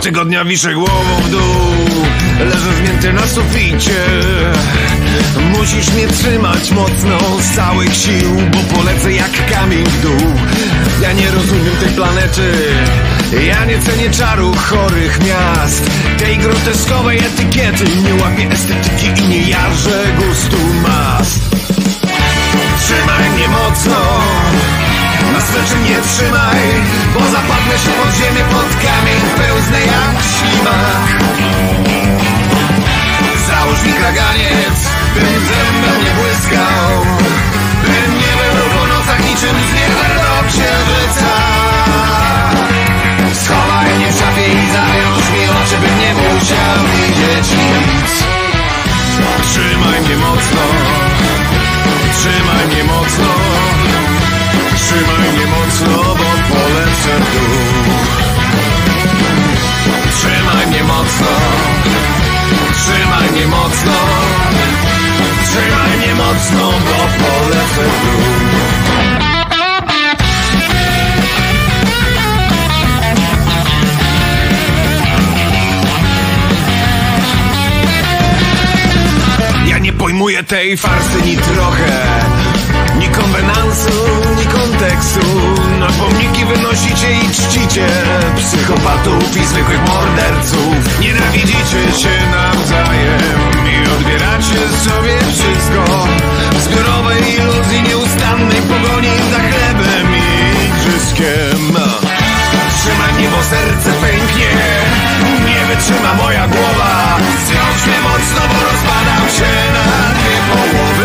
Tego dnia wiszę głową w dół, leżę zmięty na suficie. Musisz mnie trzymać mocno z całych sił, bo polecę jak kamień w dół. Ja nie rozumiem tej planety, ja nie cenię czaru chorych miast, tej groteskowej etykiety. Nie łapię estetyki i nie jarzę gustu mas. Trzymaj mnie mocno, na smyczy mnie trzymaj, bo zapadnę się pod ziemię, pod kamień, pełznę jak ślimak. Załóż mi kaganiec, bym zębem nie błyskał, bym nie był po nocach niczym zwierzę do księżyca. Schowaj mnie w szafie i zawiąż mi oczy, bym nie musiał widzieć nic. Trzymaj mnie mocno, trzymaj mnie mocno, trzymaj mnie mocno, bo polecę w dół. Trzymaj mnie mocno, trzymaj mnie mocno, trzymaj mnie mocno, bo polecę w dół. Ja nie pojmuję tej farsy ni trochę, ni konwenansu, ni kontekstu. Na pomniki wynosicie i czcicie psychopatów i zwykłych morderców. Nienawidzicie się nawzajem i odbieracie sobie wszystko w zbiorowej iluzji nieustannej pogoni za chlebem i igrzyszkiem. Trzymaj mnie, bo serce pęknie, nie wytrzyma moja głowa. Zwiąż mnie mocno, bo rozpadam się na dwie połowy.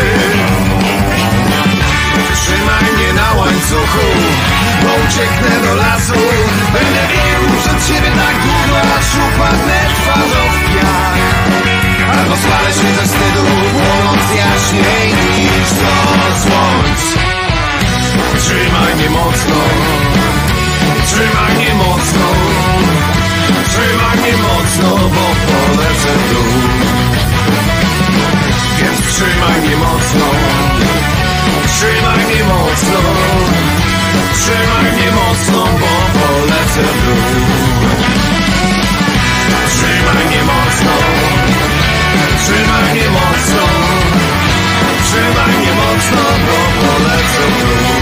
Trzymaj mnie na łańcuchu, bo ucieknę do lasu. Będę biegł przed siebie tak długo, aż upadnę twarzą w piach. Albo spalę się ze wstydu, płonąc jaśniej niż 100 słońc. Trzymaj mnie mocno, trzymaj mnie mocno, trzymaj mnie mocno, bo polecę w dół. Więc trzymaj mnie mocno, trzymaj mnie mocno, trzymaj mnie mocno, bo polecę w dół. Trzymaj mnie mocno, trzymaj mnie mocno, trzymaj mnie mocno, bo polecę w dół.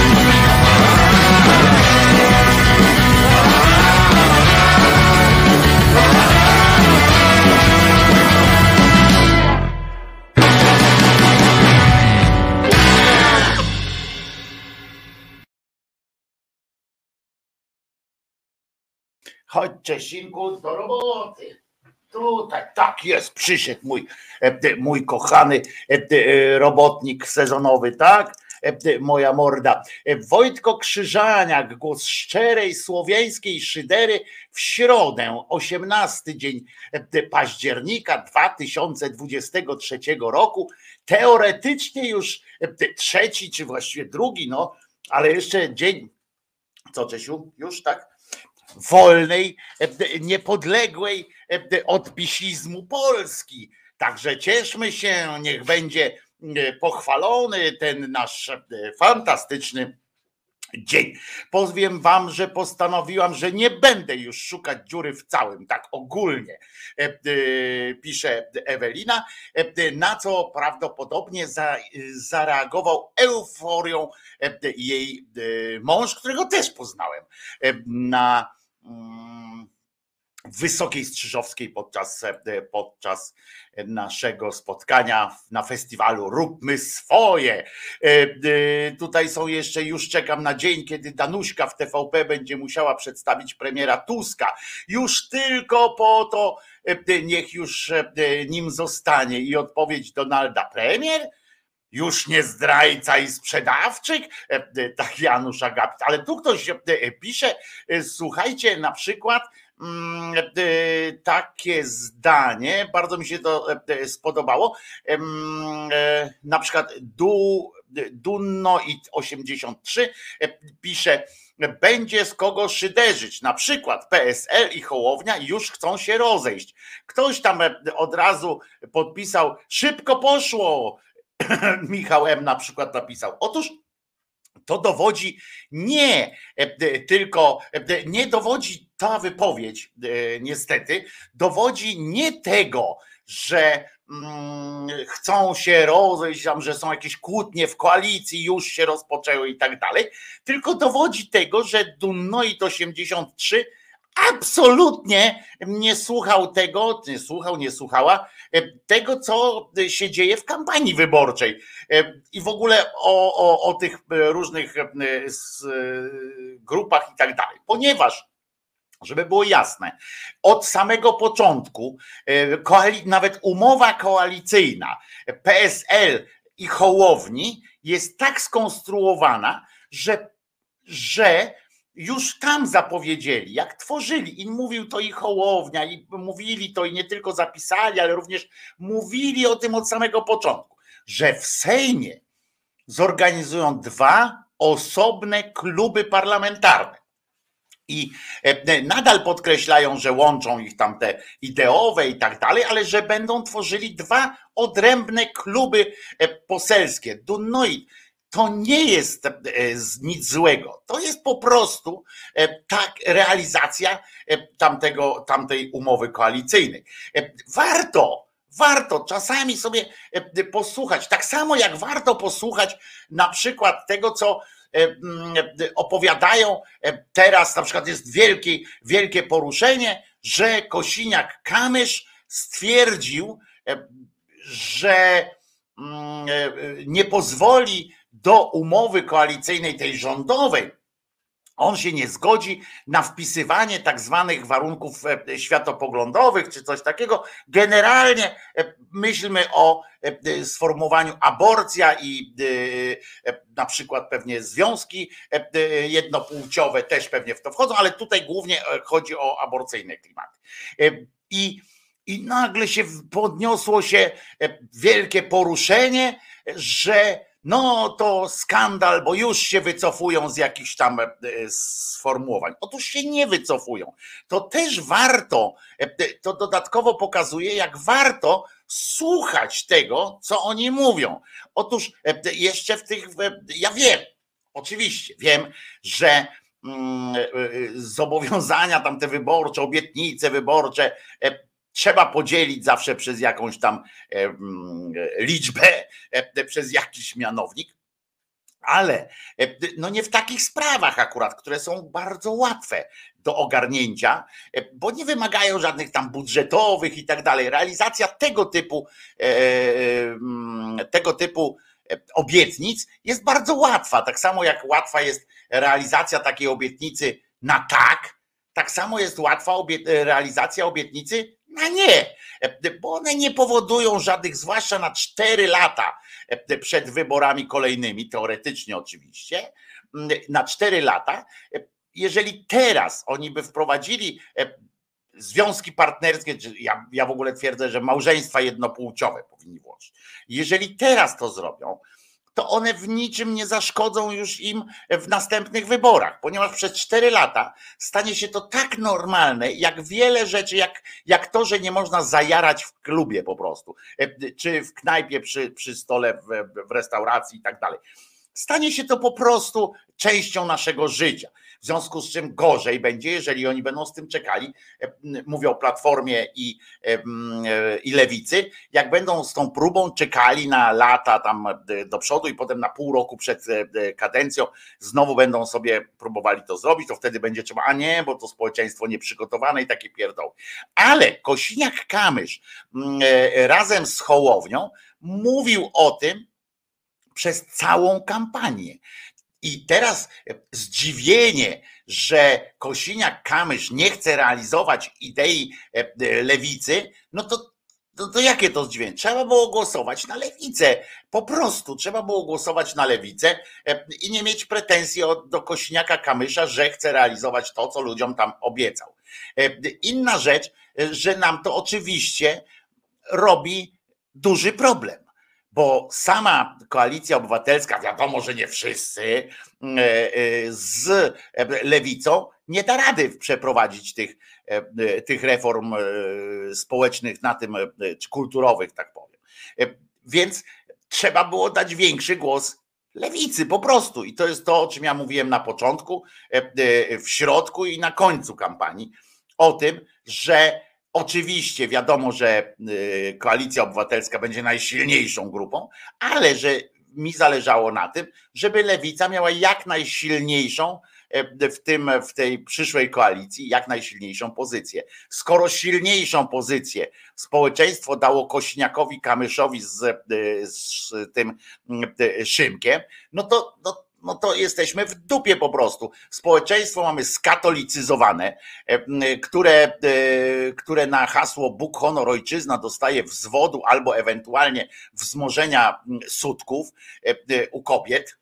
Chodź, Czesinku, do roboty. Tutaj, tak jest, przyszedł mój kochany robotnik sezonowy, tak? Moja morda. Wojtko Krzyżaniak, głos szczerej słowiańskiej szydery w środę, 18 dzień października 2023 roku. Teoretycznie już trzeci, czy właściwie drugi, no, ale jeszcze dzień, co Czesiu, już tak? Wolnej, niepodległej od pisizmu Polski. Także cieszmy się, niech będzie pochwalony ten nasz fantastyczny dzień. Powiem wam, że postanowiłam, że nie będę już szukać dziury w całym, tak ogólnie, pisze Ewelina, na co prawdopodobnie zareagował euforią jej mąż, którego też poznałem na Wysokiej Strzyżowskiej podczas naszego spotkania na festiwalu Róbmy Swoje. Tutaj są jeszcze, już czekam na dzień, kiedy Danuśka w TVP będzie musiała przedstawić premiera Tuska. Już tylko po to niech już nim zostanie. I odpowiedź Donalda: premier? Już nie zdrajca i sprzedawczyk? Tak Janusz Agapit. Ale tu ktoś pisze, słuchajcie, na przykład takie zdanie, bardzo mi się to spodobało, na przykład Dunno i 83 pisze: będzie z kogo szyderzyć, na przykład PSL i Hołownia już chcą się rozejść. Ktoś tam od razu podpisał: szybko poszło. Michał M. na przykład napisał: otóż to dowodzi nie dowodzi ta wypowiedź, niestety, dowodzi nie tego, że chcą się rozejść, że są jakieś kłótnie w koalicji, już się rozpoczęły i tak dalej, tylko dowodzi tego, że Dunnoit 83 absolutnie nie słuchał tego, nie słuchała tego, co się dzieje w kampanii wyborczej i w ogóle o tych różnych grupach i tak dalej, ponieważ, żeby było jasne, od samego początku nawet umowa koalicyjna PSL i Hołowni jest tak skonstruowana, że już tam zapowiedzieli, jak tworzyli, i mówił to i Hołownia, i mówili to, i nie tylko zapisali, ale również mówili o tym od samego początku, że w Sejmie zorganizują 2 osobne kluby parlamentarne. I nadal podkreślają, że łączą ich tam te ideowe i tak dalej, ale że będą tworzyli 2 odrębne kluby poselskie. Dunnoit, to nie jest nic złego. To jest po prostu tak realizacja tamtej umowy koalicyjnej. Warto czasami sobie posłuchać, tak samo jak warto posłuchać na przykład tego, co opowiadają teraz, na przykład jest wielkie poruszenie, że Kosiniak-Kamysz stwierdził, że nie pozwoli do umowy koalicyjnej tej rządowej, on się nie zgodzi na wpisywanie tak zwanych warunków światopoglądowych czy coś takiego. Generalnie myślmy o sformułowaniu aborcja i na przykład pewnie związki jednopłciowe też pewnie w to wchodzą, ale tutaj głównie chodzi o aborcyjne klimaty. I nagle się podniosło się wielkie poruszenie, że no to skandal, bo już się wycofują z jakichś tam sformułowań. Otóż się nie wycofują. To też warto, to dodatkowo pokazuje, jak warto słuchać tego, co oni mówią. Otóż jeszcze ja wiem, oczywiście wiem, że zobowiązania tamte wyborcze, obietnice wyborcze trzeba podzielić zawsze przez jakąś tam liczbę, przez jakiś mianownik, ale no nie w takich sprawach akurat, które są bardzo łatwe do ogarnięcia, bo nie wymagają żadnych tam budżetowych i tak dalej. Realizacja tego typu obietnic jest bardzo łatwa, tak samo jak łatwa jest realizacja takiej obietnicy na tak samo jest łatwa realizacja obietnicy na nie, bo one nie powodują żadnych, zwłaszcza na 4 lata przed wyborami kolejnymi, teoretycznie oczywiście, na 4 lata, jeżeli teraz oni by wprowadzili związki partnerskie, ja w ogóle twierdzę, że małżeństwa jednopłciowe powinni włożyć, jeżeli teraz to zrobią, to one w niczym nie zaszkodzą już im w następnych wyborach, ponieważ przez 4 lata stanie się to tak normalne, jak wiele rzeczy, jak to, że nie można zajarać w klubie po prostu, czy w knajpie przy stole w restauracji i tak dalej. Stanie się to po prostu częścią naszego życia. W związku z czym gorzej będzie, jeżeli oni będą z tym czekali, mówię o Platformie i Lewicy, jak będą z tą próbą czekali na lata tam do przodu i potem na pół roku przed kadencją znowu będą sobie próbowali to zrobić, to wtedy będzie trzeba, a nie, bo to społeczeństwo nieprzygotowane i takie pierdoły. Ale Kosiniak-Kamysz razem z Hołownią mówił o tym przez całą kampanię. I teraz zdziwienie, że Kosiniak-Kamysz nie chce realizować idei lewicy, no to jakie to zdziwienie? Trzeba było głosować na lewicę. Po prostu trzeba było głosować na lewicę i nie mieć pretensji do Kosiniaka-Kamysza, że chce realizować to, co ludziom tam obiecał. Inna rzecz, że nam to oczywiście robi duży problem. Bo sama Koalicja Obywatelska, wiadomo, że nie wszyscy, z lewicą nie da rady przeprowadzić tych reform społecznych na tym, czy kulturowych, tak powiem. Więc trzeba było dać większy głos Lewicy po prostu. I to jest to, o czym ja mówiłem na początku, w środku i na końcu kampanii. O tym, że oczywiście wiadomo, że Koalicja Obywatelska będzie najsilniejszą grupą, ale że mi zależało na tym, żeby Lewica miała jak najsilniejszą w tej przyszłej koalicji, jak najsilniejszą pozycję. Skoro silniejszą pozycję społeczeństwo dało Kosiniakowi-Kamyszowi z tym Szymkiem, no to jesteśmy w dupie po prostu. Społeczeństwo mamy skatolicyzowane, które na hasło Bóg, honor, ojczyzna dostaje wzwodu albo ewentualnie wzmożenia sutków u kobiet,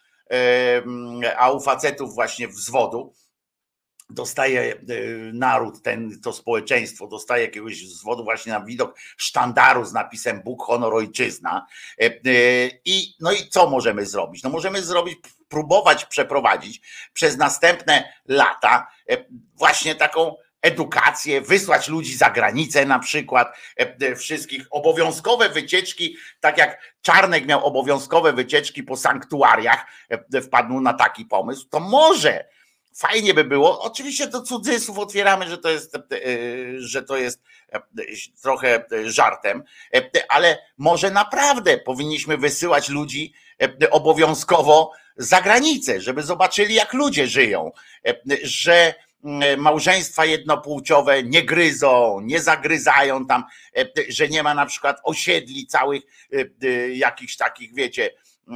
a u facetów właśnie wzwodu. Dostaje naród, to społeczeństwo dostaje jakiegoś wzwodu właśnie na widok sztandaru z napisem Bóg, honor, ojczyzna. No i co możemy zrobić? No możemy próbować przeprowadzić przez następne lata właśnie taką edukację, wysłać ludzi za granicę na przykład, wszystkich obowiązkowe wycieczki, tak jak Czarnek miał obowiązkowe wycieczki po sanktuariach, wpadł na taki pomysł, to może fajnie by było, oczywiście to cudzysłów otwieramy, że to jest trochę żartem, ale może naprawdę powinniśmy wysyłać ludzi obowiązkowo za granicę, żeby zobaczyli, jak ludzie żyją, że małżeństwa jednopłciowe nie gryzą, nie zagryzają tam, że nie ma na przykład osiedli całych jakichś takich, wiecie,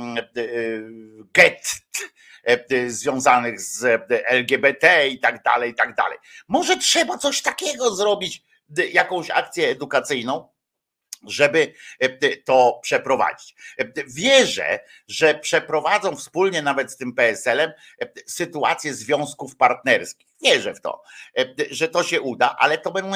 gett związanych z LGBT i tak dalej, i tak dalej. Może trzeba coś takiego zrobić, jakąś akcję edukacyjną, żeby to przeprowadzić. Wierzę, że przeprowadzą wspólnie nawet z tym PSL-em sytuację związków partnerskich. Wierzę w to, że to się uda, ale to będą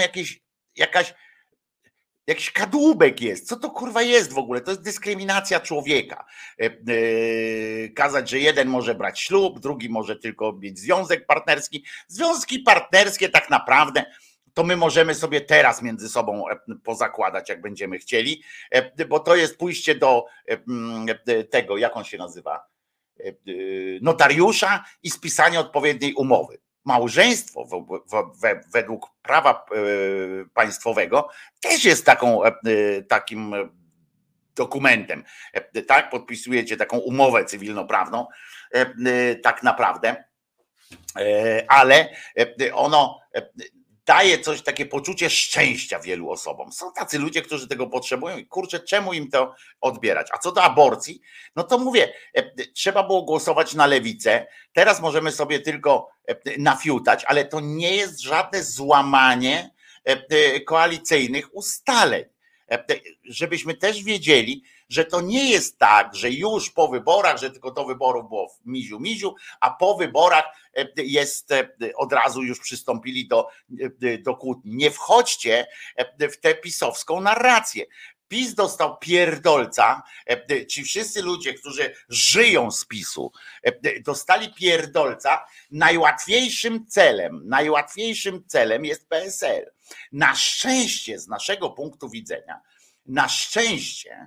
jakiś kadłubek jest. Co to kurwa jest w ogóle? To jest dyskryminacja człowieka. Kazać, że jeden może brać ślub, drugi może tylko mieć związek partnerski. Związki partnerskie tak naprawdę to my możemy sobie teraz między sobą pozakładać, jak będziemy chcieli, bo to jest pójście do tego, jak on się nazywa, notariusza i spisanie odpowiedniej umowy. Małżeństwo według prawa państwowego też jest takim dokumentem, tak? Podpisujecie taką umowę cywilnoprawną, tak naprawdę, ale ono daje coś, takie poczucie szczęścia wielu osobom. Są tacy ludzie, którzy tego potrzebują i kurczę, czemu im to odbierać? A co do aborcji, no to mówię, trzeba było głosować na lewicę, teraz możemy sobie tylko nafiutać, ale to nie jest żadne złamanie koalicyjnych ustaleń. Żebyśmy też wiedzieli, że to nie jest tak, że już po wyborach, że tylko do wyborów było w miziu, a po wyborach od razu już przystąpili do kłótni. Nie wchodźcie w tę pisowską narrację. PiS dostał pierdolca, ci wszyscy ludzie, którzy żyją z PiS-u, dostali pierdolca. Najłatwiejszym celem jest PSL. Na szczęście, z naszego punktu widzenia, na szczęście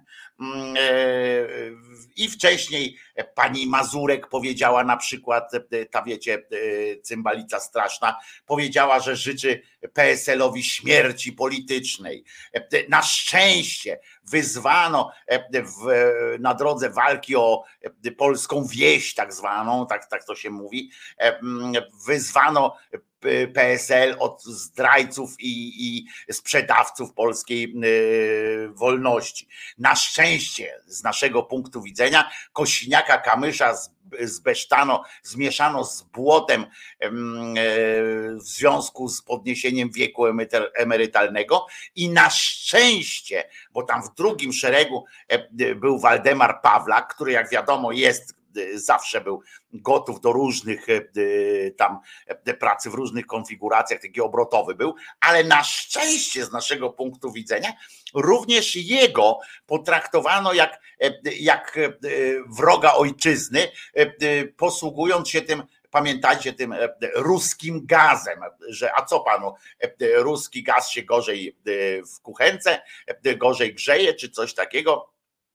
i wcześniej pani Mazurek powiedziała na przykład, ta wiecie, cymbalica straszna, powiedziała, że życzy PSL-owi śmierci politycznej. Na szczęście wyzwano na drodze walki o polską wieś tak zwaną, tak to się mówi, wyzwano PSL od zdrajców i sprzedawców polskiej wolności. Na szczęście z naszego punktu widzenia Kosiniaka-Kamysza zmieszano z błotem w związku z podniesieniem wieku emerytalnego i na szczęście, bo tam w drugim szeregu był Waldemar Pawlak, który jak wiadomo zawsze był gotów do różnych tam pracy w różnych konfiguracjach, taki obrotowy był, ale na szczęście z naszego punktu widzenia również jego potraktowano jak wroga ojczyzny, posługując się tym, pamiętajcie, tym ruskim gazem, że a co panu, ruski gaz się gorzej w kuchence, gorzej grzeje, czy coś takiego.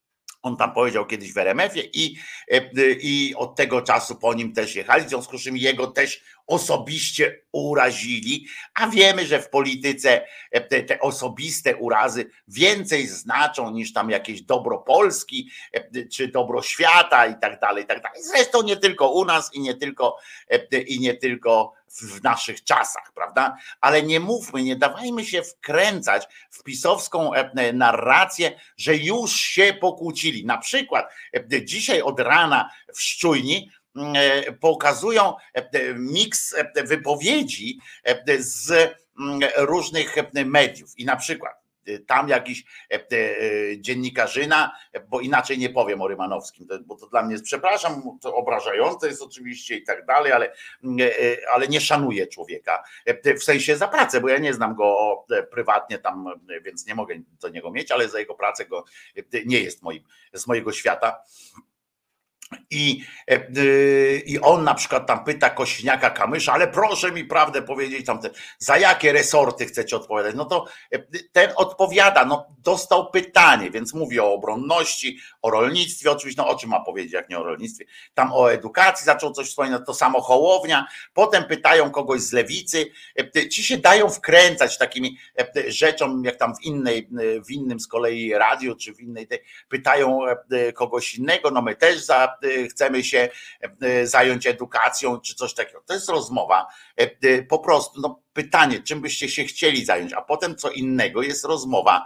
On tam powiedział kiedyś w RMF-ie i od tego czasu po nim też jechali, w związku z czym jego też osobiście urazili, a wiemy, że w polityce te osobiste urazy więcej znaczą niż tam jakieś dobro Polski czy dobro świata i tak dalej, i tak dalej. Zresztą nie tylko u nas i nie tylko w naszych czasach, prawda? Ale nie mówmy, nie dawajmy się wkręcać w pisowską narrację, że już się pokłócili. Na przykład dzisiaj od rana w Szczujni pokazują miks wypowiedzi z różnych mediów i na przykład tam jakiś dziennikarzyna, bo inaczej nie powiem o Rymanowskim, bo to dla mnie jest, przepraszam, to obrażające jest oczywiście i tak dalej, ale nie szanuję człowieka, w sensie za pracę, bo ja nie znam go prywatnie tam, więc nie mogę do niego mieć, ale za jego pracę go nie jest z mojego świata. I on na przykład tam pyta Kosiniaka-Kamysza, ale proszę mi prawdę powiedzieć, za jakie resorty chcecie odpowiadać? No to ten odpowiada, no dostał pytanie, więc mówi o obronności, o rolnictwie, oczywiście, no o czym ma powiedzieć, jak nie o rolnictwie, tam o edukacji zaczął coś wspominać, to samo Hołownia, potem pytają kogoś z lewicy, ci się dają wkręcać takimi rzeczom, jak tam w innym z kolei radiu, czy w innej, pytają kogoś innego, no my też chcemy się zająć edukacją, czy coś takiego. To jest rozmowa, po prostu, no pytanie, czym byście się chcieli zająć, a potem co innego jest rozmowa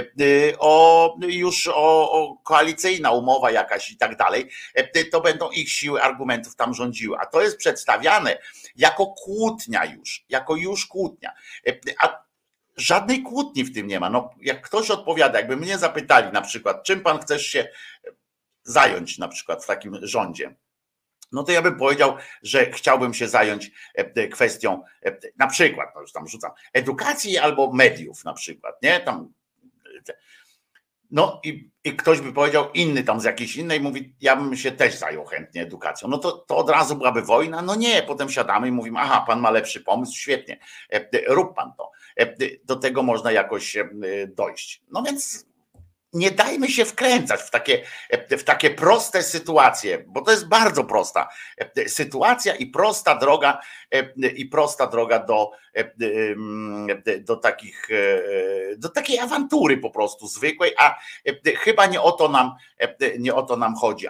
o koalicyjna umowa jakaś i tak dalej, to będą ich siły argumentów tam rządziły, a to jest przedstawiane jako kłótnia jako kłótnia, a żadnej kłótni w tym nie ma. No, jak ktoś odpowiada, jakby mnie zapytali na przykład, czym pan chcesz się zająć na przykład w takim rządzie, no to ja bym powiedział, że chciałbym się zająć kwestią na przykład, no już tam rzucam, edukacji albo mediów na przykład, nie? Tam, no i ktoś by powiedział, inny tam z jakiejś innej, mówi, ja bym się też zajął chętnie edukacją. No to od razu byłaby wojna? No nie, potem siadamy i mówimy, aha, pan ma lepszy pomysł, świetnie, rób pan to. Do tego można jakoś dojść. No więc nie dajmy się wkręcać w takie proste sytuacje, bo to jest bardzo prosta sytuacja i prosta droga do takiej awantury po prostu zwykłej, a chyba nie o to nam chodzi.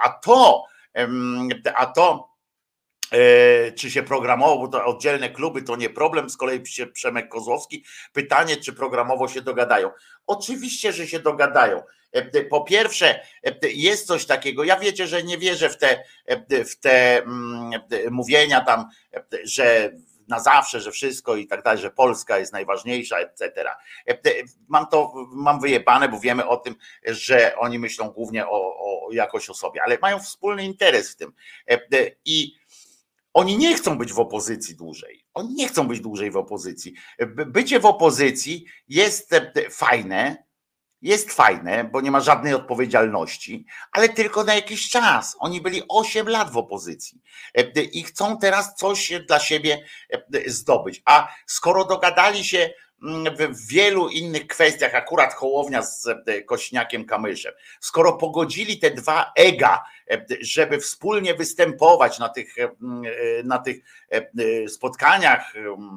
A to czy się programowo, bo to oddzielne kluby to nie problem, z kolei Przemek Kozłowski, pytanie, czy programowo się dogadają. Oczywiście, że się dogadają. Po pierwsze, jest coś takiego, ja wiecie, że nie wierzę w te mówienia tam, że na zawsze, że wszystko i tak dalej, że Polska jest najważniejsza, etc. Mam wyjebane, bo wiemy o tym, że oni myślą głównie jakoś o sobie, ale mają wspólny interes w tym. I oni nie chcą być w opozycji dłużej. Oni nie chcą być dłużej w opozycji. Bycie w opozycji jest fajne, bo nie ma żadnej odpowiedzialności, ale tylko na jakiś czas. Oni byli 8 lat w opozycji i chcą teraz coś dla siebie zdobyć. A skoro dogadali się w wielu innych kwestiach, akurat Hołownia z Kosiniakiem-Kamyszem, skoro pogodzili te dwa ega, żeby wspólnie występować na tych spotkaniach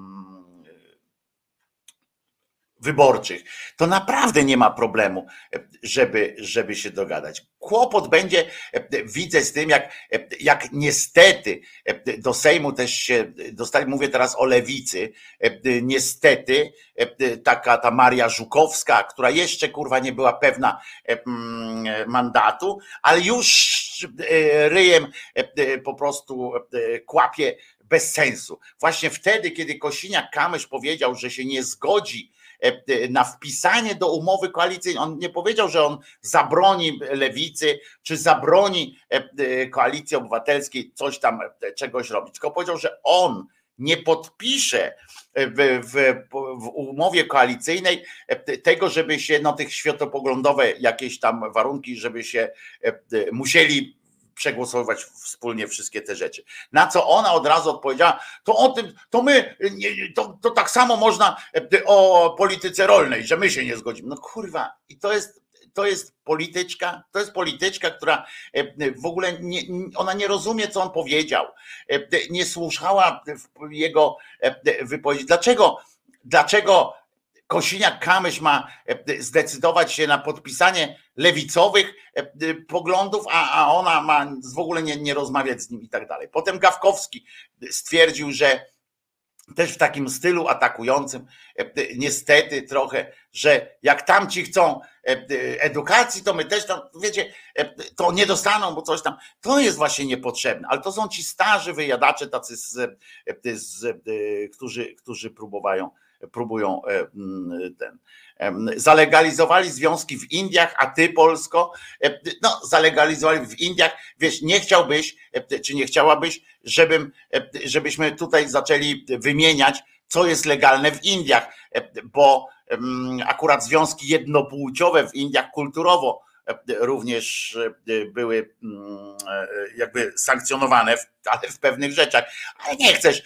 wyborczych, to naprawdę nie ma problemu, żeby się dogadać. Kłopot będzie, widzę z tym, jak niestety do Sejmu też się dostali, mówię teraz o lewicy, niestety ta Maria Żukowska, która jeszcze kurwa nie była pewna mandatu, ale już ryjem po prostu kłapie bez sensu. Właśnie wtedy, kiedy Kosiniak-Kamysz powiedział, że się nie zgodzi na wpisanie do umowy koalicyjnej. On nie powiedział, że on zabroni lewicy, czy zabroni Koalicji Obywatelskiej coś tam, czegoś robić, tylko powiedział, że on nie podpisze w umowie koalicyjnej tego, żeby się tych światopoglądowe jakieś tam warunki, żeby się musieli przegłosowywać wspólnie wszystkie te rzeczy. Na co ona od razu odpowiedziała, to o tym, to tak samo można o polityce rolnej, że my się nie zgodzimy. No kurwa, i to to jest polityczka, która w ogóle ona nie rozumie, co on powiedział, nie słuchała jego wypowiedzi. Dlaczego Kosiniak-Kamysz ma zdecydować się na podpisanie lewicowych poglądów, a ona ma w ogóle nie rozmawiać z nim i tak dalej. Potem Gawkowski stwierdził, że też w takim stylu atakującym, niestety trochę, że jak tamci chcą edukacji, to my też tam, wiecie, to nie dostaną, bo coś tam. To jest właśnie niepotrzebne, ale to są ci starzy wyjadacze, tacy którzy próbują zalegalizowali związki w Indiach, a ty, Polsko, no zalegalizowali w Indiach, wiesz, nie chciałbyś, czy nie chciałabyś, żebyśmy tutaj zaczęli wymieniać, co jest legalne w Indiach, bo akurat związki jednopłciowe w Indiach kulturowo również były jakby sankcjonowane, ale w pewnych rzeczach, ale nie chcesz.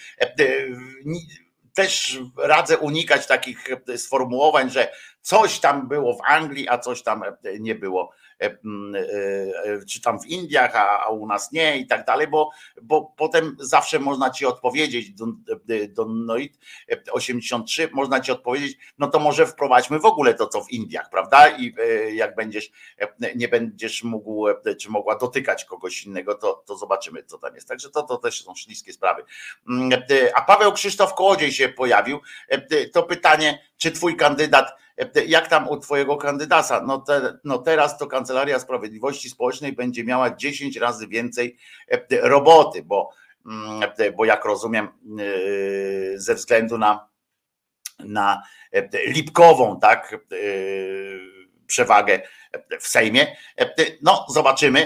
Też radzę unikać takich sformułowań, że coś tam było w Anglii, a coś tam nie było, czy tam w Indiach, a u nas nie i tak dalej, bo potem zawsze można ci odpowiedzieć, Donoit 83, można ci odpowiedzieć, no to może wprowadźmy w ogóle to, co w Indiach, prawda? I jak nie będziesz mógł, czy mogła dotykać kogoś innego, to zobaczymy, co tam jest. Także to też są śliskie sprawy. A Paweł Krzysztof Kołodziej się pojawił. To pytanie, czy twój kandydat, jak tam u twojego kandydata? No teraz to Kancelaria Sprawiedliwości Społecznej będzie miała 10 razy więcej roboty, bo jak rozumiem, ze względu na lipkową, tak, przewagę w Sejmie. No zobaczymy.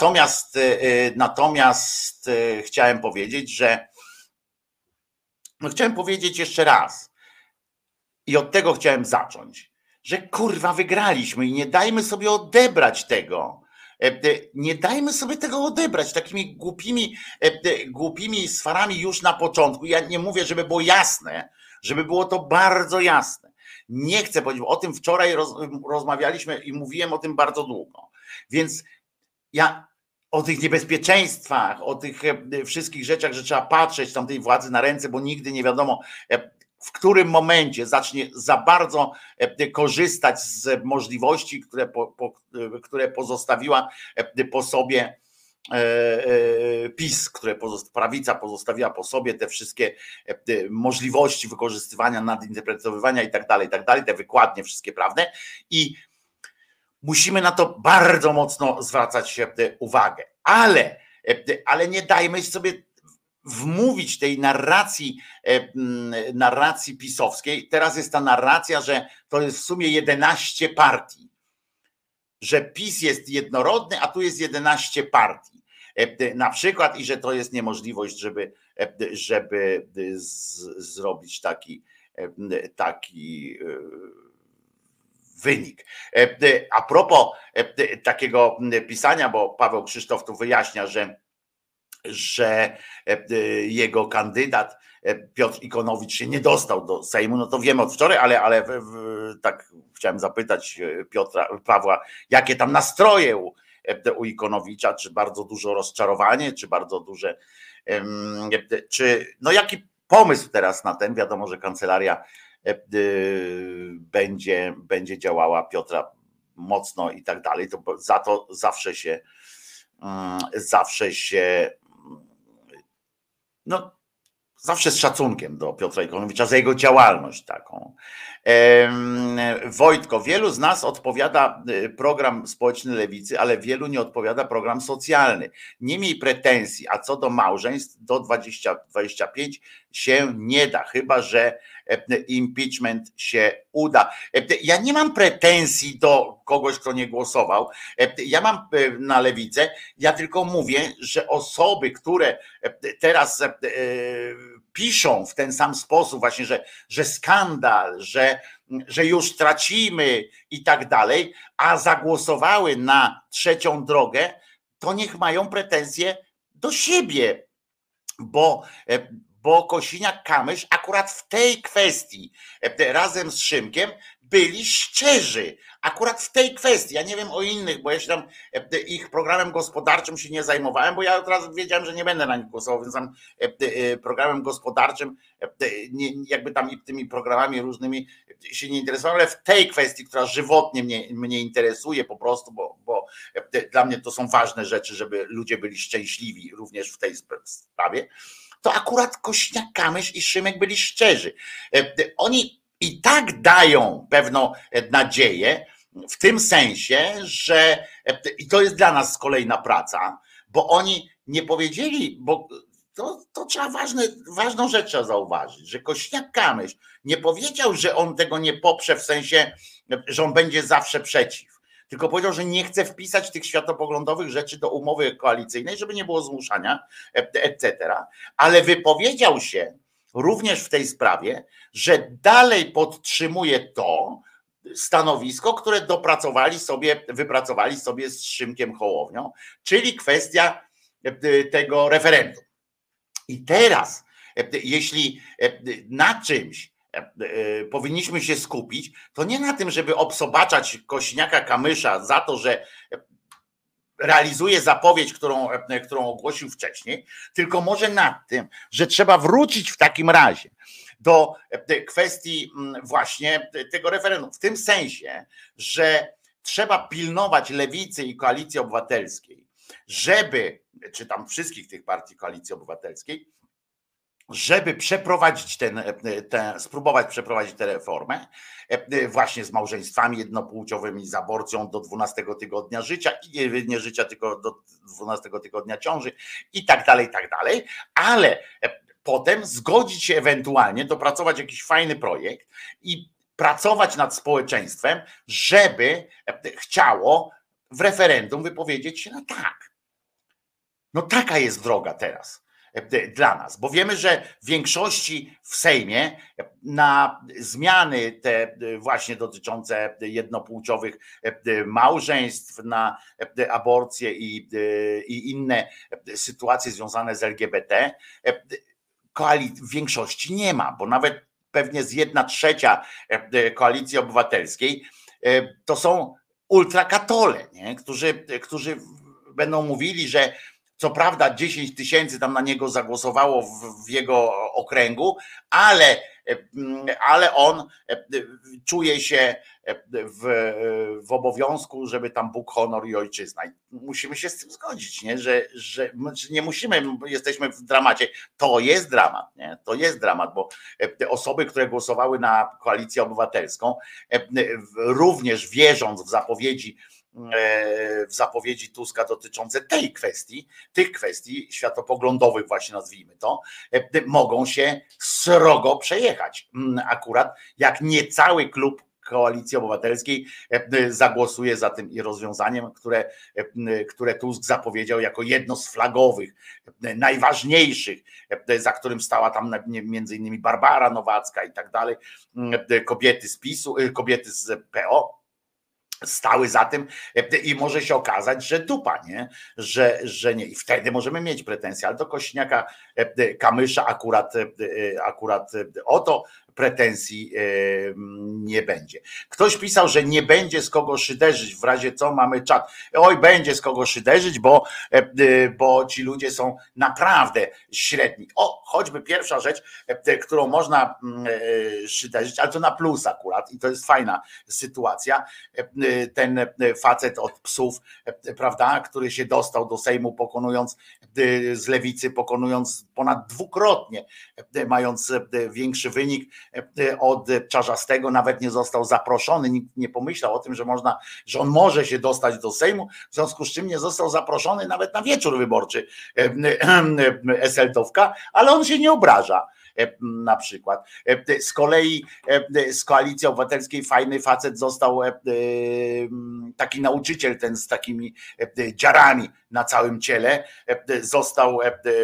Natomiast chciałem powiedzieć, chciałem powiedzieć jeszcze raz, i od tego chciałem zacząć, że kurwa wygraliśmy i nie dajmy sobie odebrać tego. Nie dajmy sobie tego odebrać takimi głupimi swarami już na początku. Ja nie mówię, żeby było jasne, żeby było to bardzo jasne. Nie chcę powiedzieć, o tym wczoraj rozmawialiśmy i mówiłem o tym bardzo długo. Więc ja o tych niebezpieczeństwach, o tych wszystkich rzeczach, że trzeba patrzeć tamtej władzy na ręce, bo nigdy nie wiadomo, w którym momencie zacznie za bardzo korzystać z możliwości, które pozostawiła po sobie PiS, prawica pozostawiła po sobie, te wszystkie możliwości wykorzystywania, nadinterpretowywania i tak dalej, te wykładnie wszystkie prawne, i musimy na to bardzo mocno zwracać uwagę, ale nie dajmy sobie wmówić tej narracji pisowskiej. Teraz jest ta narracja, że to jest w sumie 11 partii, że PiS jest jednorodny, a tu jest 11 partii na przykład, i że to jest niemożliwość, żeby zrobić taki wynik. A propos takiego pisania, bo Paweł Krzysztof tu wyjaśnia, że jego kandydat Piotr Ikonowicz się nie dostał do Sejmu, no to wiemy od wczoraj, ale tak chciałem zapytać Pawła, jakie tam nastroje u Ikonowicza, czy bardzo dużo rozczarowanie, czy bardzo duże, no jaki pomysł teraz na ten, wiadomo, że kancelaria będzie działała Piotra mocno i tak dalej, to za to zawsze się no zawsze z szacunkiem do Piotra Ikonowicza za jego działalność taką. Wojtko, wielu z nas odpowiada program społeczny Lewicy, ale wielu nie odpowiada program socjalny. Nie miej pretensji, a co do małżeństw do 20-25 się nie da, chyba że impeachment się uda. Ja nie mam pretensji do kogoś, kto nie głosował. Ja mam na Lewicę, ja tylko mówię, że osoby, które teraz piszą w ten sam sposób właśnie, że skandal, że już tracimy i tak dalej, a zagłosowały na trzecią drogę, to niech mają pretensje do siebie, bo Kosiniak-Kamysz akurat w tej kwestii razem z Szymkiem byli szczerzy. Akurat w tej kwestii, ja nie wiem o innych, bo ja się tam ich programem gospodarczym się nie zajmowałem, bo ja od razu wiedziałem, że nie będę na nich głosował, więc tam programem gospodarczym, jakby tam i tymi programami różnymi się nie interesowałem, ale w tej kwestii, która żywotnie mnie interesuje po prostu, bo dla mnie to są ważne rzeczy, żeby ludzie byli szczęśliwi również w tej sprawie, to akurat Kośniak-Kamysz i Szymek byli szczerzy. Oni i tak dają pewną nadzieję w tym sensie, że i to jest dla nas kolejna praca, bo oni nie powiedzieli, bo to trzeba ważną rzecz trzeba zauważyć, że Kośniak-Kamysz nie powiedział, że on tego nie poprze w sensie, że on będzie zawsze przeciw. Tylko powiedział, że nie chce wpisać tych światopoglądowych rzeczy do umowy koalicyjnej, żeby nie było zmuszania, etc. Ale wypowiedział się również w tej sprawie, że dalej podtrzymuje to stanowisko, które wypracowali sobie z Szymkiem Hołownią, czyli kwestia tego referendum. I teraz, jeśli na czymś powinniśmy się skupić, to nie na tym, żeby obsobaczać Kośniaka-Kamysza za to, że realizuje zapowiedź, którą ogłosił wcześniej, tylko może nad tym, że trzeba wrócić w takim razie do kwestii właśnie tego referendum. W tym sensie, że trzeba pilnować Lewicy i Koalicji Obywatelskiej, czy tam wszystkich tych partii Koalicji Obywatelskiej, żeby przeprowadzić spróbować przeprowadzić tę reformę właśnie z małżeństwami jednopłciowymi, z aborcją do 12 tygodnia życia, i nie życia, tylko do 12 tygodnia ciąży i tak dalej, ale potem zgodzić się ewentualnie, dopracować jakiś fajny projekt i pracować nad społeczeństwem, żeby chciało w referendum wypowiedzieć się na tak. No taka jest droga teraz dla nas, bo wiemy, że w większości w Sejmie na zmiany te właśnie dotyczące jednopłciowych małżeństw, na aborcję i inne sytuacje związane z LGBT w większości nie ma, bo nawet pewnie z 1/3 Koalicji Obywatelskiej to są ultrakatole, nie? Którzy będą mówili, że co prawda 10 000 tam na niego zagłosowało w jego okręgu, ale on czuje się w obowiązku, żeby tam Bóg, honor i ojczyzna. I musimy się z tym zgodzić, nie? Że nie musimy, jesteśmy w dramacie. To jest dramat, nie? To jest dramat, bo te osoby, które głosowały na Koalicję Obywatelską, również wierząc w zapowiedzi Tuska dotyczące tych kwestii światopoglądowych, właśnie nazwijmy to, mogą się srogo przejechać. Akurat jak nie cały klub Koalicji Obywatelskiej zagłosuje za tym i rozwiązaniem, które Tusk zapowiedział jako jedno z flagowych, najważniejszych, za którym stała tam między innymi Barbara Nowacka i tak dalej, kobiety z PiS-u, kobiety z PO, stały za tym i może się okazać, że dupa, nie? Że nie. I wtedy możemy mieć pretensje, ale do Kośniaka-Kamysza akurat o to pretensji nie będzie. Ktoś pisał, że nie będzie z kogo szyderzyć, w razie co mamy czat. Oj, będzie z kogo szyderzyć, bo ci ludzie są naprawdę średni. O, choćby pierwsza rzecz, którą można szyderzyć, ale to na plus akurat i to jest fajna sytuacja. Ten facet od psów, prawda, który się dostał do Sejmu z Lewicy, pokonując ponad dwukrotnie, mając większy wynik od Czarzastego, nawet nie został zaproszony, nikt nie pomyślał o tym, że on może się dostać do Sejmu, w związku z czym nie został zaproszony nawet na wieczór wyborczy SLD-owka, ale on się nie obraża. Na przykład. Z kolei z Koalicji Obywatelskiej fajny facet został taki nauczyciel, ten z takimi dziarami na całym ciele, został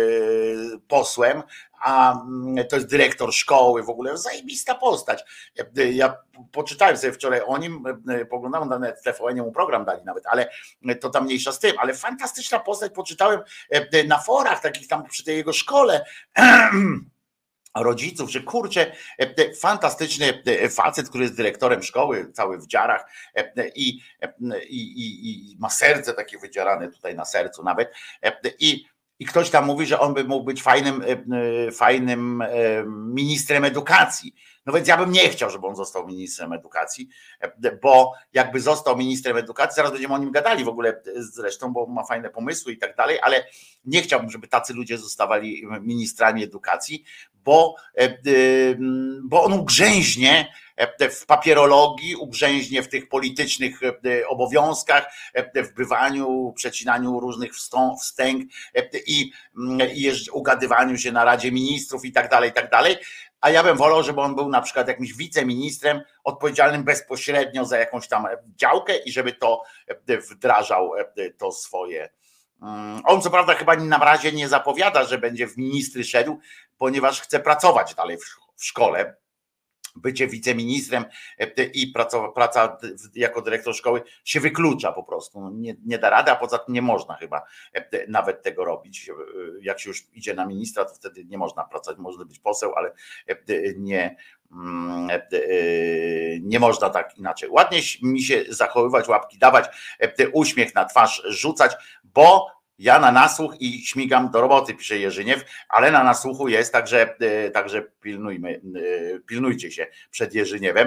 posłem, a to jest dyrektor szkoły, w ogóle zajebista postać. Ja poczytałem sobie wczoraj o nim, poglądałem na TVN, mu program dali nawet, ale to tam mniejsza z tym, ale fantastyczna postać, poczytałem na forach takich tam przy tej jego szkole, rodziców, że kurczę, fantastyczny facet, który jest dyrektorem szkoły, cały w dziarach i ma serce takie wydzierane tutaj na sercu nawet i ktoś tam mówi, że on by mógł być fajnym ministrem edukacji. No więc ja bym nie chciał, żeby on został ministrem edukacji, bo jakby został ministrem edukacji, zaraz będziemy o nim gadali w ogóle zresztą, bo ma fajne pomysły i tak dalej, ale nie chciałbym, żeby tacy ludzie zostawali ministrami edukacji, bo on ugrzęźnie w papierologii, ugrzęźnie w tych politycznych obowiązkach, w bywaniu, przecinaniu różnych wstęg i ugadywaniu się na Radzie Ministrów i tak dalej. A ja bym wolał, żeby on był na przykład jakimś wiceministrem odpowiedzialnym bezpośrednio za jakąś tam działkę i żeby to wdrażał to swoje. On co prawda chyba na razie nie zapowiada, że będzie w ministry szedł, ponieważ chce pracować dalej w szkole. Bycie wiceministrem i praca jako dyrektor szkoły się wyklucza po prostu. Nie da rady, a poza tym nie można chyba nawet tego robić. Jak się już idzie na ministra, to wtedy nie można pracować, można być poseł, ale nie można tak inaczej. Ładnie mi się zachowywać, łapki dawać, uśmiech na twarz rzucać, bo ja na nasłuch i śmigam do roboty, pisze Jerzyniew, ale na nasłuchu jest, także pilnujcie się przed Jerzyniewem,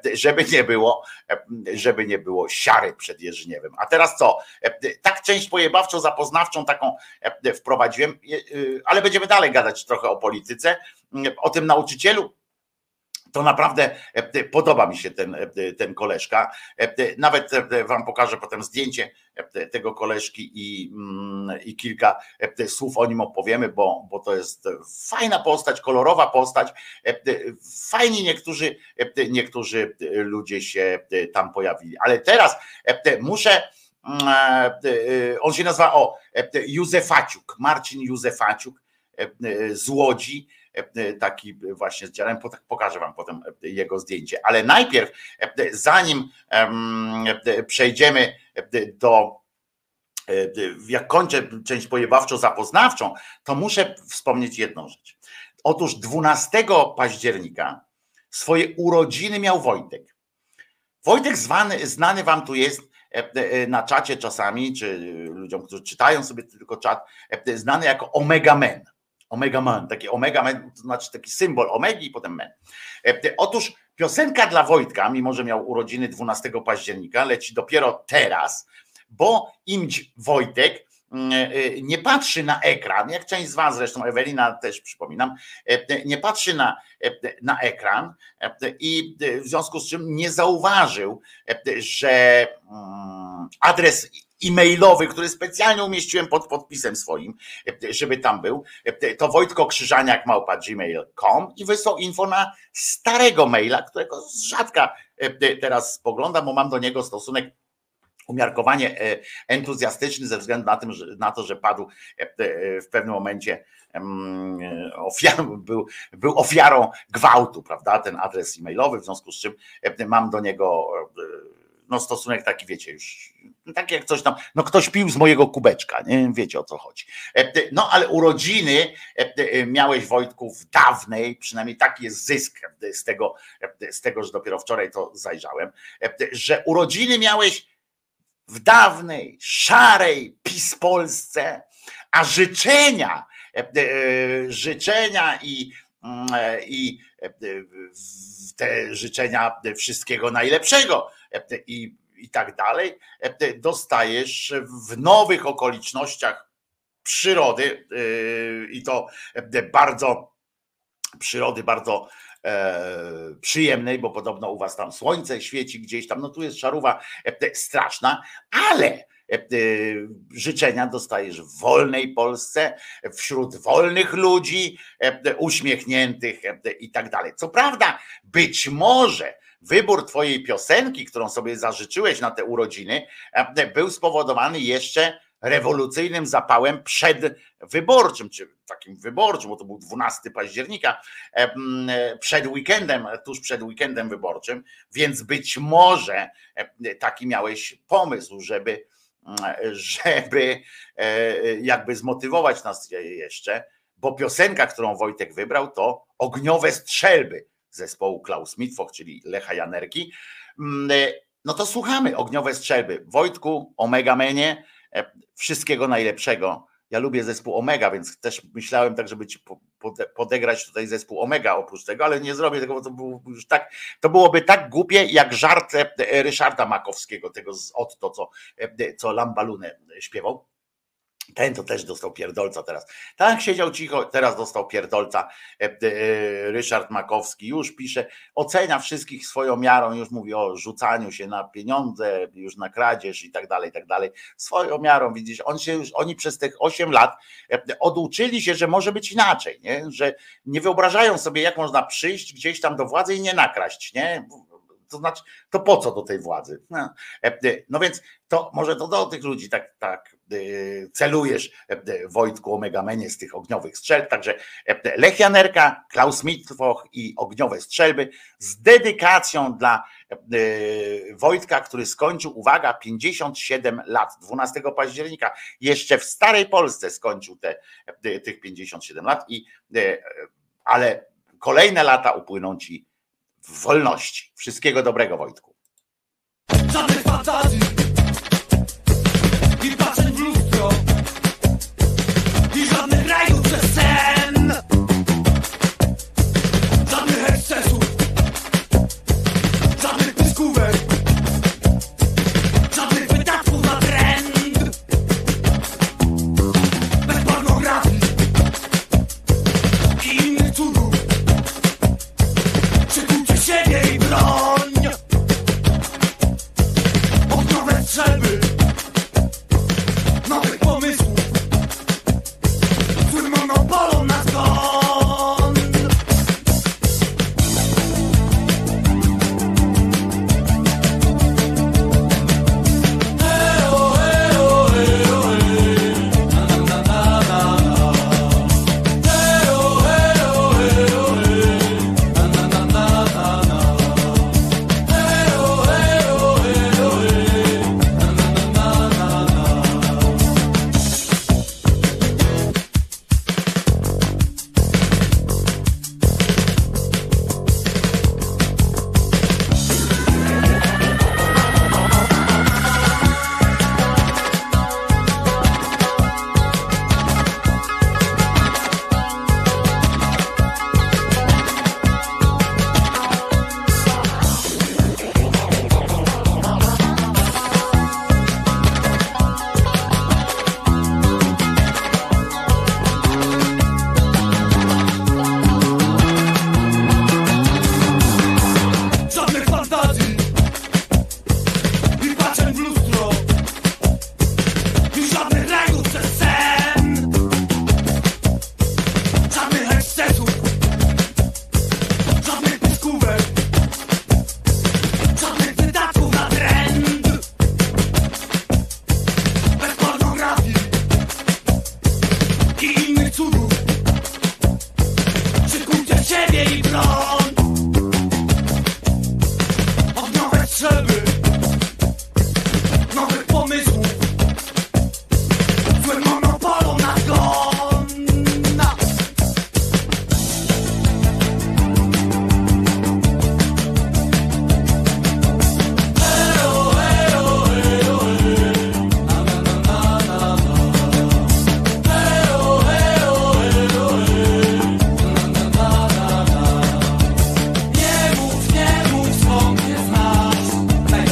żeby nie było siary przed Jerzyniewem. A teraz co? Tak część pojebawczą, zapoznawczą taką wprowadziłem, ale będziemy dalej gadać trochę o polityce, o tym nauczycielu. To naprawdę podoba mi się ten koleżka. Nawet wam pokażę potem zdjęcie tego koleżki i kilka słów o nim opowiemy, bo to jest fajna postać, kolorowa postać. Fajni niektórzy ludzie się tam pojawili. Ale teraz muszę. On się nazywa Józefaciuk, Marcin Józefaciuk z Łodzi. Taki właśnie z dziarem, pokażę wam potem jego zdjęcie, ale najpierw zanim przejdziemy jak kończę część pojebawczo-zapoznawczą, to muszę wspomnieć jedną rzecz. Otóż 12 października swoje urodziny miał Wojtek. Wojtek znany wam tu jest na czacie czasami, czy ludziom, którzy czytają sobie tylko czat, znany jako Omega Man. Omega Man, taki Omega Man, to znaczy taki symbol Omegi i potem Man. Otóż piosenka dla Wojtka, mimo że miał urodziny 12 października, leci dopiero teraz, bo imć Wojtek nie patrzy na ekran, jak część z was, zresztą Ewelina też przypominam, nie patrzy na ekran i w związku z czym nie zauważył, że adres e-mailowy, który specjalnie umieściłem pod podpisem swoim, żeby tam był, to wojtkokrzyżaniak@gmail.com i wysłał info na starego maila, którego z rzadka teraz spoglądam, bo mam do niego stosunek umiarkowanie entuzjastyczny ze względu na to, że padł w pewnym momencie był ofiarą gwałtu, prawda, ten adres e-mailowy, w związku z czym mam do niego stosunek taki, wiecie, już tak jak coś tam, ktoś pił z mojego kubeczka, nie wiecie o co chodzi. Ale urodziny miałeś, Wojtku, w dawnej, przynajmniej taki jest zysk z tego, że dopiero wczoraj to zajrzałem, że urodziny miałeś w dawnej, szarej PiS Polsce, a życzenia i te życzenia wszystkiego najlepszego i tak dalej dostajesz w nowych okolicznościach przyrody i to bardzo przyjemnej, bo podobno u was tam słońce świeci gdzieś tam, tu jest szarówa straszna, ale życzenia dostajesz w wolnej Polsce, wśród wolnych ludzi, uśmiechniętych i tak dalej. Co prawda, być może wybór twojej piosenki, którą sobie zażyczyłeś na te urodziny, był spowodowany jeszcze rewolucyjnym zapałem przedwyborczym, czy takim wyborczym, bo to był 12 października, tuż przed weekendem wyborczym, więc być może taki miałeś pomysł, żeby jakby zmotywować nas jeszcze, bo piosenka, którą Wojtek wybrał, to Ogniowe Strzelby zespołu Klaus Mitwoch, czyli Lecha Janerki. No to słuchamy Ogniowe Strzelby. Wojtku, Omega Menie, wszystkiego najlepszego. Ja lubię zespół Omega, więc też myślałem tak, żeby ci podegrać tutaj zespół Omega oprócz tego, ale nie zrobię tego, bo to było już tak, to byłoby tak głupie jak żart Ryszarda Makowskiego, tego z Otto, co Lambalunę śpiewał. Ten to też dostał pierdolca teraz. Tak siedział cicho, teraz dostał pierdolca. Ryszard Makowski już pisze, ocenia wszystkich swoją miarą, już mówi o rzucaniu się na pieniądze, już na kradzież i tak dalej, swoją miarą, widzisz, oni przez tych 8 lat oduczyli się, że może być inaczej, nie? Że nie wyobrażają sobie, jak można przyjść gdzieś tam do władzy i nie nakraść, nie? To znaczy, to po co do tej władzy? No więc to może to do tych ludzi tak celujesz, Wojtku, Omegamenie, z tych Ogniowych Strzelb. Także Lech Janerka, Klaus Mitwoch i Ogniowe Strzelby z dedykacją dla Wojtka, który skończył, uwaga, 57 lat, 12 października, jeszcze w starej Polsce skończył tych 57 lat, ale kolejne lata upłyną ci w wolności. Wszystkiego dobrego, Wojtku. Żadnych fantazji i patrzeń w lustro i żadnych rajdów przez sen, żadnych ekscesów, żadnych pyskówek, żadnych wydatków na trend, bez pornografii i innych cudów. Szykujcie siebie i broń. Ogniowe strzelby nowych pomysłów, którym monopolą na zgon. Eo, eo, eo, na, na, na, na, na. Eo, eo, eo, na, na, na, na, na. Eo, eo, eo, na, na, na, na, na. Żadnych fantazji i patrzeń w lustro i żadnych rajdów przez sen, żadnych ekscesów, żadnych pyskówek, żadnych wydatków na trend, bez pornografii i innych cudów. Szykujcie siebie i broń. Ogniowe strzelby nowych pomysłów, złym monopolą na zgon. Eo, eo, eo, na, na, na, na, na. Eo, eo, eo, na, na, na, na, na. Nie mów, skąd mnie znasz.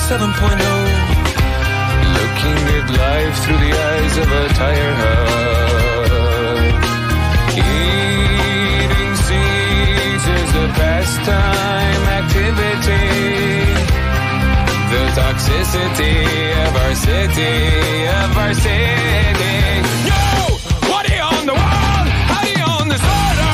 7.0, looking at life through the eyes of a tire hub. Eating seeds is a pastime activity. The toxicity of our city, Yo! What do you own the world? How do you own the disorder?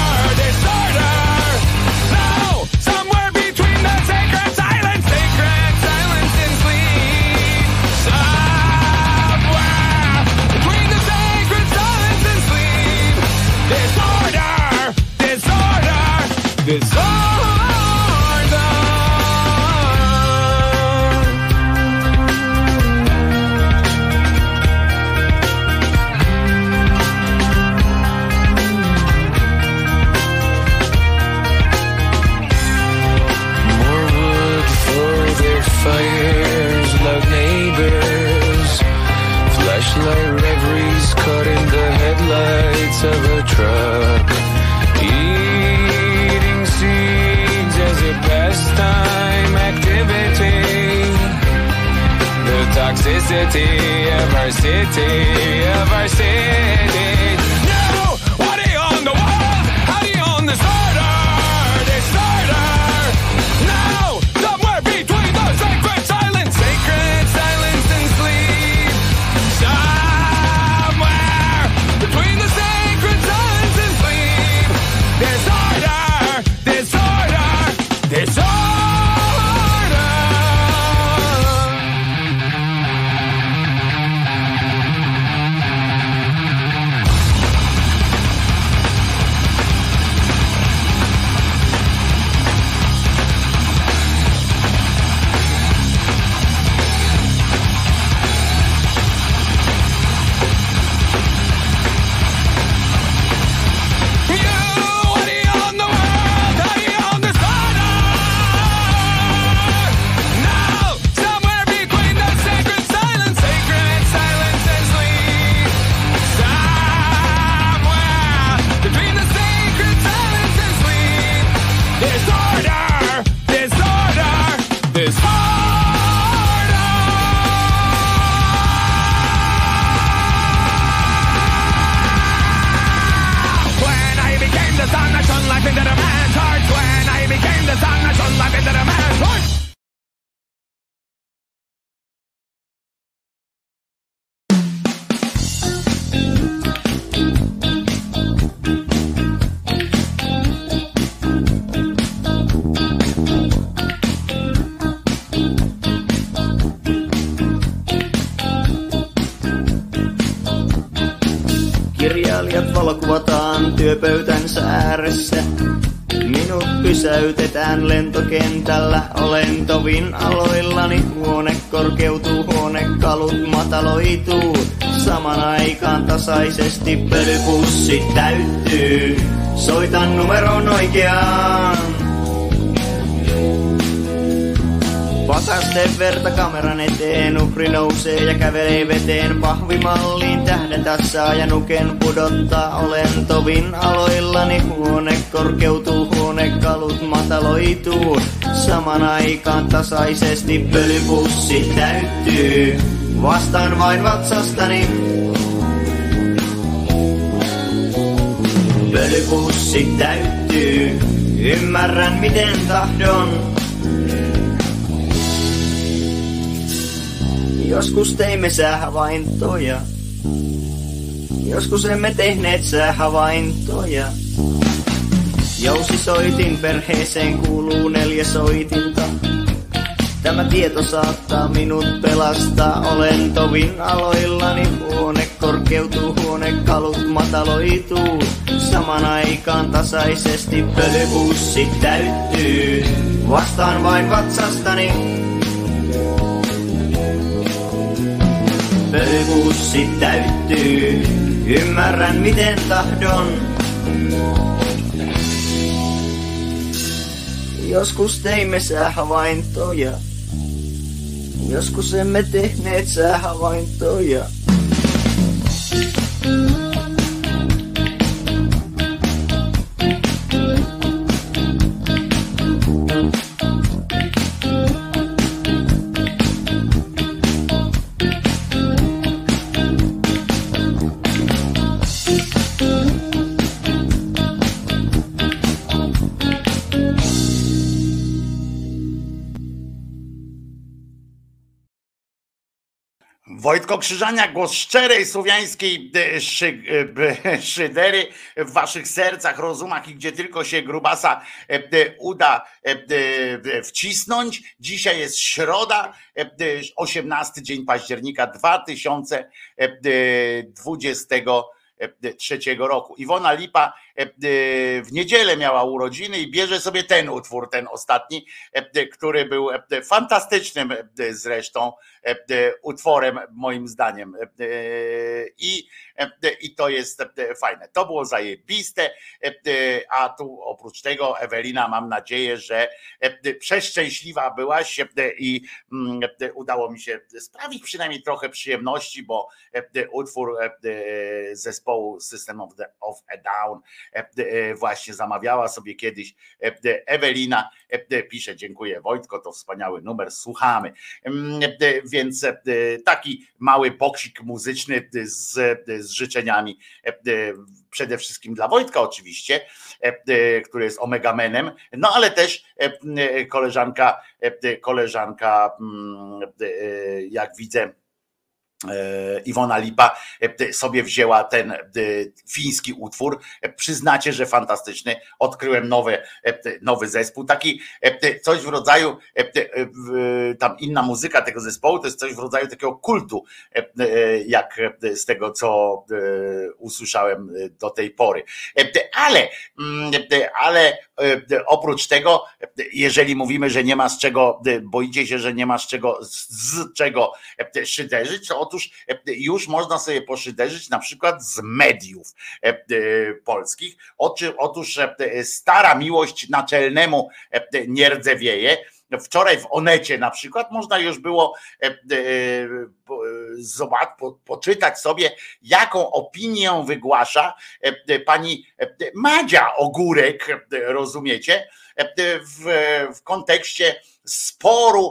No! Somewhere between the sacred silence and sleep. Somewhere between the sacred silence and sleep. Disorder. Fires, loud neighbors, flashlight reveries caught in the headlights of a truck. Eating seeds as a pastime activity. The toxicity of our city, No! What do you own the world? How do you own the disorder? No! Somewhere between the sacred silence and sleep. Somewhere between the sacred silence and sleep. Disorder. Kirjailijat valokuvataan työpöytänsä ääressä. Minut pysäytetään lentokentällä, olen tovin aloillani. Huone korkeutuu, huonekalut mataloituu. Saman aikaan tasaisesti pölypussi täyttyy. Soitan numeron oikeaan. Patasten verta kameran eteen, uhri nousee ja kävelee veteen. Pahvimalliin tähden tässä ja nuken pudottaa, olen tovin aloillani. Huone korkeutuu, huonekalut mataloituu. Saman aikaan tasaisesti pölypussi täyttyy. Vastaan vain vatsastani. Pölypussi täyttyy, ymmärrän miten tahdon. Joskus teimme säähavaintoja. Joskus emme tehneet säähavaintoja. Jousisoitin, perheeseen kuuluu 4 soitinta. Tämä tieto saattaa minut pelastaa. Olen tovin aloillani. Huone korkeutuu, huonekalut mataloituu. Saman aikaan tasaisesti pölypussi täyttyy. Vastaan vain vatsastani. Pölypussi täyttyy, ymmärrän miten tahdon. Joskus teimme säähavaintoja. Joskus emme tehneet säähavaintoja. Wojtko Krzyżania, głos szczerej słowiańskiej szydery w waszych sercach, rozumach i gdzie tylko się grubasa uda wcisnąć. Dzisiaj jest środa, 18 dzień października 2023 roku. Iwona Lipa w niedzielę miała urodziny i bierze sobie ten utwór, ten ostatni, który był fantastycznym zresztą utworem moim zdaniem i to jest fajne. To było zajebiste, a tu oprócz tego Ewelina, mam nadzieję, że przeszczęśliwa byłaś i udało mi się sprawić przynajmniej trochę przyjemności, bo utwór zespołu System of a Down właśnie zamawiała sobie kiedyś Ewelina, pisze: dziękuję Wojtko, to wspaniały numer, słuchamy. Więc taki mały boksik muzyczny z życzeniami przede wszystkim dla Wojtka oczywiście, który jest omegamenem, no ale też koleżanka jak widzę, Iwona Lipa sobie wzięła ten fiński utwór. Przyznacie, że fantastyczny. Odkryłem nowy zespół, taki coś w rodzaju, tam inna muzyka tego zespołu, to jest coś w rodzaju takiego kultu, jak z tego, co usłyszałem do tej pory. Ale oprócz tego, jeżeli mówimy, że nie ma z czego, boicie się, że nie ma z czego szyderzyć, to otóż już można sobie poszyderzyć na przykład z mediów polskich. Otóż stara miłość naczelnemu nie rdzewieje. Wczoraj w Onecie na przykład można już było poczytać sobie, jaką opinię wygłasza pani Madzia Ogórek, rozumiecie, w kontekście sporu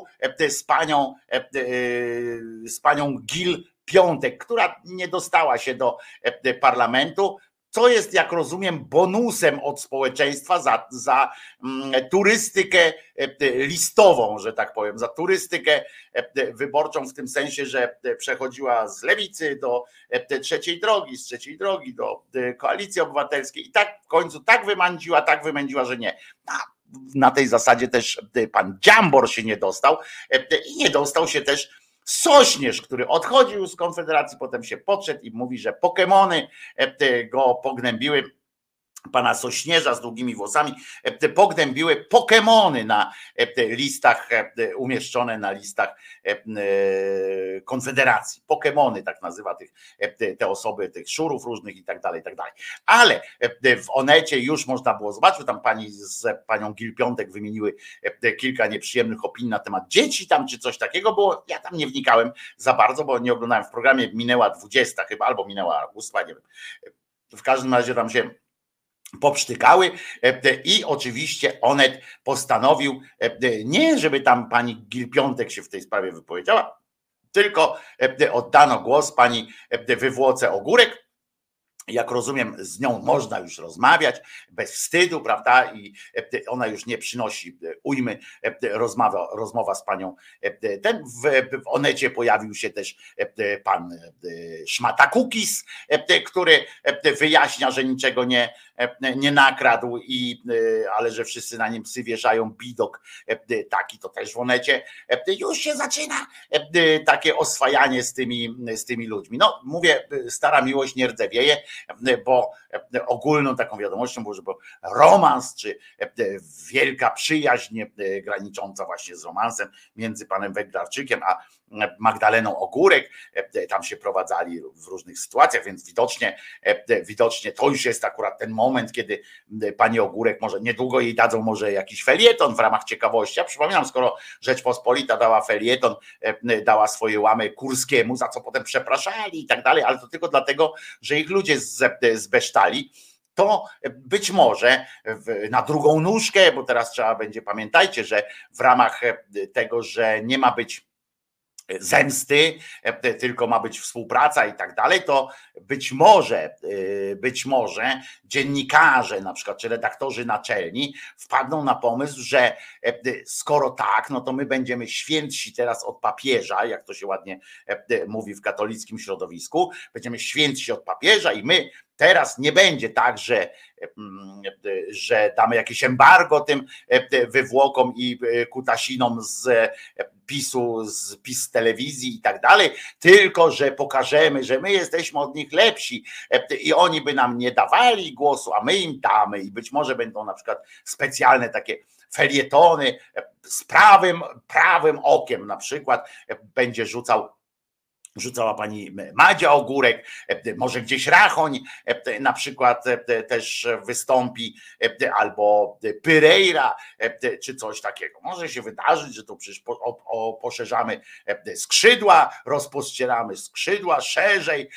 z panią Gill-Piątek, która nie dostała się do parlamentu, co jest, jak rozumiem, bonusem od społeczeństwa za turystykę listową, że tak powiem, za turystykę wyborczą, w tym sensie, że przechodziła z lewicy do trzeciej drogi, z trzeciej drogi do Koalicji Obywatelskiej i tak w końcu tak wymędziła, że nie. Na tej zasadzie też pan Dziambor się nie dostał i nie dostał się też Sośnierz, który odchodził z Konfederacji, potem się podszedł i mówi, że Pokemony go pognębiły, pana Sośnierza z długimi włosami, pognębiły Pokemony na listach, umieszczone na listach Konfederacji. Pokemony, tak nazywa te osoby, tych szurów różnych i tak dalej, i tak dalej. Ale w Onecie już można było zobaczyć, tam pani z panią Gill-Piątek wymieniły kilka nieprzyjemnych opinii na temat dzieci tam, czy coś takiego było. Ja tam nie wnikałem za bardzo, bo nie oglądałem w programie, minęła 20 chyba, albo minęła 8, nie wiem. W każdym razie tam się popsztykały i oczywiście Onet postanowił, nie żeby tam pani Gill-Piątek się w tej sprawie wypowiedziała, tylko oddano głos pani Wywłoce Ogórek. Jak rozumiem, z nią można już rozmawiać bez wstydu, prawda? I ona już nie przynosi ujmy. Rozmowa z panią. W Onecie pojawił się też pan Szmata Kukis, który wyjaśnia, że niczego nie nakradł, ale że wszyscy na nim psy wieszają, bidok taki, to też w Onecie już się zaczyna takie oswajanie z tymi ludźmi. No mówię, stara miłość nie rdzewieje, bo ogólną taką wiadomością było, że był romans, czy wielka przyjaźń granicząca właśnie z romansem między panem Węglarczykiem a Magdaleną Ogórek, tam się prowadzali w różnych sytuacjach, więc widocznie to już jest akurat ten moment, kiedy pani Ogórek, może niedługo jej dadzą może jakiś felieton w ramach ciekawości. Ja przypominam, skoro Rzeczpospolita dała felieton, dała swoje łamy Kurskiemu, za co potem przepraszali i tak dalej, ale to tylko dlatego, że ich ludzie zbesztali, to być może na drugą nóżkę, bo teraz trzeba będzie, pamiętajcie, że w ramach tego, że nie ma być zemsty, tylko ma być współpraca i tak dalej, to być może dziennikarze na przykład, czy redaktorzy naczelni wpadną na pomysł, że skoro tak, no to my będziemy świętsi teraz od papieża, jak to się ładnie mówi w katolickim środowisku, będziemy świętsi od papieża i my teraz nie będzie tak, że damy jakieś embargo tym wywłokom i kutasinom z PiS-u, z PiS telewizji i tak dalej, tylko że pokażemy, że my jesteśmy od nich lepsi i oni by nam nie dawali głosu, a my im damy i być może będą na przykład specjalne takie felietony z prawym okiem na przykład będzie rzucała pani Madzia Ogórek, może gdzieś Rachoń na przykład też wystąpi, albo Pereira, czy coś takiego. Może się wydarzyć, że to przecież poszerzamy skrzydła, rozpościeramy skrzydła szerzej,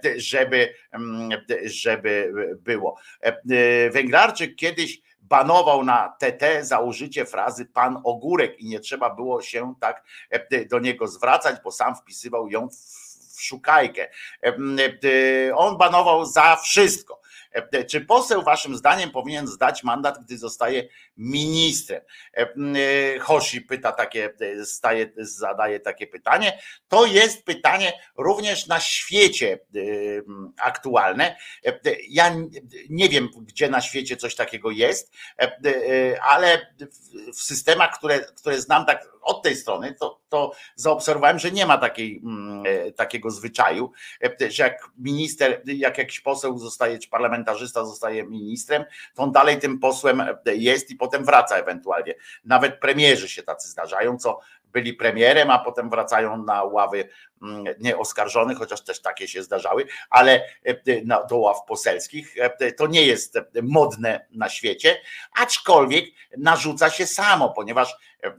żeby było. Węglarczyk kiedyś banował na TT za użycie frazy pan Ogórek i nie trzeba było się tak do niego zwracać, bo sam wpisywał ją w szukajkę. On banował za wszystko. Czy poseł waszym zdaniem powinien zdać mandat, gdy zostaje ministrem? Hoshi zadaje takie pytanie. To jest pytanie również na świecie aktualne. Ja nie wiem, gdzie na świecie coś takiego jest, ale w systemach, które znam tak od tej strony, to zaobserwowałem, że nie ma takiego zwyczaju, że jak minister, jak jakiś poseł zostaje, czy parlamentarzysta zostaje ministrem, to on dalej tym posłem jest i potem wraca ewentualnie. Nawet premierzy się tacy zdarzają, co byli premierem, a potem wracają na ławy nieoskarżonych, chociaż też takie się zdarzały, ale do ław poselskich. To nie jest modne na świecie, aczkolwiek narzuca się samo, ponieważ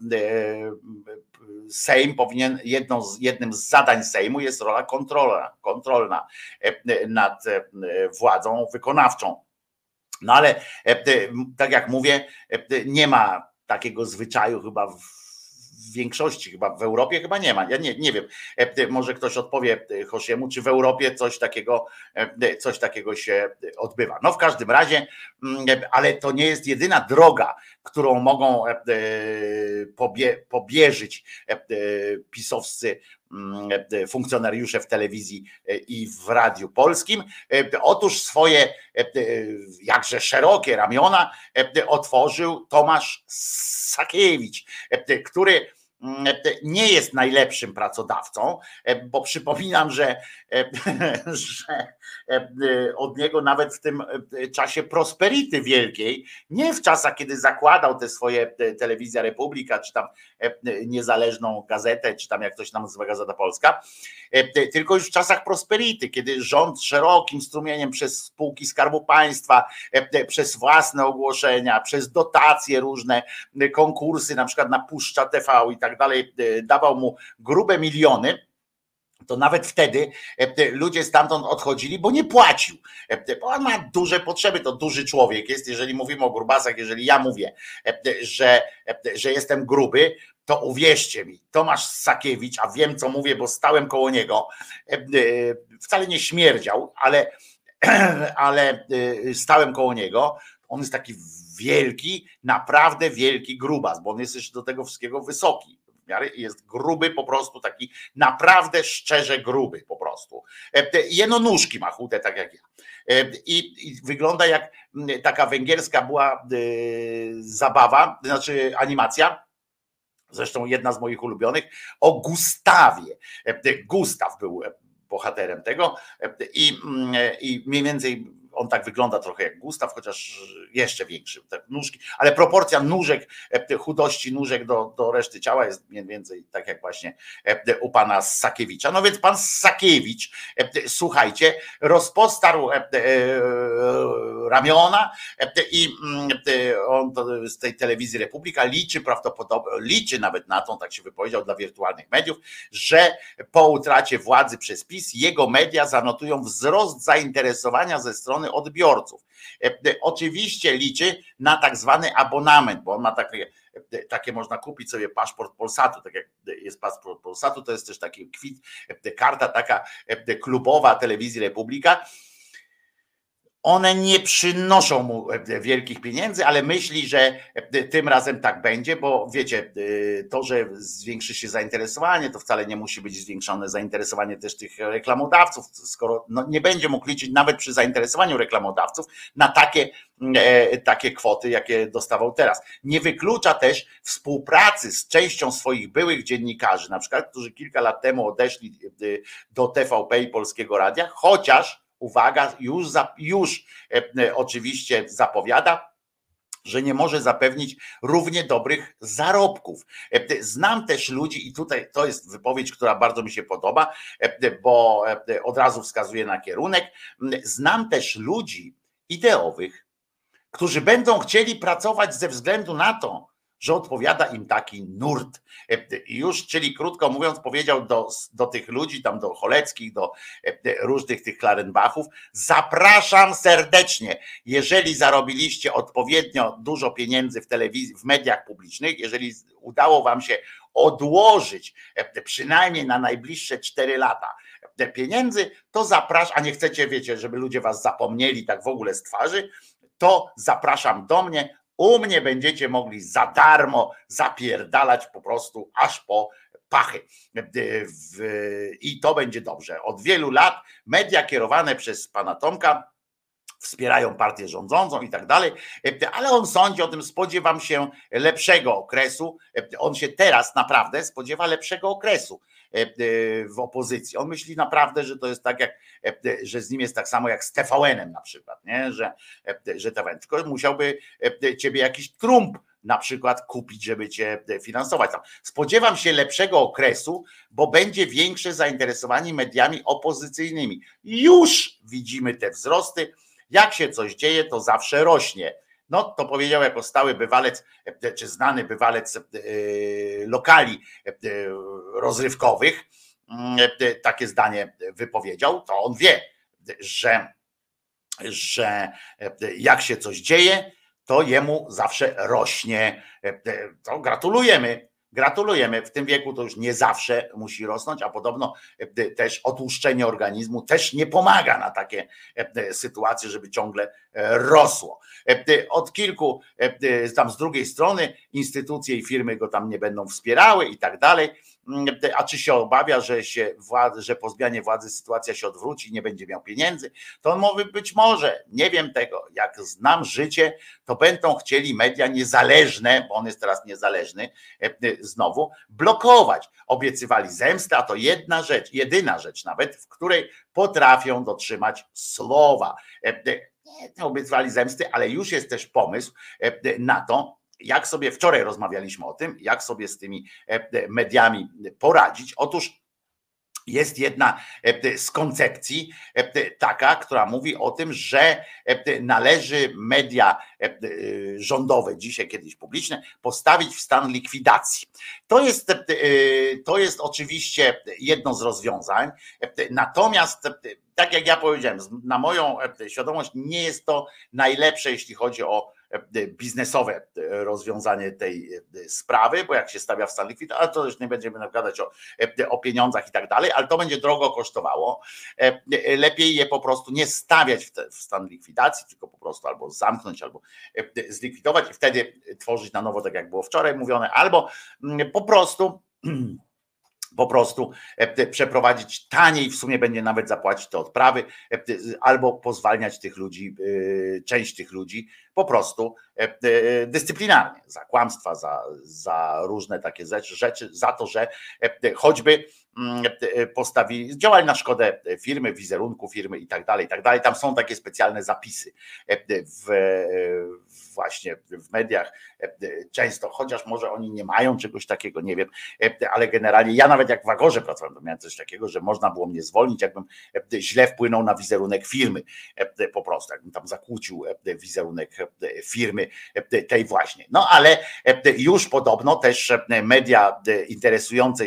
Sejm powinien, jednym z zadań Sejmu jest rola kontrolna nad władzą wykonawczą. No ale tak jak mówię, nie ma takiego zwyczaju chyba w większości, chyba w Europie chyba nie ma. Ja nie wiem, może ktoś odpowie Hoshiemu, czy w Europie coś takiego się odbywa. No w każdym razie, ale to nie jest jedyna droga, którą mogą pobierzyć pisowscy funkcjonariusze w telewizji i w Radiu Polskim. Otóż swoje jakże szerokie ramiona otworzył Tomasz Sakiewicz, który nie jest najlepszym pracodawcą, bo przypominam, że od niego nawet w tym czasie prosperity wielkiej, nie w czasach, kiedy zakładał te swoje Telewizja Republika, czy tam niezależną gazetę, czy tam jak ktoś tam nazywa Gazeta Polska, tylko już w czasach prosperity, kiedy rząd szerokim strumieniem przez spółki Skarbu Państwa, przez własne ogłoszenia, przez dotacje różne, konkursy, na przykład na Puszcza TV i tak dalej, dawał mu grube miliony, to nawet wtedy ludzie stamtąd odchodzili, bo nie płacił. Bo on ma duże potrzeby, to duży człowiek jest. Jeżeli mówimy o grubasach, jeżeli ja mówię, że jestem gruby, to uwierzcie mi, Tomasz Sakiewicz, a wiem co mówię, bo stałem koło niego, wcale nie śmierdział, ale stałem koło niego. On jest taki wielki, naprawdę wielki grubas, bo on jest jeszcze do tego wszystkiego wysoki. Jest gruby po prostu, taki naprawdę szczerze gruby po prostu. Jeno nóżki ma chude, tak jak ja. I wygląda jak taka węgierska była zabawa, znaczy animacja, zresztą jedna z moich ulubionych, o Gustawie. Gustaw był bohaterem tego i mniej więcej on tak wygląda trochę jak Gustaw, chociaż jeszcze większy, te nóżki, ale proporcja nóżek, chudości nóżek do reszty ciała jest mniej więcej tak jak właśnie u pana Sakiewicza. No więc pan Sakiewicz, słuchajcie, rozpostarł ramiona i on z tej Telewizji Republika liczy nawet na to, tak się wypowiedział dla wirtualnych mediów, że po utracie władzy przez PiS jego media zanotują wzrost zainteresowania ze strony odbiorców. Oczywiście liczy na tak zwany abonament, bo on ma takie takie można kupić sobie paszport Polsatu, tak jak jest paszport Polsatu, to jest też taki kwit, karta taka klubowa Telewizji Republika. One nie przynoszą mu wielkich pieniędzy, ale myśli, że tym razem tak będzie, bo wiecie, to, że zwiększy się zainteresowanie, to wcale nie musi być zwiększone zainteresowanie też tych reklamodawców, skoro nie będzie mógł liczyć nawet przy zainteresowaniu reklamodawców na takie kwoty, jakie dostawał teraz. Nie wyklucza też współpracy z częścią swoich byłych dziennikarzy, na przykład, którzy kilka lat temu odeszli do TVP i Polskiego Radia, chociaż uwaga, już oczywiście zapowiada, że nie może zapewnić równie dobrych zarobków. Znam też ludzi i tutaj to jest wypowiedź, która bardzo mi się podoba, bo od razu wskazuje na kierunek. Znam też ludzi ideowych, którzy będą chcieli pracować ze względu na to, że odpowiada im taki nurt. Już, czyli krótko mówiąc, powiedział do tych ludzi, tam do Choleckich, do różnych tych Klarenbachów, zapraszam serdecznie, jeżeli zarobiliście odpowiednio dużo pieniędzy w telewizji, w mediach publicznych, jeżeli udało wam się odłożyć przynajmniej na najbliższe 4 lata te pieniędzy, to zapraszam, a nie chcecie, wiecie, żeby ludzie was zapomnieli tak w ogóle z twarzy, to zapraszam do mnie. U mnie będziecie mogli za darmo zapierdalać po prostu aż po pachy. I to będzie dobrze. Od wielu lat media kierowane przez pana Tomka wspierają partię rządzącą i tak dalej, ale on sądzi o tym, spodziewam się lepszego okresu. On się teraz naprawdę spodziewa lepszego okresu w opozycji. On myśli naprawdę, że to jest tak jak, że z nim jest tak samo jak z TVN-em na przykład, nie? Że TVN, tylko musiałby ciebie jakiś Trump na przykład kupić, żeby cię finansować. Spodziewam się lepszego okresu, bo będzie większe zainteresowanie mediami opozycyjnymi. Już widzimy te wzrosty. Jak się coś dzieje, to zawsze rośnie. No to powiedział jako stały bywalec, czy znany bywalec lokali rozrywkowych, takie zdanie wypowiedział, to on wie, że jak się coś dzieje, to jemu zawsze rośnie. To gratulujemy. Gratulujemy. W tym wieku to już nie zawsze musi rosnąć, a podobno też otłuszczenie organizmu też nie pomaga na takie sytuacje, żeby ciągle rosło. Od kilku, tam z drugiej strony, instytucje i firmy go tam nie będą wspierały i tak dalej. A czy się obawia, że po zmianie władzy sytuacja się odwróci i nie będzie miał pieniędzy? To on mówi, być może, nie wiem tego. Jak znam życie, to będą chcieli media niezależne, bo on jest teraz niezależny, znowu blokować. Obiecywali zemstę, a to jedyna rzecz nawet, w której potrafią dotrzymać słowa. Nie obiecywali zemsty, ale już jest też pomysł na to, jak sobie, wczoraj rozmawialiśmy o tym, jak sobie z tymi mediami poradzić. Otóż jest jedna z koncepcji taka, która mówi o tym, że należy media rządowe, dzisiaj kiedyś publiczne, postawić w stan likwidacji. To jest oczywiście jedno z rozwiązań, natomiast tak jak ja powiedziałem, na moją świadomość nie jest to najlepsze, jeśli chodzi o biznesowe rozwiązanie tej sprawy, bo jak się stawia w stan likwidacji, ale to już nie będziemy gadać o pieniądzach i tak dalej, ale to będzie drogo kosztowało. Lepiej je po prostu nie stawiać w stan likwidacji, tylko po prostu albo zamknąć, albo zlikwidować i wtedy tworzyć na nowo, tak jak było wczoraj mówione, albo po prostu przeprowadzić taniej, w sumie będzie nawet zapłacić te odprawy, albo pozwalniać tych ludzi, część tych ludzi po prostu dyscyplinarnie, za kłamstwa, za różne takie rzeczy, za to, że choćby działali na szkodę firmy, wizerunku firmy i tak dalej, i tak dalej. Tam są takie specjalne zapisy właśnie w mediach często, chociaż może oni nie mają czegoś takiego, nie wiem, ale generalnie ja nawet jak w Agorze pracowałem, to miałem coś takiego, że można było mnie zwolnić, jakbym źle wpłynął na wizerunek firmy, po prostu, jakbym tam zakłócił wizerunek firmy tej właśnie. No ale już podobno też media interesujące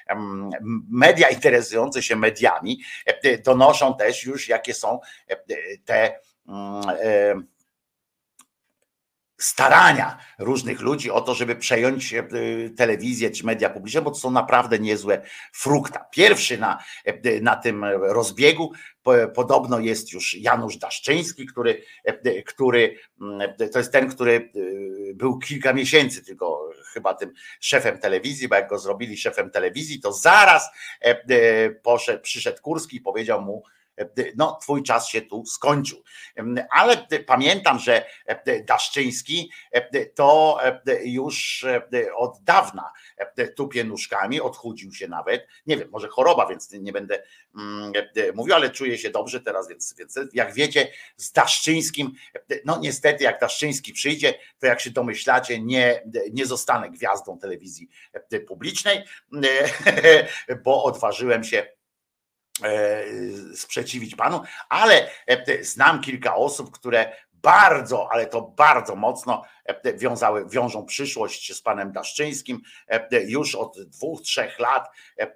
się mediami donoszą też już, jakie są te starania różnych ludzi o to, żeby przejąć telewizję czy media publiczne, bo to są naprawdę niezłe frukta. Pierwszy na tym rozbiegu podobno jest już Janusz Daszczyński, który to jest ten, który był kilka miesięcy tylko chyba tym szefem telewizji, bo jak go zrobili szefem telewizji, to zaraz przyszedł Kurski i powiedział mu: no, twój czas się tu skończył. Ale pamiętam, że Daszczyński to już od dawna tupie nóżkami, odchudził się nawet. Nie wiem, może choroba, więc nie będę mówił, ale czuję się dobrze teraz, więc jak wiecie, z Daszczyńskim, no niestety jak Daszczyński przyjdzie, to jak się domyślacie, nie zostanę gwiazdą telewizji publicznej, bo odważyłem się sprzeciwić panu, ale znam kilka osób, które bardzo, ale to bardzo mocno wiążą przyszłość z panem Daszczyńskim. Już od 2-3 lat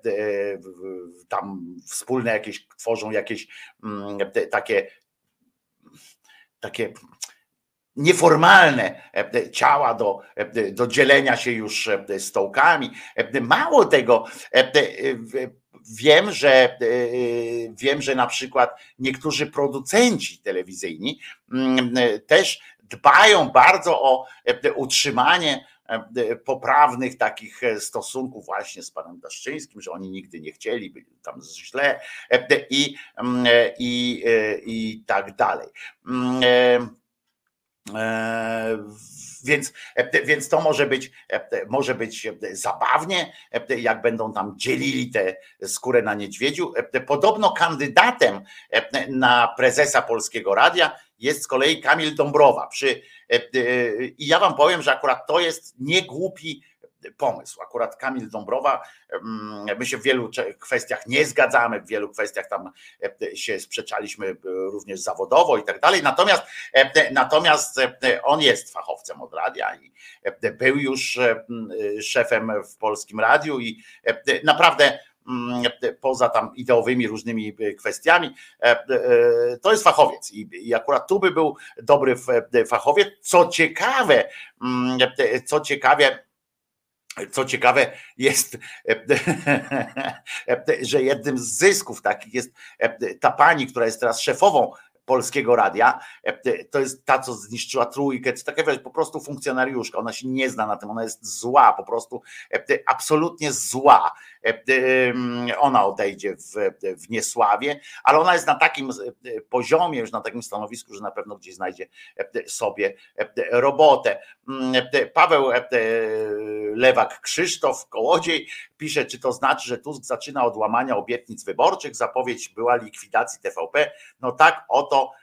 tam wspólne jakieś tworzą jakieś takie nieformalne ciała do dzielenia się już stołkami. Mało tego, wiem, że na przykład niektórzy producenci telewizyjni też dbają bardzo o utrzymanie poprawnych takich stosunków właśnie z panem Daszczyńskim, że oni nigdy nie chcieli, byli tam źle i tak dalej. Więc to może być zabawnie, jak będą tam dzielili tę skórę na niedźwiedziu. Podobno kandydatem na prezesa Polskiego Radia jest z kolei Kamil Dąbrowa. I ja wam powiem, że akurat to jest niegłupi pomysł. Akurat Kamil Dąbrowa, my się w wielu kwestiach nie zgadzamy, w wielu kwestiach tam się sprzeczaliśmy również zawodowo i tak dalej, natomiast on jest fachowcem od radia i był już szefem w Polskim Radiu i naprawdę poza tam ideowymi różnymi kwestiami, to jest fachowiec i akurat tu by był dobry fachowiec. Co ciekawe jest, że jednym z zysków takich jest ta pani, która jest teraz szefową Polskiego Radia, to jest ta, co zniszczyła Trójkę, to taka po prostu funkcjonariuszka, ona się nie zna na tym, ona jest zła, po prostu absolutnie zła. Ona odejdzie w niesławie, ale ona jest na takim poziomie, już na takim stanowisku, że na pewno gdzieś znajdzie sobie robotę. Paweł Lewak Krzysztof Kołodziej pisze, czy to znaczy, że Tusk zaczyna od łamania obietnic wyborczych, zapowiedź była likwidacji TVP, no tak oto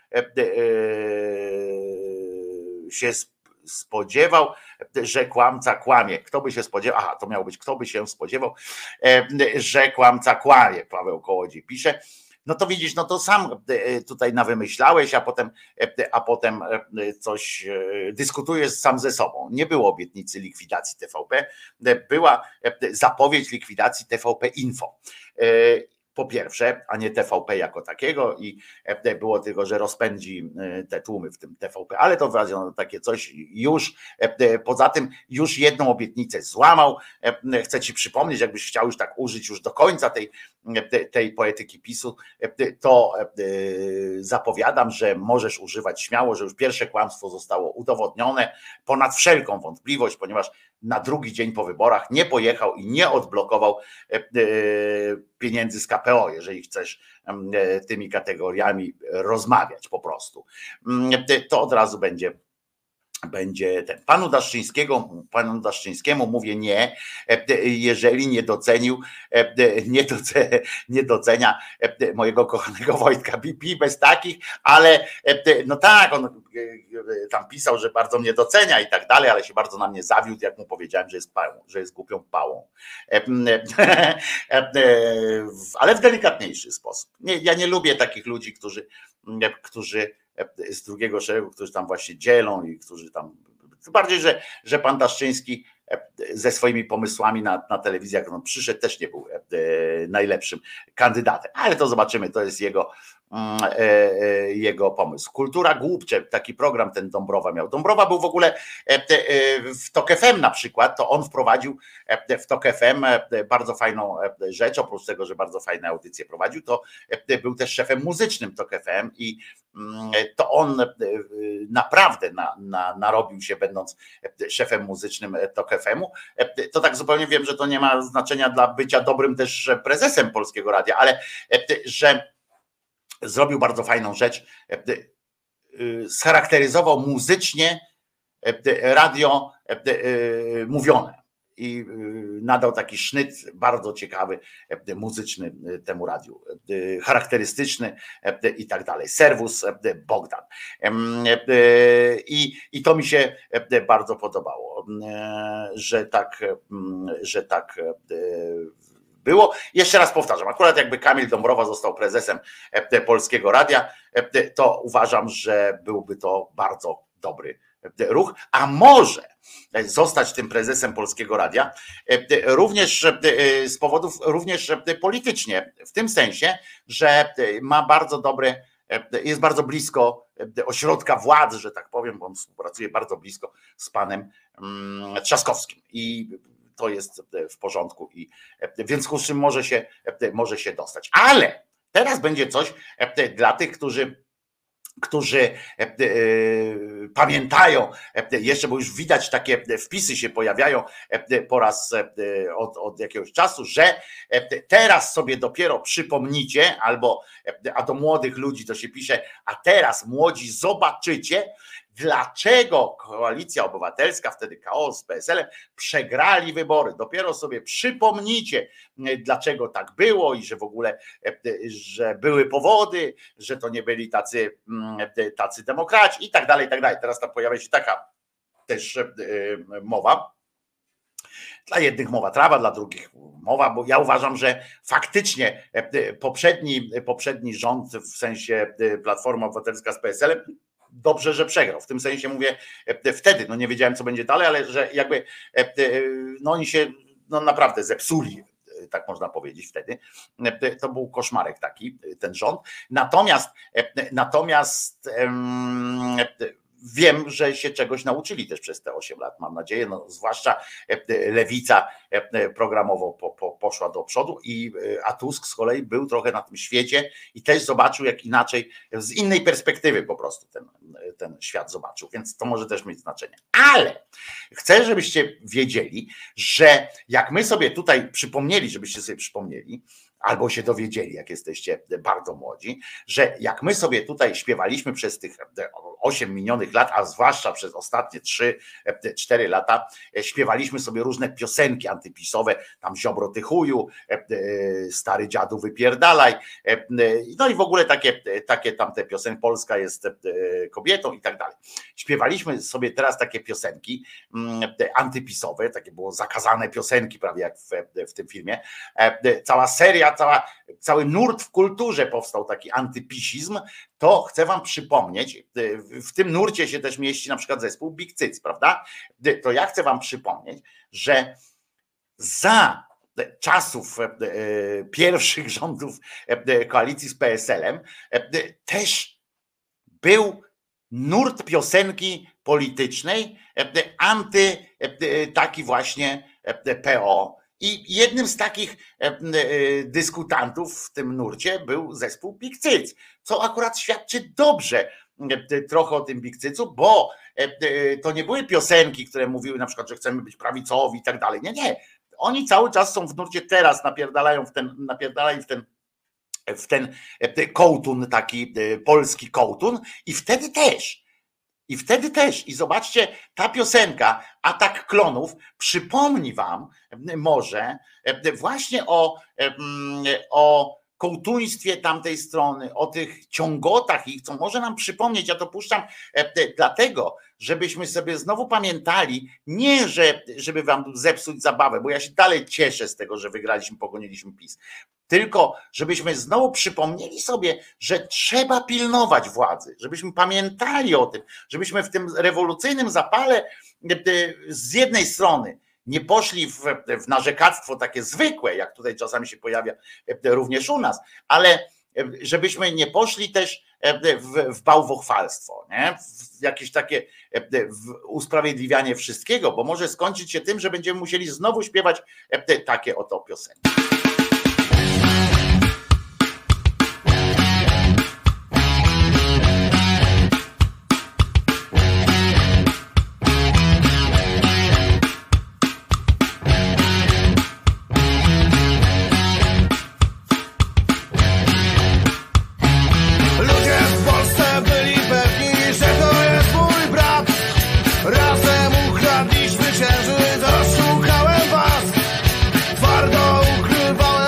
się spodziewał, że kłamca kłamie. Kto by się spodziewał? Aha, to miało być, kto by się spodziewał, że kłamca kłamie, Paweł Kołodziej pisze. No to widzisz, no to sam tutaj nawymyślałeś, a potem coś dyskutujesz sam ze sobą. Nie było obietnicy likwidacji TVP, była zapowiedź likwidacji TVP Info. Po pierwsze, a nie TVP jako takiego i było tylko, że rozpędzi te tłumy w tym TVP, ale to takie coś już, poza tym już jedną obietnicę złamał. Chcę ci przypomnieć, jakbyś chciał już tak użyć już do końca tej poetyki PiS-u, to zapowiadam, że możesz używać śmiało, że już pierwsze kłamstwo zostało udowodnione ponad wszelką wątpliwość, ponieważ na drugi dzień po wyborach nie pojechał i nie odblokował pieniędzy z KPO, jeżeli chcesz tymi kategoriami rozmawiać po prostu. To od razu będzie ten. Panu Daszczyńskiemu mówię nie, jeżeli nie docenia mojego kochanego Wojtka Bibi bez takich, ale no tak, on tam pisał, że bardzo mnie docenia i tak dalej, ale się bardzo na mnie zawiódł, jak mu powiedziałem, że jest głupią pałą. Ale w delikatniejszy sposób. Ja nie lubię takich ludzi, którzy z drugiego szeregu, którzy tam właśnie dzielą i którzy tam, bardziej, że pan Daszczyński ze swoimi pomysłami na telewizję, jak on przyszedł, też nie był najlepszym kandydatem, ale to zobaczymy, to jest jego pomysł. Kultura głupcze, taki program ten Dąbrowa miał. Dąbrowa był w ogóle w TOK FM na przykład, to on wprowadził w TOK FM bardzo fajną rzecz, oprócz tego, że bardzo fajne audycje prowadził, to był też szefem muzycznym TOK FM i to on naprawdę narobił się, będąc szefem muzycznym TOK FM-u. To tak zupełnie wiem, że to nie ma znaczenia dla bycia dobrym też prezesem Polskiego Radia, ale że zrobił bardzo fajną rzecz, scharakteryzował muzycznie radio mówione i nadał taki sznyt bardzo ciekawy, muzyczny temu radiu, charakterystyczny i tak dalej. Servus Bogdan. I to mi się bardzo podobało, że tak było. Jeszcze raz powtarzam, akurat jakby Kamil Dąbrowa został prezesem Polskiego Radia, to uważam, że byłby to bardzo dobry ruch, a może zostać tym prezesem Polskiego Radia również z powodów również politycznie, w tym sensie, że ma bardzo dobre, jest bardzo blisko ośrodka władzy, że tak powiem, bo on współpracuje bardzo blisko z panem Trzaskowskim i to jest w porządku i w związku z czym może się dostać. Ale teraz będzie coś dla tych, którzy pamiętają jeszcze, bo już widać takie wpisy się pojawiają po raz od jakiegoś czasu, że teraz sobie dopiero przypomnicie, a do młodych ludzi to się pisze, a teraz młodzi zobaczycie, dlaczego Koalicja Obywatelska, wtedy KO z PSL-em, przegrali wybory. Dopiero sobie przypomnicie, dlaczego tak było i że w ogóle, że były powody, że to nie byli tacy demokraci i tak dalej, i tak dalej. Teraz tam pojawia się taka też mowa. Dla jednych mowa trawa, dla drugich mowa, bo ja uważam, że faktycznie poprzedni rząd, w sensie Platforma Obywatelska z PSL-em, dobrze, że przegrał. W tym sensie mówię wtedy, no nie wiedziałem, co będzie dalej, ale że jakby no oni się naprawdę zepsuli, tak można powiedzieć wtedy. To był koszmarek taki, ten rząd. Natomiast wiem, że się czegoś nauczyli też przez te 8 lat, mam nadzieję, no, zwłaszcza lewica programowo poszła do przodu, a Tusk z kolei był trochę na tym świecie i też zobaczył, jak inaczej, z innej perspektywy po prostu ten świat zobaczył, więc to może też mieć znaczenie. Ale chcę, żebyście wiedzieli, że jak my sobie tutaj przypomnieli, żebyście sobie przypomnieli, albo się dowiedzieli, jak jesteście bardzo młodzi, że jak my sobie tutaj śpiewaliśmy przez tych 8 minionych lat, a zwłaszcza przez ostatnie 3-4 lata, śpiewaliśmy sobie różne piosenki antypisowe, tam Ziobro ty chuju, stary dziadu wypierdalaj, no i w ogóle takie tamte piosenki, Polska jest kobietą i tak dalej. Śpiewaliśmy sobie teraz takie piosenki antypisowe, takie było zakazane piosenki, prawie jak w tym filmie, cała seria, cały nurt w kulturze powstał, taki antypisizm, to chcę wam przypomnieć, w tym nurcie się też mieści na przykład zespół Big Cyc, prawda? To ja chcę wam przypomnieć, że za czasów pierwszych rządów koalicji z PSL-em też był nurt piosenki politycznej taki właśnie PO. I jednym z takich dyskutantów w tym nurcie był zespół Big Cyc, co akurat świadczy dobrze trochę o tym Big Cycu, bo to nie były piosenki, które mówiły na przykład, że chcemy być prawicowi i tak dalej. Nie, nie. Oni cały czas są w nurcie, teraz napierdalają w ten kołtun, taki polski kołtun i wtedy też. I zobaczcie, ta piosenka Atak Klonów przypomni wam może właśnie o kołtuństwie tamtej strony, o tych ciągotach ich, co może nam przypomnieć. Ja to puszczam dlatego, żebyśmy sobie znowu pamiętali, nie żeby wam zepsuć zabawę, bo ja się dalej cieszę z tego, że wygraliśmy, pogoniliśmy PiS, tylko żebyśmy znowu przypomnieli sobie, że trzeba pilnować władzy, żebyśmy pamiętali o tym, żebyśmy w tym rewolucyjnym zapale z jednej strony nie poszli w narzekactwo takie zwykłe, jak tutaj czasami się pojawia również u nas, ale żebyśmy nie poszli też w bałwochwalstwo, nie? W jakieś takie usprawiedliwianie wszystkiego, bo może skończyć się tym, że będziemy musieli znowu śpiewać takie oto piosenki. Razem ukradliśmy księżyc, rozszukałem was. Twardo ukrywałem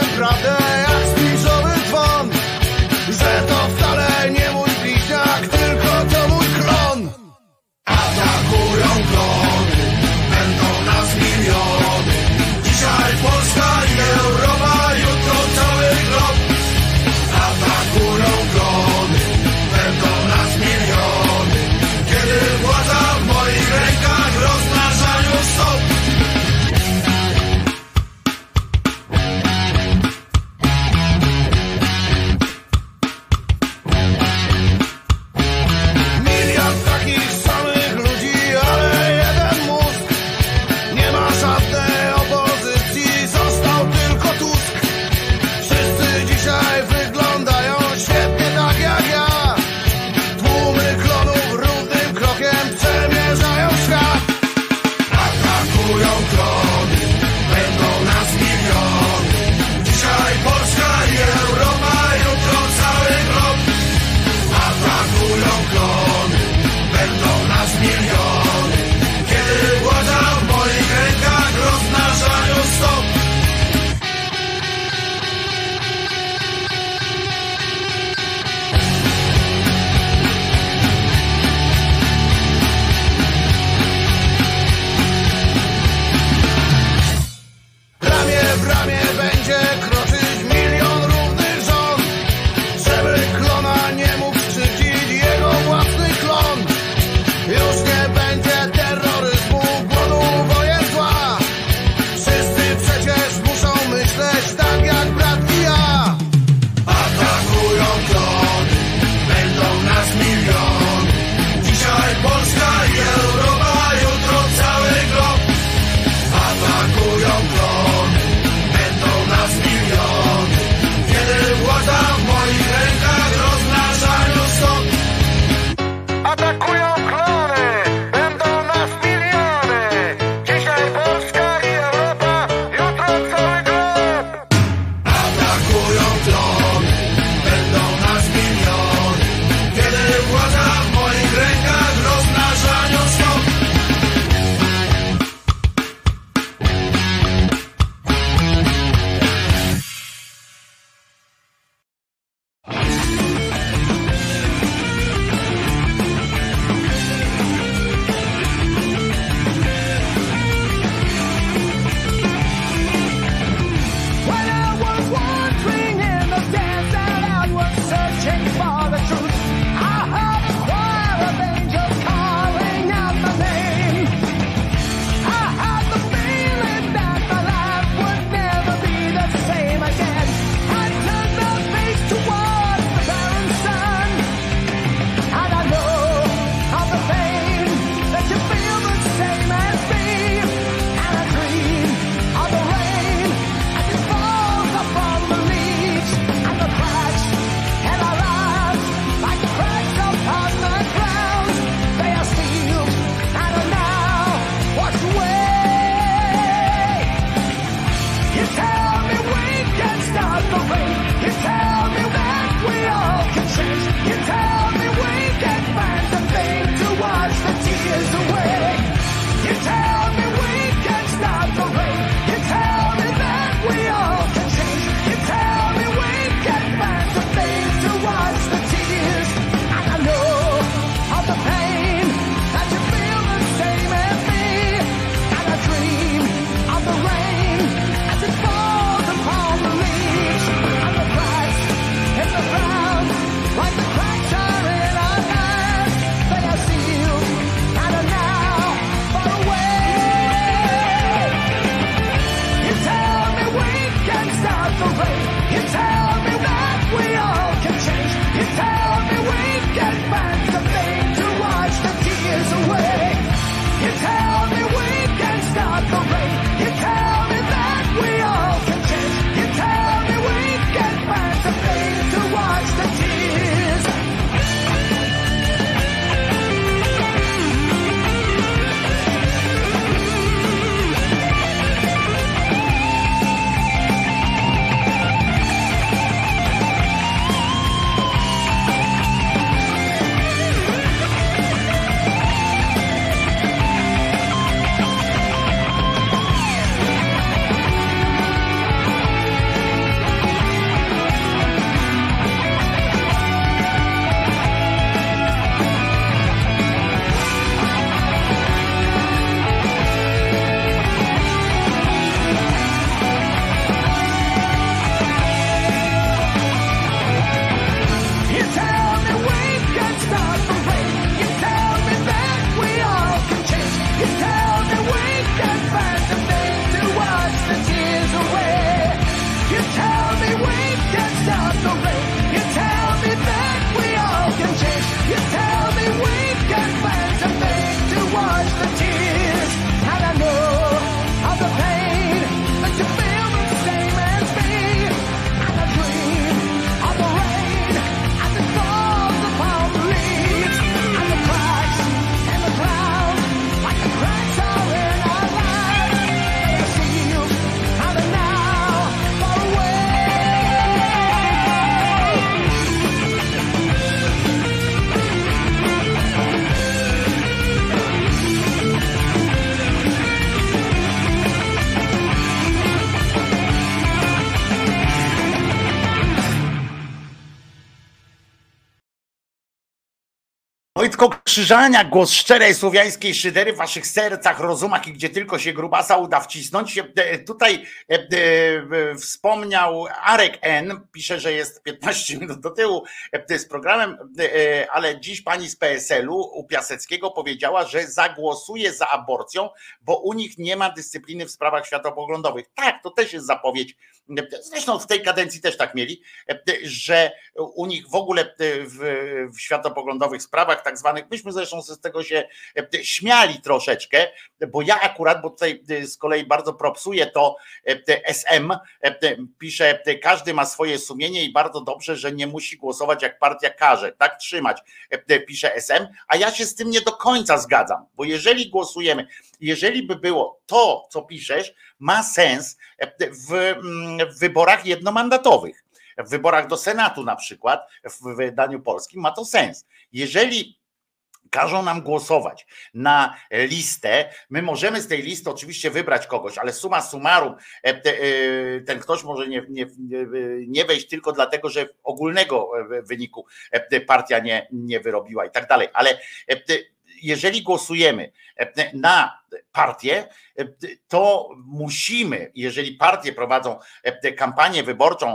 Wojtko Krzyżania, głos szczerej słowiańskiej szydery w waszych sercach, rozumach i gdzie tylko się grubasa uda wcisnąć. Tutaj wspomniał Arek N, pisze, że jest 15 minut do tyłu z programem, ale dziś pani z PSL-u u Piaseckiego powiedziała, że zagłosuje za aborcją, bo u nich nie ma dyscypliny w sprawach światopoglądowych. Tak, to też jest zapowiedź. Zresztą w tej kadencji też tak mieli, że u nich w ogóle w światopoglądowych sprawach tak zwanych, myśmy zresztą z tego się śmiali troszeczkę, bo ja akurat, bo tutaj z kolei bardzo propsuję to SM, pisze, każdy ma swoje sumienie i bardzo dobrze, że nie musi głosować jak partia każe, tak trzymać, pisze SM, a ja się z tym nie do końca zgadzam, bo jeżeli głosujemy, jeżeli by było to, co piszesz, ma sens w wyborach jednomandatowych, w wyborach do Senatu na przykład, w wydaniu polskim ma to sens. Jeżeli każą nam głosować na listę, my możemy z tej listy oczywiście wybrać kogoś, ale summa summarum ten ktoś może nie wejść tylko dlatego, że ogólnego wyniku partia nie wyrobiła i tak dalej, ale jeżeli głosujemy na partię, to musimy, jeżeli partie prowadzą kampanię wyborczą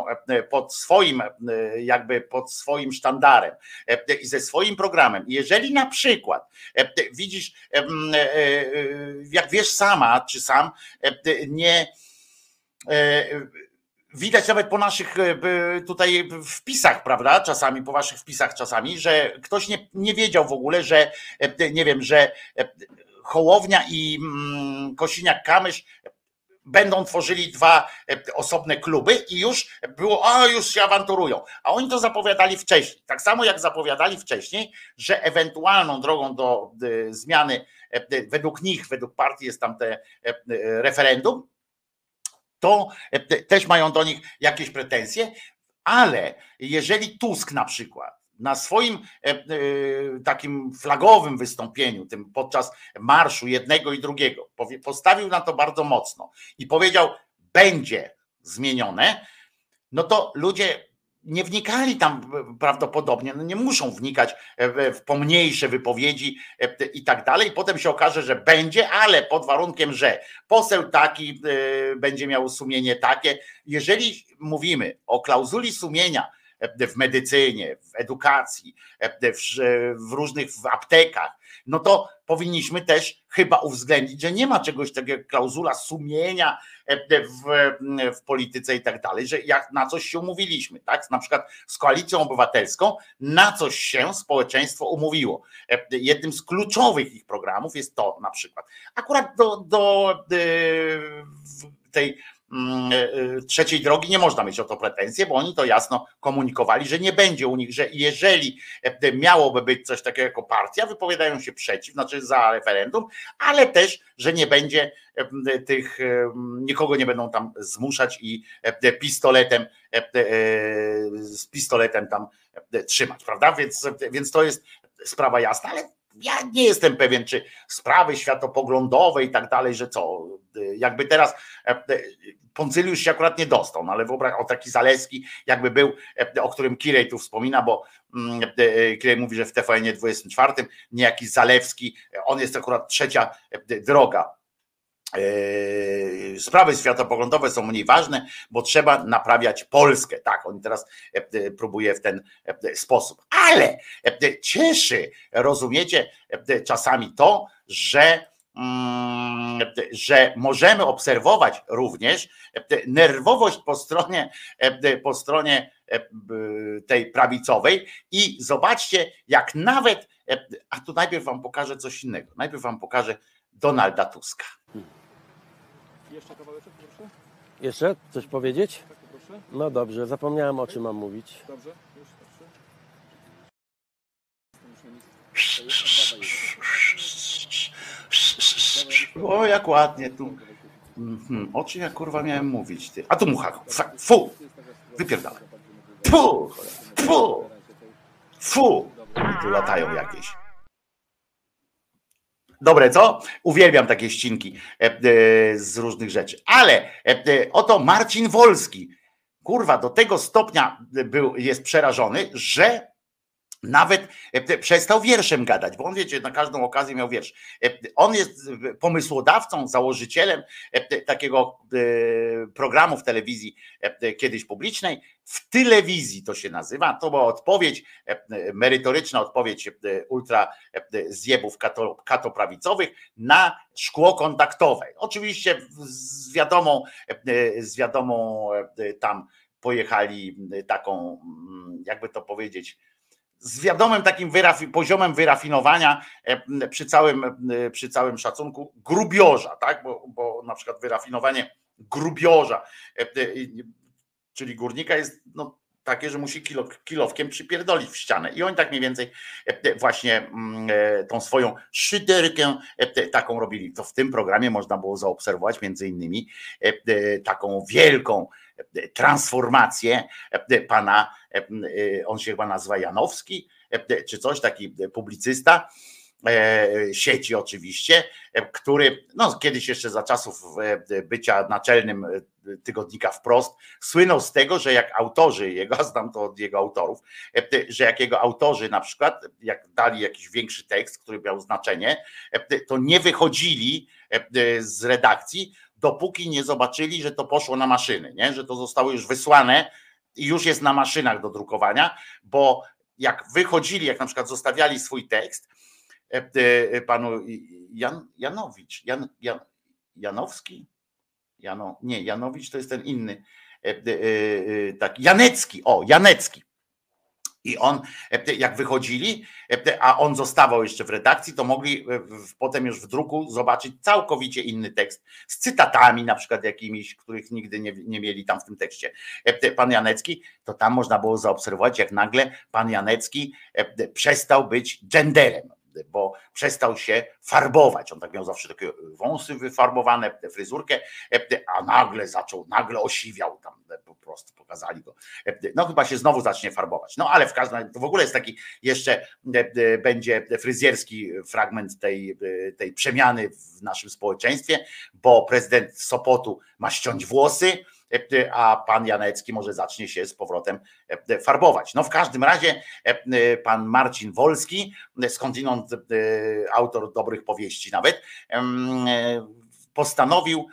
pod swoim sztandarem i ze swoim programem, jeżeli na przykład widzisz, jak wiesz sama czy sam, nie widać nawet po naszych tutaj wpisach, prawda, czasami, po waszych wpisach czasami, że ktoś nie wiedział w ogóle, że nie wiem, że Hołownia i Kosiniak-Kamysz będą tworzyli dwa osobne kluby i już było, już się awanturują. A oni to zapowiadali wcześniej. Tak samo jak zapowiadali wcześniej, że ewentualną drogą do zmiany, według nich, według partii jest tam te referendum, to też mają do nich jakieś pretensje, ale jeżeli Tusk na przykład na swoim takim flagowym wystąpieniu, tym podczas marszu jednego i drugiego, postawił na to bardzo mocno i powiedział, będzie zmienione, no to ludzie nie wnikali tam prawdopodobnie, no nie muszą wnikać w pomniejsze wypowiedzi i tak dalej. Potem się okaże, że będzie, ale pod warunkiem, że poseł taki będzie miał sumienie takie. Jeżeli mówimy o klauzuli sumienia w medycynie, w edukacji, w różnych aptekach, no to powinniśmy też chyba uwzględnić, że nie ma czegoś takiego jak klauzula sumienia w polityce i tak dalej, że jak na coś się umówiliśmy, tak? Na przykład z Koalicją Obywatelską na coś się społeczeństwo umówiło. Jednym z kluczowych ich programów jest to na przykład. Akurat do tej trzeciej drogi nie można mieć o to pretensje, bo oni to jasno komunikowali, że nie będzie u nich, że jeżeli miałoby być coś takiego jako partia, wypowiadają się przeciw, znaczy za referendum, ale też, że nie będzie tych, nikogo nie będą tam zmuszać i z pistoletem tam trzymać, prawda? Więc to jest sprawa jasna, ale ja nie jestem pewien, czy sprawy światopoglądowe i tak dalej, że co, jakby teraz Poncyliusz się akurat nie dostał, no ale wyobraź, o taki Zalewski jakby był, o którym Kirej tu wspomina, bo Kirej mówi, że w TVN-ie 24 niejaki Zalewski, on jest akurat trzecia droga. Sprawy światopoglądowe są mniej ważne, bo trzeba naprawiać Polskę. Tak, on teraz próbuje w ten sposób. Ale cieszy, rozumiecie, czasami to, że możemy obserwować również nerwowość po stronie tej prawicowej i zobaczcie, jak nawet, a tu najpierw wam pokażę coś innego, najpierw wam pokażę Donalda Tuska. Jeszcze kawałeczek, proszę. Jeszcze coś powiedzieć? Tak, proszę. No dobrze, zapomniałem o czym mam mówić. Dobrze, już O, jak ładnie tu. O czym ja kurwa miałem mówić, ty? A tu mucha. Fu! Wypierdalaj. Fu! Fu! Fu! Tu latają jakieś. Dobre, co? Uwielbiam takie ścinki z różnych rzeczy. Ale oto Marcin Wolski, kurwa, do tego stopnia jest przerażony, że nawet przestał wierszem gadać, bo on, wiecie, na każdą okazję miał wiersz. On jest pomysłodawcą, założycielem takiego programu w telewizji kiedyś publicznej. W telewizji to się nazywa. To była odpowiedź, merytoryczna odpowiedź ultra zjebów katoprawicowych na szkło kontaktowe. Oczywiście z wiadomą tam pojechali taką, jakby to powiedzieć, z wiadomym takim poziomem wyrafinowania przy całym szacunku grubiorza, tak? Bo na przykład wyrafinowanie grubiorza, czyli górnika jest no, takie, że musi kilowkiem przypierdolić w ścianę. I oni tak mniej więcej właśnie tą swoją szyderkę taką robili. To w tym programie można było zaobserwować między innymi taką wielką transformację pana, on się chyba nazywa Janowski, czy coś, taki publicysta, sieci oczywiście, który no, kiedyś jeszcze za czasów bycia naczelnym tygodnika Wprost słynął z tego, że jak autorzy jego, znam to od jego autorów, że jak jego autorzy na przykład, jak dali jakiś większy tekst, który miał znaczenie, to nie wychodzili z redakcji, dopóki nie zobaczyli, że to poszło na maszyny, nie? Że to zostało już wysłane i już jest na maszynach do drukowania, bo jak wychodzili, jak na przykład zostawiali swój tekst panu Janowski, nie, Janowicz to jest ten inny, tak, Janecki. I on, jak wychodzili, a on zostawał jeszcze w redakcji, to mogli potem już w druku zobaczyć całkowicie inny tekst z cytatami na przykład jakimiś, których nigdy nie mieli tam w tym tekście. Pan Janecki, to tam można było zaobserwować, jak nagle pan Janecki przestał być genderem, bo przestał się farbować. On tak miał zawsze takie wąsy wyfarbowane, fryzurkę, a nagle osiwiał tam, po prostu pokazali go. No chyba się znowu zacznie farbować. No ale w każdym razie to w ogóle jest taki jeszcze będzie fryzjerski fragment tej przemiany w naszym społeczeństwie, bo prezydent Sopotu ma ściąć włosy, a pan Janecki może zacznie się z powrotem farbować. No w każdym razie pan Marcin Wolski, skądinąd autor dobrych powieści nawet, postanowił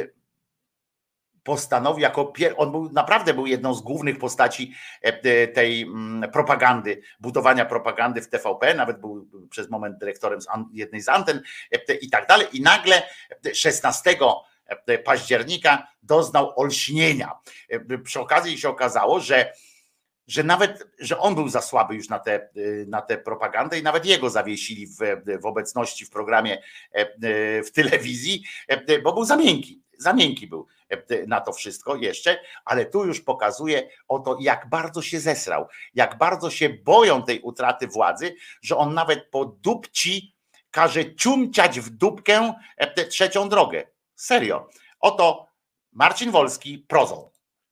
jako on naprawdę był jedną z głównych postaci tej propagandy, budowania propagandy w TVP, nawet był przez moment dyrektorem jednej z anten i tak dalej. I nagle 16 października doznał olśnienia. Przy okazji się okazało, że on był za słaby już na tę propagandę i nawet jego zawiesili w obecności w programie w telewizji, bo był za miękki był na to wszystko jeszcze, ale tu już pokazuje o to, jak bardzo się zesrał, jak bardzo się boją tej utraty władzy, że on nawet po dupci każe ciumciać w dupkę trzecią drogę. Serio. Oto Marcin Wolski prozą.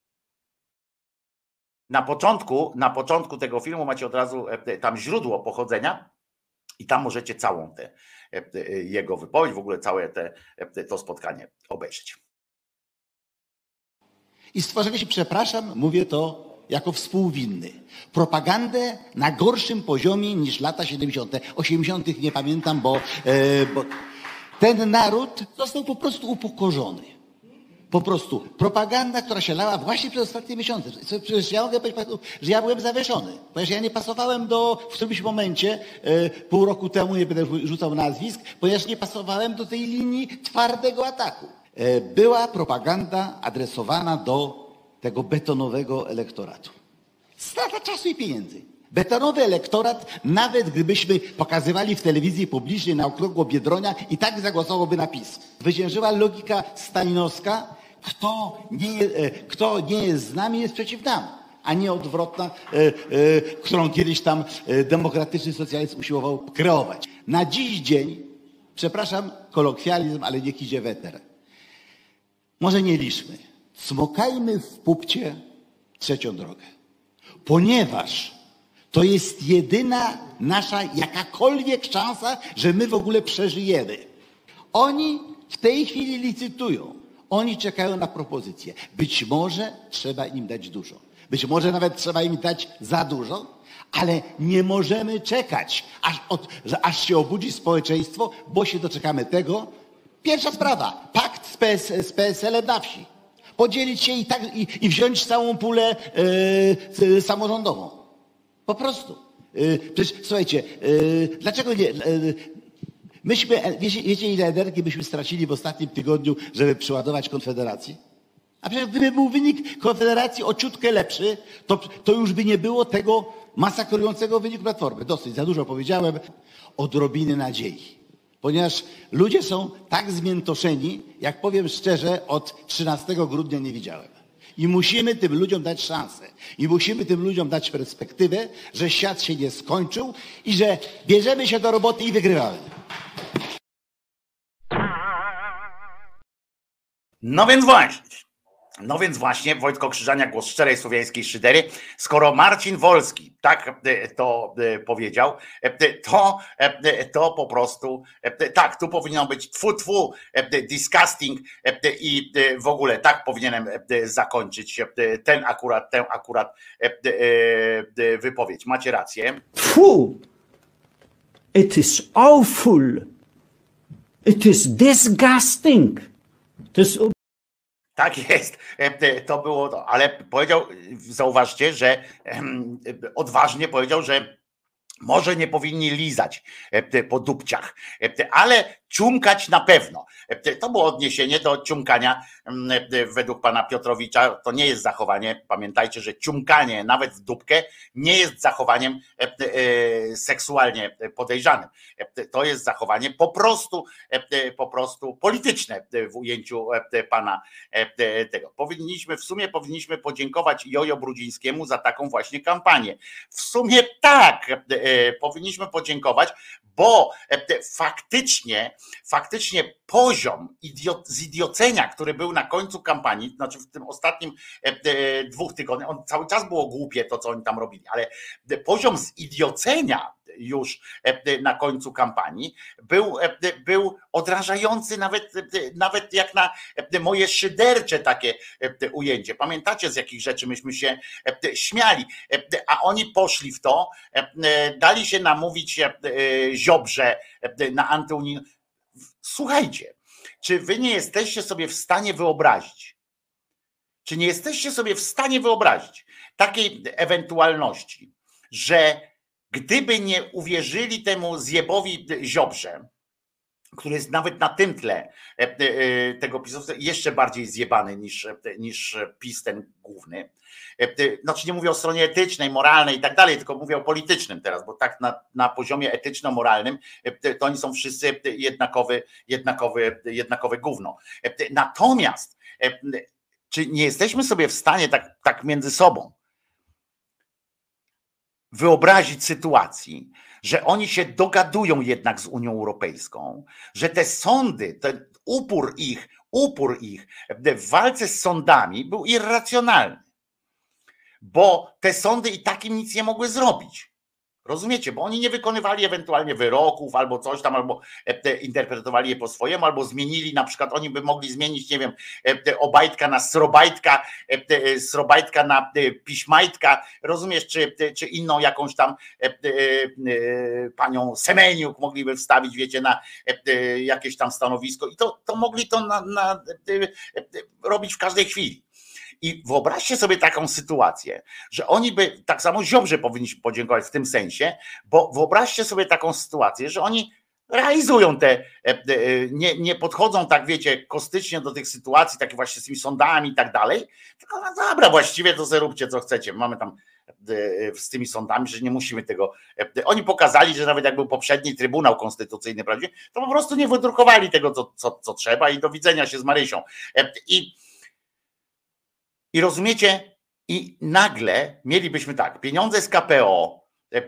Na początku tego filmu macie od razu tam źródło pochodzenia i tam możecie całą jego wypowiedź, w ogóle całe to spotkanie obejrzeć. I stworzyliśmy, przepraszam, mówię to jako współwinny, propagandę na gorszym poziomie niż lata 70., 80. nie pamiętam, bo ten naród został po prostu upokorzony. Po prostu propaganda, która się lała właśnie przez ostatnie miesiące. Przecież ja mogę powiedzieć, że ja byłem zawieszony, ponieważ ja nie pasowałem w którymś momencie, pół roku temu, nie będę rzucał nazwisk, ponieważ nie pasowałem do tej linii twardego ataku. Była propaganda adresowana do tego betonowego elektoratu. Strata czasu i pieniędzy. Betonowy elektorat, nawet gdybyśmy pokazywali w telewizji publicznej na okrągło Biedronia, i tak zagłosowałby na PiS. Zwyciężyła logika stalinowska, kto nie jest z nami, jest przeciw nam, a nie odwrotna, którą kiedyś tam demokratyczny socjalizm usiłował kreować. Na dziś dzień, przepraszam, kolokwializm, ale niech idzie weter. Może nie liczmy, cmokajmy w pupcie trzecią drogę, ponieważ to jest jedyna nasza jakakolwiek szansa, że my w ogóle przeżyjemy. Oni w tej chwili licytują Oni czekają na propozycję. Być może trzeba im dać dużo. Być może nawet trzeba im dać za dużo, ale nie możemy czekać, aż się obudzi społeczeństwo, bo się doczekamy tego. Pierwsza sprawa, pakt z PSL-em na wsi. Podzielić się i wziąć całą pulę samorządową. Po prostu. Przecież słuchajcie, dlaczego nie... Wiecie, ile energii byśmy stracili w ostatnim tygodniu, żeby przeładować Konfederację? A przecież gdyby był wynik Konfederacji o ciutkę lepszy, to już by nie było tego masakrującego wyniku Platformy. Dosyć, za dużo powiedziałem. Odrobiny nadziei. Ponieważ ludzie są tak zmiętoszeni, jak powiem szczerze, od 13 grudnia nie widziałem. I musimy tym ludziom dać szansę. I musimy tym ludziom dać perspektywę, że świat się nie skończył i że bierzemy się do roboty i wygrywamy. No więc właśnie, Wojtko Krzyżania, głos szczerej słowiańskiej szydery. Skoro Marcin Wolski tak to powiedział, to po prostu tak, tu powinno być tfu, disgusting i w ogóle tak powinienem zakończyć tę akurat wypowiedź. Macie rację. Tfu! It is awful! It is disgusting! To jest... Tak jest, to było to, ale powiedział, zauważcie, że odważnie powiedział, że może nie powinni lizać po dupciach, ale ciumkać na pewno. To było odniesienie do ciumkania według pana Piotrowicza. To nie jest zachowanie, pamiętajcie, że ciumkanie nawet w dupkę nie jest zachowaniem seksualnie podejrzanym. To jest zachowanie po prostu polityczne w ujęciu pana tego. W sumie powinniśmy podziękować Jojo Brudzińskiemu za taką właśnie kampanię. W sumie tak, powinniśmy podziękować, bo faktycznie poziom zidiocenia, który był na końcu kampanii, znaczy w tym ostatnim 2 tygodniach, on cały czas było głupie to, co oni tam robili, ale poziom zidiocenia już na końcu kampanii był odrażający nawet jak na moje szydercze takie ujęcie. Pamiętacie, z jakich rzeczy myśmy się śmiali, a oni poszli w to, dali się namówić Ziobrze na antyunijną. Słuchajcie, czy wy nie jesteście sobie w stanie wyobrazić, takiej ewentualności, że gdyby nie uwierzyli temu zjebowi Ziobrze, który jest nawet na tym tle tego pisowca jeszcze bardziej zjebany niż PiS ten główny. Znaczy nie mówię o stronie etycznej, moralnej i tak dalej, tylko mówię o politycznym teraz, bo tak na poziomie etyczno-moralnym to oni są wszyscy jednakowe gówno. Natomiast czy nie jesteśmy sobie w stanie tak między sobą wyobrazić sytuacji, że oni się dogadują jednak z Unią Europejską, że te sądy, ten upór ich w walce z sądami był irracjonalny, bo te sądy i tak im nic nie mogły zrobić. Rozumiecie? Bo oni nie wykonywali ewentualnie wyroków albo coś tam, albo interpretowali je po swojemu, albo zmienili, na przykład oni by mogli zmienić, nie wiem, Obajtka na Srobajtka, Srobajtka na Piśmajtka, rozumiesz, czy inną jakąś tam panią Semeniuk mogliby wstawić, wiecie, na jakieś tam stanowisko i to mogli to robić w każdej chwili. I wyobraźcie sobie taką sytuację, że oni by, tak samo Ziobrze powinniśmy podziękować w tym sensie, bo wyobraźcie sobie taką sytuację, że oni realizują nie podchodzą tak, wiecie, kostycznie do tych sytuacji, takie właśnie z tymi sądami i tak dalej, tylko no dobra, właściwie to sobie róbcie co chcecie, mamy tam z tymi sądami, że nie musimy tego, oni pokazali, że nawet jak był poprzedni Trybunał Konstytucyjny, prawdziwie, to po prostu nie wydrukowali tego, co trzeba i do widzenia się z Marysią. I rozumiecie, i nagle mielibyśmy tak, pieniądze z KPO,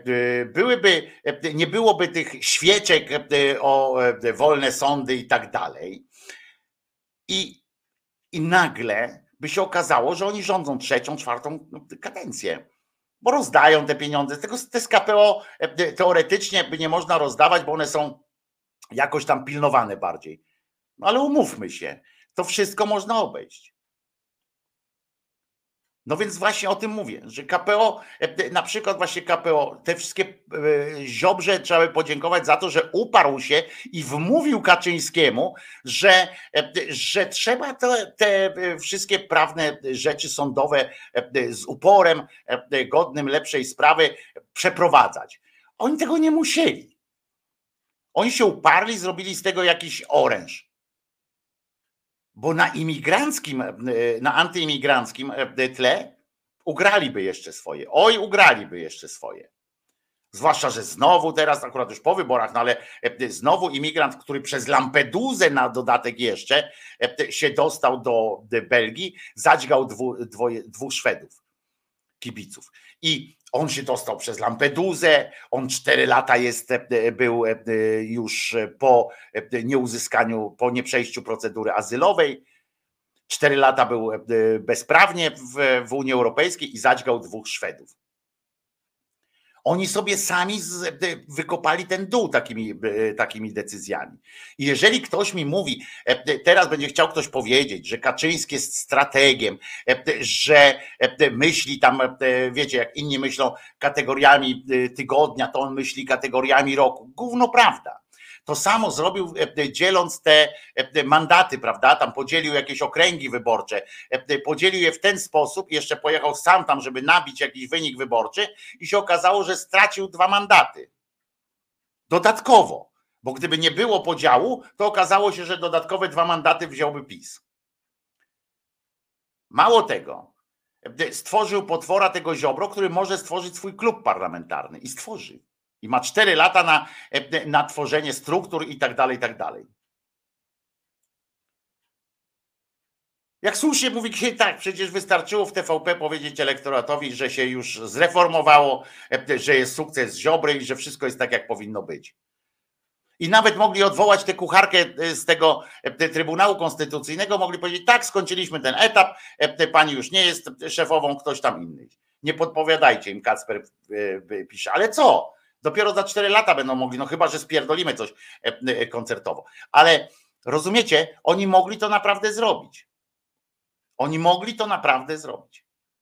nie byłoby tych świeczek o wolne sądy i tak dalej. I nagle by się okazało, że oni rządzą 3., 4. kadencję, bo rozdają te pieniądze. Te z KPO teoretycznie by nie można rozdawać, bo one są jakoś tam pilnowane bardziej. No ale umówmy się. to wszystko można obejść. No więc właśnie o tym mówię, że KPO, na przykład właśnie KPO, te wszystkie Ziobrze trzeba by podziękować za to, że uparł się i wmówił Kaczyńskiemu, że trzeba te wszystkie prawne rzeczy sądowe z uporem godnym lepszej sprawy przeprowadzać. Oni tego nie musieli. Oni się uparli, zrobili z tego jakiś oręż. Bo na antyimigranckim tle ugraliby jeszcze swoje. Oj, ugraliby jeszcze swoje. Zwłaszcza, że znowu teraz, akurat już po wyborach, no ale znowu imigrant, który przez Lampedusę na dodatek jeszcze się dostał do Belgii, zadźgał dwóch Szwedów, kibiców. I on się dostał przez Lampedusę, on 4 lata był już po nieuzyskaniu, po nieprzejściu procedury azylowej. 4 lata był bezprawnie w Unii Europejskiej i zadźgał 2 Szwedów. Oni sobie sami wykopali ten dół takimi decyzjami. I jeżeli ktoś mi mówi, teraz będzie chciał ktoś powiedzieć, że Kaczyński jest strategiem, że myśli tam, wiecie, jak inni myślą kategoriami tygodnia, to on myśli kategoriami roku. Gówno prawda. To samo zrobił, dzieląc te mandaty, prawda? Tam podzielił jakieś okręgi wyborcze, podzielił je w ten sposób, jeszcze pojechał sam tam, żeby nabić jakiś wynik wyborczy i się okazało, że stracił 2 mandaty. Dodatkowo, bo gdyby nie było podziału, to okazało się, że dodatkowe 2 mandaty wziąłby PiS. Mało tego, stworzył potwora tego Ziobro, który może stworzyć swój klub parlamentarny i stworzy. I ma 4 lata na tworzenie struktur i tak dalej, i tak dalej. Jak słusznie mówi Księg, tak, przecież wystarczyło w TVP powiedzieć elektoratowi, że się już zreformowało, że jest sukces Ziobry i że wszystko jest tak, jak powinno być. I nawet mogli odwołać tę kucharkę z tego Trybunału Konstytucyjnego, mogli powiedzieć, tak, skończyliśmy ten etap, pani już nie jest szefową, ktoś tam inny. Nie podpowiadajcie im, Kacper pisze, ale co? Dopiero za 4 lata będą mogli, no chyba, że spierdolimy coś koncertowo. Ale rozumiecie, oni mogli to naprawdę zrobić. Oni mogli to naprawdę zrobić.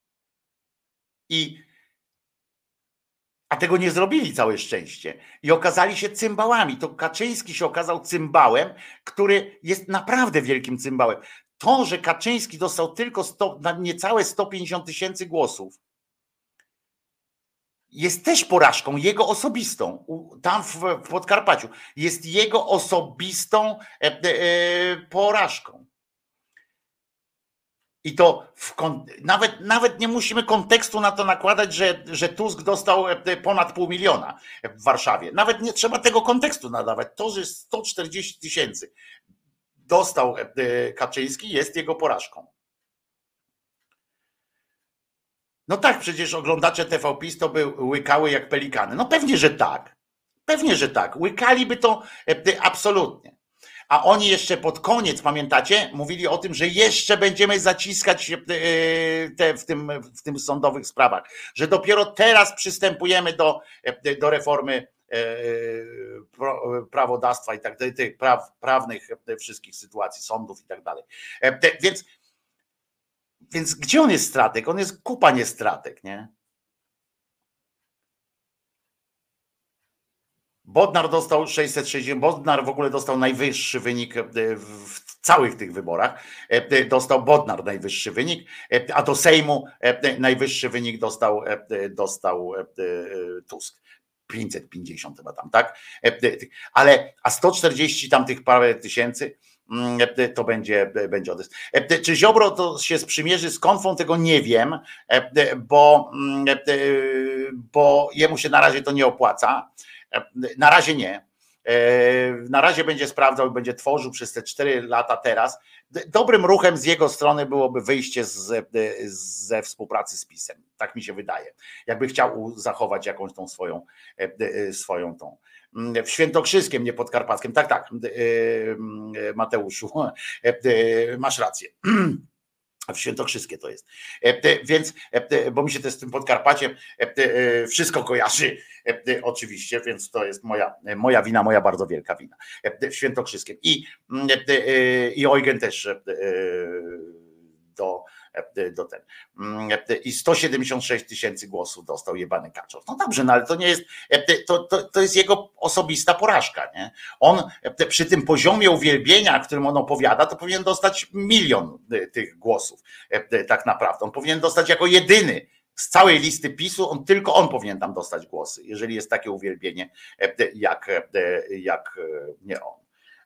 A tego nie zrobili, całe szczęście. I okazali się cymbałami. To Kaczyński się okazał cymbałem, który jest naprawdę wielkim cymbałem. To, że Kaczyński dostał tylko niecałe 150 000 głosów, jest też porażką, jego osobistą, tam w Podkarpaciu, jest jego osobistą porażką. I to nawet nie musimy kontekstu na to nakładać, że Tusk dostał ponad 500 000 w Warszawie. Nawet nie trzeba tego kontekstu nadawać. To, że 140 000 dostał Kaczyński, jest jego porażką. No tak, przecież oglądacze TV PiS to by łykały jak pelikany. No pewnie, że tak. Pewnie, że tak. Łykaliby to absolutnie. A oni jeszcze pod koniec, pamiętacie, mówili o tym, że jeszcze będziemy zaciskać w tym sądowych sprawach, że dopiero teraz przystępujemy do reformy prawodawstwa i tak dalej, tych prawnych wszystkich sytuacji, sądów i tak dalej. Więc gdzie on jest strateg? On jest kupa nie strateg, nie? Bodnar dostał 660, Bodnar w ogóle dostał najwyższy wynik w całych tych wyborach. Dostał Bodnar najwyższy wynik, a do Sejmu najwyższy wynik dostał Tusk. 550 chyba tam, tak? A 140 tam tych parę tysięcy to będzie odejść. Czy Ziobro to się sprzymierzy z Konfą, tego nie wiem, bo jemu się na razie to nie opłaca. Na razie nie. Na razie będzie sprawdzał i będzie tworzył przez te 4 lata teraz. Dobrym ruchem z jego strony byłoby wyjście ze współpracy z PiS-em. Tak mi się wydaje. Jakby chciał zachować jakąś tą swoją tą. W Świętokrzyskiem, nie Podkarpackiem. Tak, Mateuszu, masz rację. W Świętokrzyskie to jest. Więc, bo mi się to z tym Podkarpaciem wszystko kojarzy oczywiście, więc to jest moja wina, moja bardzo wielka wina. W Świętokrzyskiem. I Eugen też do ten. I 176 000 głosów dostał jebany Kaczow. No dobrze, no ale to nie jest, to jest jego osobista porażka, nie? On przy tym poziomie uwielbienia, którym on opowiada, to powinien dostać 1 000 000 tych głosów, tak naprawdę. On powinien dostać jako jedyny z całej listy PiS-u, tylko on powinien tam dostać głosy, jeżeli jest takie uwielbienie, jak nie on.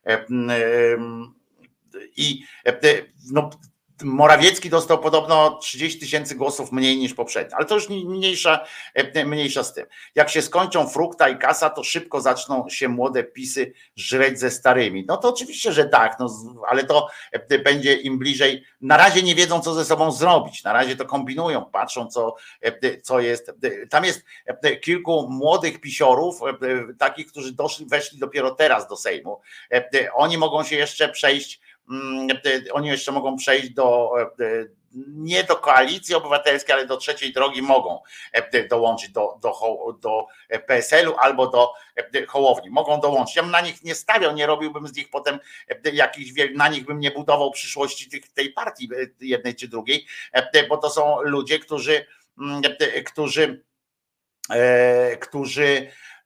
I no, Morawiecki dostał podobno 30 000 głosów mniej niż poprzednio, ale to już mniejsza z tym. Jak się skończą frukta i kasa, to szybko zaczną się młode PiS-y żreć ze starymi. No to oczywiście, że tak, no, ale to będzie im bliżej. Na razie nie wiedzą, co ze sobą zrobić. Na razie to kombinują, patrzą, co jest. Tam jest kilku młodych pisiorów, takich, którzy weszli dopiero teraz do Sejmu. Oni mogą się jeszcze przejść. Oni jeszcze mogą przejść nie do Koalicji Obywatelskiej, ale do trzeciej drogi mogą dołączyć do PSL-u albo do Hołowni. Mogą dołączyć. Ja bym na nich nie stawiał, nie robiłbym z nich potem na nich bym nie budował przyszłości tej partii jednej czy drugiej, bo to są ludzie, którzy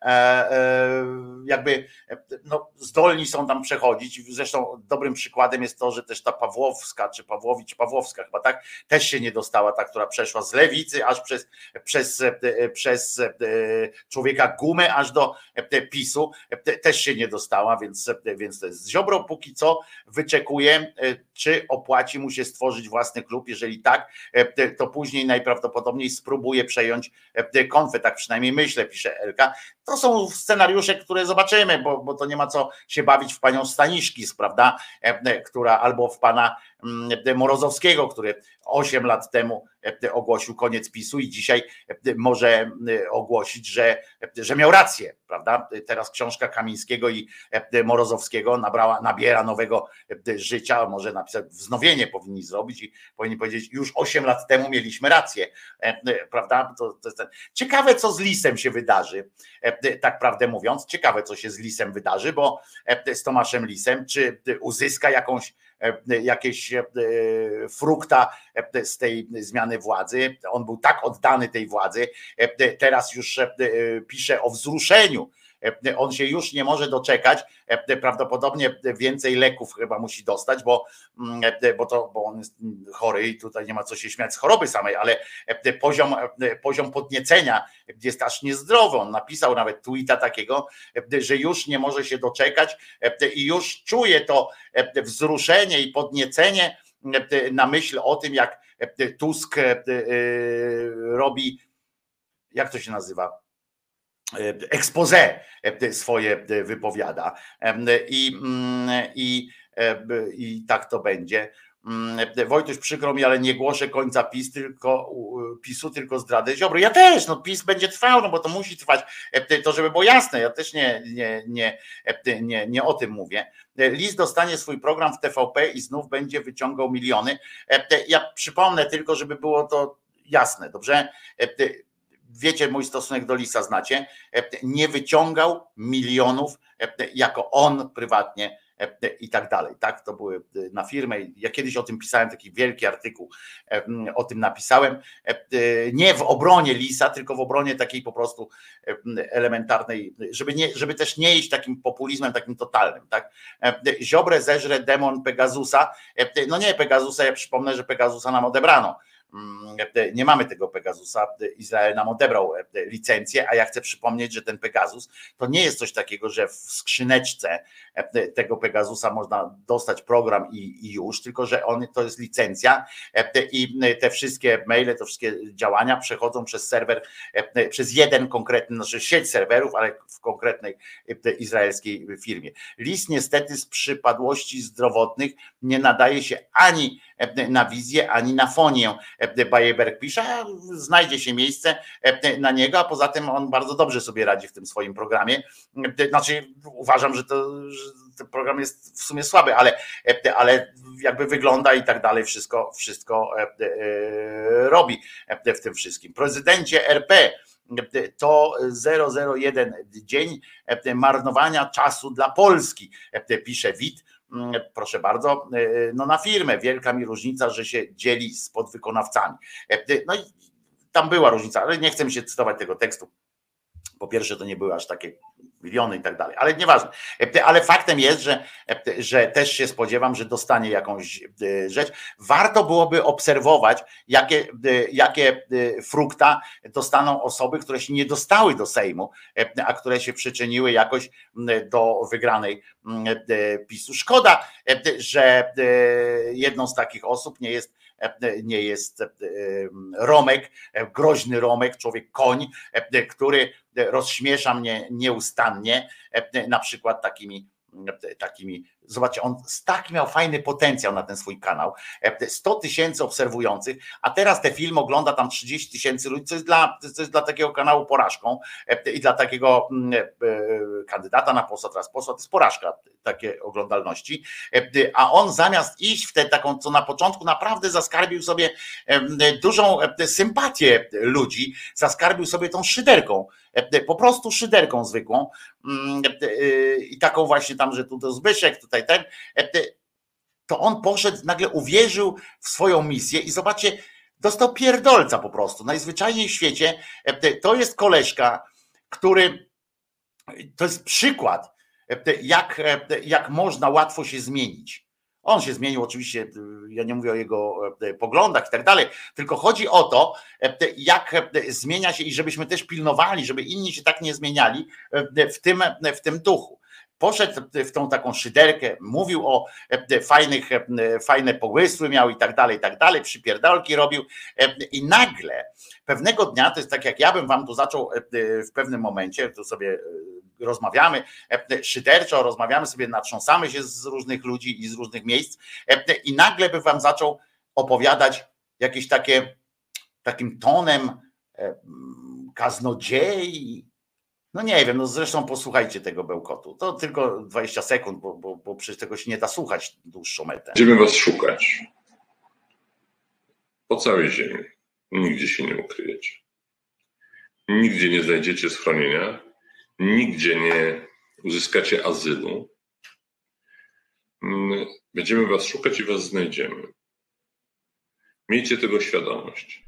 jakby no, zdolni są tam przechodzić. Zresztą dobrym przykładem jest to, że też ta Pawłowska, czy Pawłowska chyba tak, też się nie dostała, ta, która przeszła z lewicy aż przez człowieka Gumę aż do PiS-u, też się nie dostała, więc to jest. Ziobro póki co wyczekuje, czy opłaci mu się stworzyć własny klub. Jeżeli tak, to później najprawdopodobniej spróbuje przejąć Konfę, tak przynajmniej myślę, pisze Elka. To są scenariusze, które zobaczymy, bo to nie ma co się bawić w panią Staniszkis, prawda, która albo w pana Morozowskiego, który 8 lat temu ogłosił koniec PiS-u i dzisiaj może ogłosić, że miał rację, prawda? Teraz książka Kamińskiego i Morozowskiego nabiera nowego życia, może napisać wznowienie powinni zrobić i powinni powiedzieć, już 8 lat temu mieliśmy rację, prawda? To jest ciekawe, co z Lisem się wydarzy, tak prawdę mówiąc, ciekawe, co się z Lisem wydarzy, bo z Tomaszem Lisem, czy uzyska jakieś frukta z tej zmiany władzy. On był tak oddany tej władzy, teraz już pisze o wzruszeniu. On się już nie może doczekać, prawdopodobnie więcej leków chyba musi dostać, bo on jest chory i tutaj nie ma co się śmiać z choroby samej, ale poziom podniecenia jest aż niezdrowy. On napisał nawet tweeta takiego, że już nie może się doczekać i już czuje to wzruszenie i podniecenie na myśl o tym, jak Tusk robi, jak to się nazywa, expose swoje wypowiada i tak to będzie. Wojtuś, przykro mi, ale nie głoszę końca PiS-u, tylko zdradę Ziobry. Ja też, no PiS będzie trwał, no bo to musi trwać, to żeby było jasne, ja też nie o tym mówię. Lis dostanie swój program w TVP i znów będzie wyciągał miliony. Ja przypomnę tylko, żeby było to jasne, dobrze? Wiecie, mój stosunek do Lisa znacie, nie wyciągał milionów jako on prywatnie i tak dalej. Tak, to były na firmę. Ja kiedyś o tym pisałem, taki wielki artykuł o tym napisałem. Nie w obronie Lisa, tylko w obronie takiej po prostu elementarnej, żeby też nie iść takim populizmem, takim totalnym. Tak? Ziobrę zeżre demon Pegasusa. No nie Pegasusa, ja przypomnę, że Pegasusa nam odebrano. Nie mamy tego Pegasusa, Izrael nam odebrał licencję, a ja chcę przypomnieć, że ten Pegasus to nie jest coś takiego, że w skrzyneczce tego Pegasusa można dostać program i już, tylko że to jest licencja i te wszystkie maile, te wszystkie działania przechodzą przez serwer, przez jeden konkretny, znaczy sieć serwerów, ale w konkretnej izraelskiej firmie. Lis niestety z przypadłości zdrowotnych nie nadaje się ani na wizję, ani na fonię. Bajeberg pisze, a znajdzie się miejsce na niego, a poza tym on bardzo dobrze sobie radzi w tym swoim programie. Znaczy uważam, że ten program jest w sumie słaby, ale jakby wygląda i tak dalej, wszystko robi w tym wszystkim. Prezydencie RP, to 001 dzień marnowania czasu dla Polski, pisze Wit. Proszę bardzo, no na firmę, wielka mi różnica, że się dzieli z podwykonawcami. No i tam była różnica, ale nie chcę się cytować tego tekstu. Po pierwsze, to nie były aż takie miliony i tak dalej, ale nieważne. Ale faktem jest, że też się spodziewam, że dostanie jakąś rzecz. Warto byłoby obserwować, jakie frukta dostaną osoby, które się nie dostały do Sejmu, a które się przyczyniły jakoś do wygranej PiS-u. Szkoda, że jedną z takich osób nie jest Romek, groźny Romek, człowiek koń, który rozśmiesza mnie nieustannie, na przykład takimi, zobaczcie, on taki miał fajny potencjał na ten swój kanał, 100 000 obserwujących, a teraz te filmy ogląda tam 30 000 ludzi, co jest dla takiego kanału porażką i dla takiego kandydata na posła, teraz posła, to jest porażka takie oglądalności, a on zamiast iść w tę taką, co na początku naprawdę zaskarbił sobie dużą sympatię ludzi, zaskarbił sobie tą szyderką, po prostu szyderką zwykłą i taką właśnie tam, że tu to Zbyszek, tutaj ten, to on poszedł, nagle uwierzył w swoją misję i zobaczcie, dostał pierdolca po prostu, najzwyczajniej w świecie. To jest koleżka, to jest przykład, jak można łatwo się zmienić. On się zmienił oczywiście, ja nie mówię o jego poglądach i tak dalej, tylko chodzi o to, jak zmienia się i żebyśmy też pilnowali, żeby inni się tak nie zmieniali w tym duchu. Poszedł w tą taką szyderkę, mówił o fajne pomysły miał i tak dalej, przypierdolki robił i nagle pewnego dnia, to jest tak jak ja bym wam tu zaczął w pewnym momencie, tu sobie rozmawiamy szyderczo, rozmawiamy sobie, natrząsamy się z różnych ludzi i z różnych miejsc i nagle bym wam zaczął opowiadać jakieś takim tonem kaznodziei. No nie wiem, no zresztą posłuchajcie tego bełkotu. To tylko 20 sekund, bo przecież tego się nie da słuchać dłuższą metę. Będziemy was szukać po całej ziemi. Nigdzie się nie ukryjecie. Nigdzie nie znajdziecie schronienia. Nigdzie nie uzyskacie azylu. Będziemy was szukać i was znajdziemy. Miejcie tego świadomość.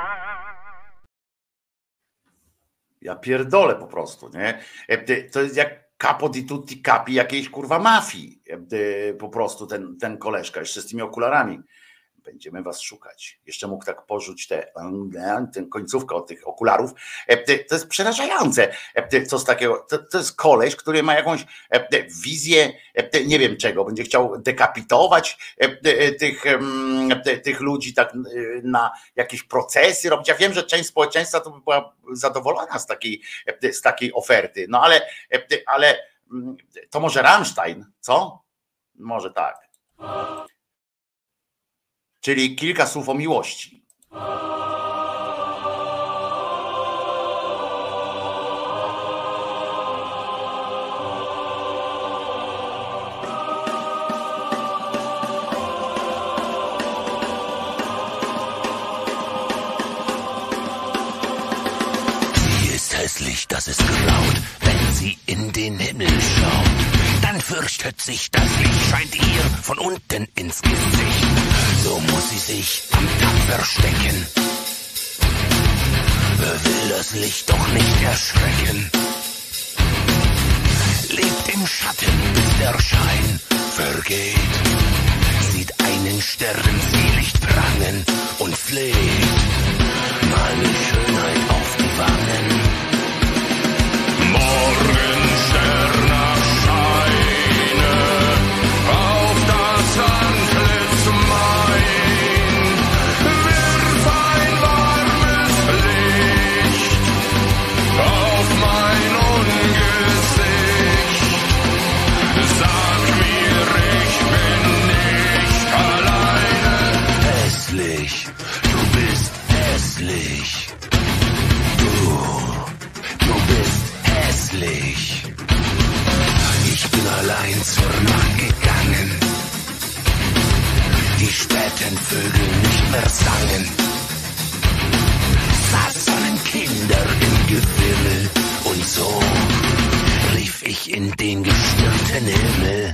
Ja pierdolę po prostu, nie? To jest jak capo di tutti capi jakiejś kurwa mafii. Po prostu ten koleżka, jeszcze z tymi okularami. Będziemy was szukać. Jeszcze mógł tak porzuć tę końcówkę od tych okularów. To jest przerażające. Co z takiego? To jest koleś, który ma jakąś wizję, nie wiem czego, będzie chciał dekapitować tych ludzi tak na jakieś procesy robić. Ja wiem, że część społeczeństwa to by była zadowolona z takiej oferty. No ale to może Rammstein, co? Może tak. Czyli kilka słów o miłości. Sie ist hässlich, dass es graut, wenn sie in den Himmel schaut. Dann fürchtet sich, das Licht scheint ihr von unten ins Gesicht. So muss sie sich am Tag verstecken. Will das Licht doch nicht erschrecken. Lebt im Schatten, bis der Schein vergeht. Sieht einen Stern selig prangen und fleht. Meine Schönheit auf die Wangen. Morgenstern erscheine auf das Antlitz mein. Wirf ein warmes Licht auf mein Ungesicht. Sag mir, ich bin nicht alleine. Gewimmel. Und so rief ich in den gestirnten Himmel.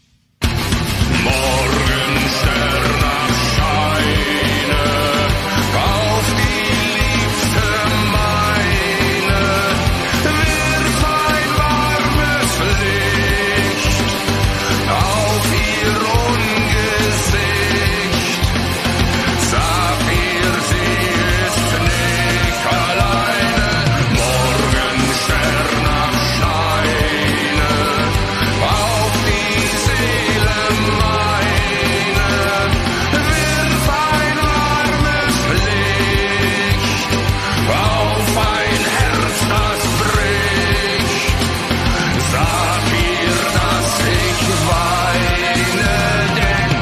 Morgenstern am Scheine, auf die Liebste meine, wirf ein warmes Licht auf ihr Ungesicht. Saphir, sie ist nicht alleine. Morgenstern am Scheine, auf die Seele meine, wirf ein warmes Licht auf ein Herz, das bricht. Saphir, dass ich weine, denn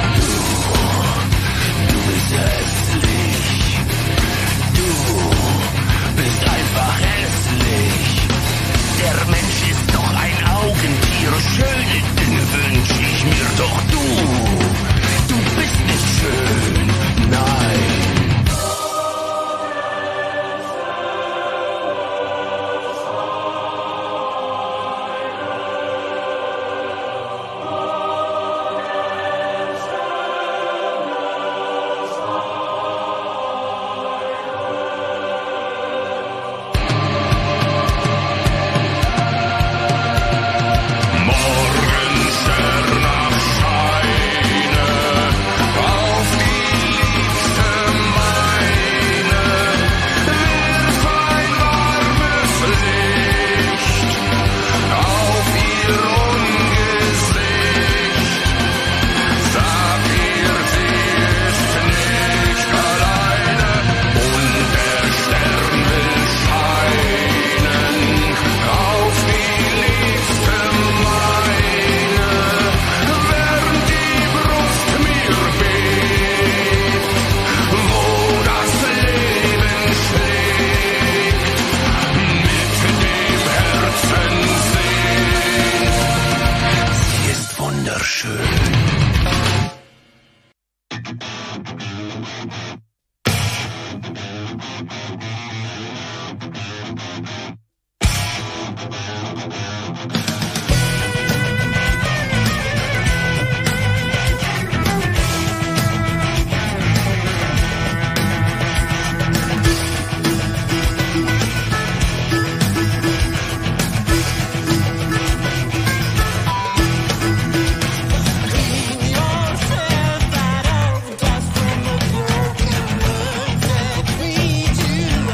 du bist hässlich. Du bist einfach hässlich. Der Mensch ist doch ein Augentier. Schöne Dinge wünsch ich mir, doch du bist nicht schön. Nein. Morgenstern am Scheine, auf die Liebste meine, wirf ein warmes Licht auf ihr Ungesicht. Saphir, sie ist nicht alleine und der Stern will scheinen auf die Liebste meine, während die Brust mir bebt, wo das Leben schlägt, mit dem Herzen singt. Sie ist wunderschön. Yourself out of dust from the broken words that we do.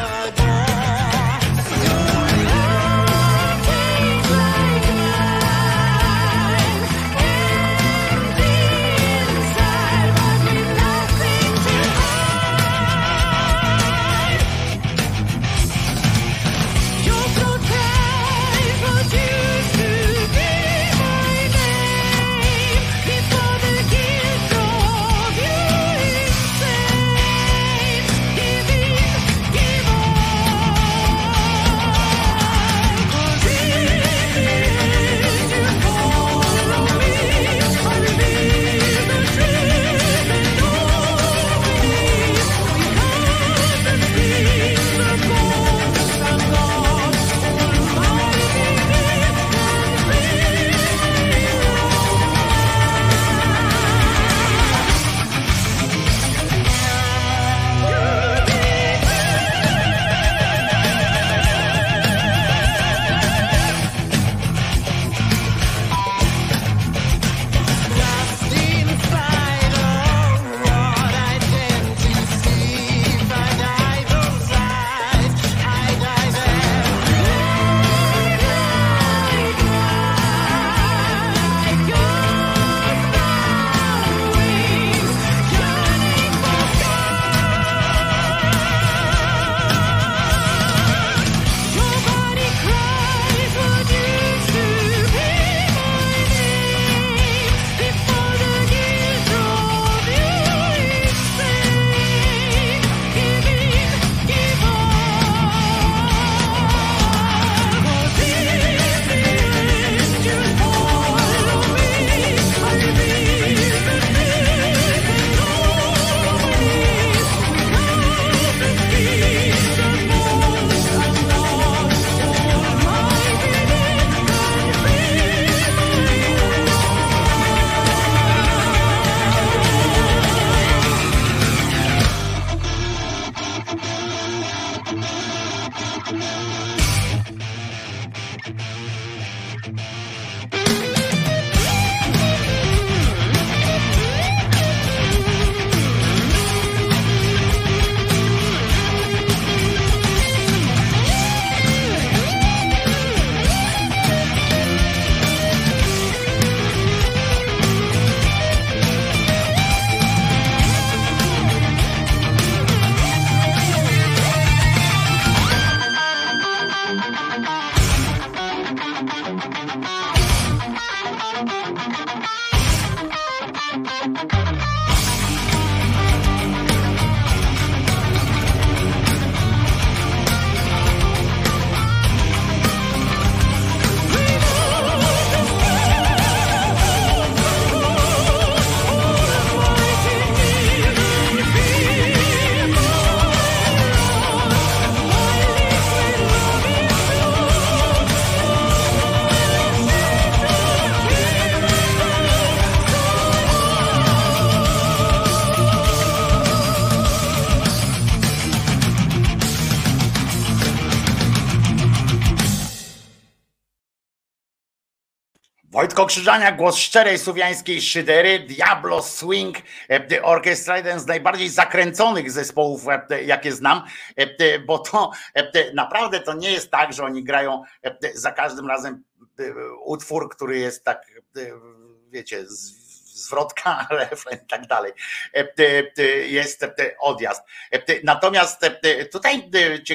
Wojtko Krzyżaniak, głos szczerej słowiańskiej szydery, Diablo Swing Orchestra, jeden z najbardziej zakręconych zespołów, jakie znam, bo to naprawdę to nie jest tak, że oni grają za każdym razem utwór, który jest tak, wiecie, zwrotka, refren i tak dalej. Jest odjazd. Natomiast tutaj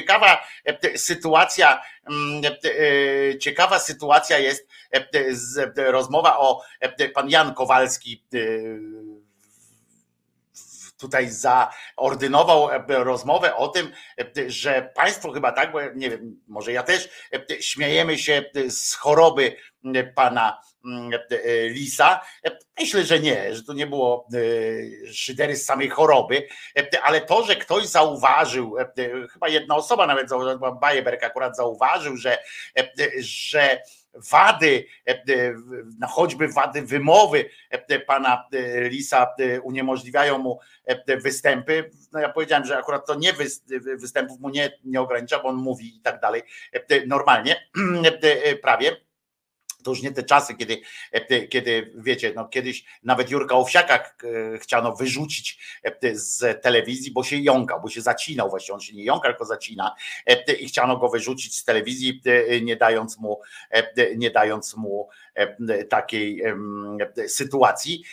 ciekawa sytuacja jest rozmowa o pan Jan Kowalski tutaj zaordynował rozmowę o tym, że państwo chyba tak, bo nie wiem, może ja też, śmiejemy się z choroby pana Lisa. Myślę, że nie, że to nie było szydery z samej choroby, ale to, że ktoś zauważył, chyba jedna osoba nawet zauważyła, Bajeberg akurat zauważył, że wady, choćby wady wymowy pana Lisa uniemożliwiają mu występy. No ja powiedziałem, że akurat to nie występów mu nie ogranicza, bo on mówi i tak dalej normalnie, prawie. To już nie te czasy, kiedy wiecie, no kiedyś nawet Jurka Owsiaka chciano wyrzucić z telewizji, bo się jąkał, bo się zacinał, właściwie on się nie jąka, tylko zacina i chciano go wyrzucić z telewizji, nie dając mu takiej sytuacji.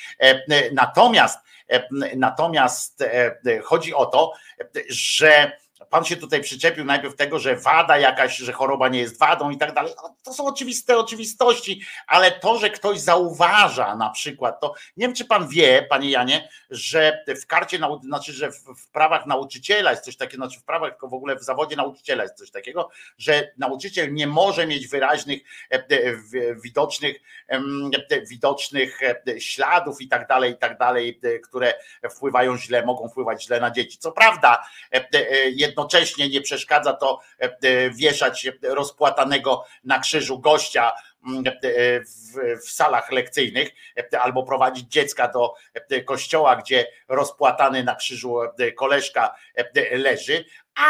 Natomiast chodzi o to, że pan się tutaj przyczepił najpierw tego, że wada jakaś, że choroba nie jest wadą i tak dalej. No, to są oczywiste oczywistości, ale to, że ktoś zauważa na przykład, to nie wiem, czy pan wie, panie Janie, że w karcie, znaczy, że w prawach nauczyciela jest coś takiego, znaczy w prawach, tylko w ogóle w zawodzie nauczyciela jest coś takiego, że nauczyciel nie może mieć wyraźnych, widocznych śladów i tak dalej, które mogą wpływać źle na dzieci. Co prawda, jednocześnie nie przeszkadza to wieszać rozpłatanego na krzyżu gościa w salach lekcyjnych albo prowadzić dziecka do kościoła, gdzie rozpłatany na krzyżu koleżka leży,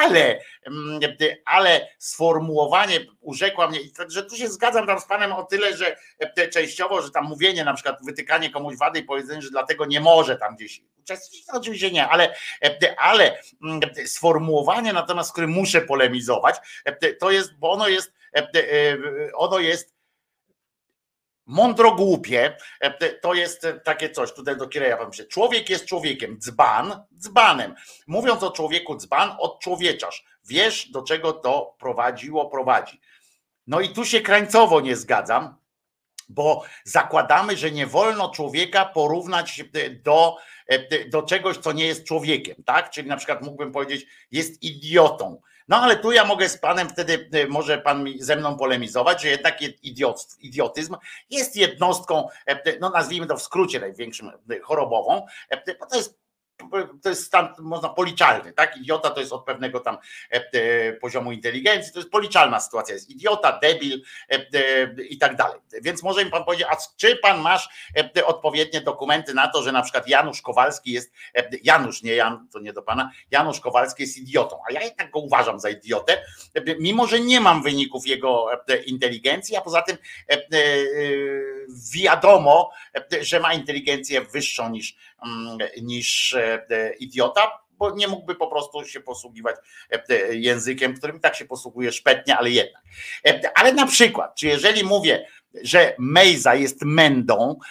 ale sformułowanie urzekła mnie, że tu się zgadzam tam z panem o tyle, że częściowo, że tam mówienie, na przykład wytykanie komuś wady i powiedzenie, że dlatego nie może tam gdzieś uczestniczyć, oczywiście nie, ale sformułowanie, natomiast z którym muszę polemizować, to jest, bo ono jest mądro głupie, to jest takie coś, tutaj do Kireja pan pisze, człowiek jest człowiekiem, dzban, dzbanem. Mówiąc o człowieku dzban, odczłowieczasz. Wiesz, do czego to prowadzi. No i tu się krańcowo nie zgadzam, bo zakładamy, że nie wolno człowieka porównać do czegoś, co nie jest człowiekiem, tak? Czyli na przykład mógłbym powiedzieć, jest idiotą. No ale tu ja mogę z panem, wtedy może pan ze mną polemizować, że jednak idiotyzm jest jednostką, no nazwijmy to w skrócie największym, chorobową, bo to jest stan, można policzalny, tak? Idiota to jest od pewnego tam poziomu inteligencji, to jest policzalna sytuacja, jest idiota, debil i tak dalej. Więc może mi pan powiedzieć, a czy pan masz odpowiednie dokumenty na to, że na przykład Janusz Kowalski jest, Janusz, nie Jan, to nie do pana, Janusz Kowalski jest idiotą, a ja jednak go uważam za idiotę, mimo że nie mam wyników jego inteligencji, a poza tym wiadomo, że ma inteligencję wyższą niż idiota, bo nie mógłby po prostu się posługiwać językiem, którym i tak się posługuje szpetnie, ale jednak. Ale na przykład, czy jeżeli mówię, że Mejza jest mędą,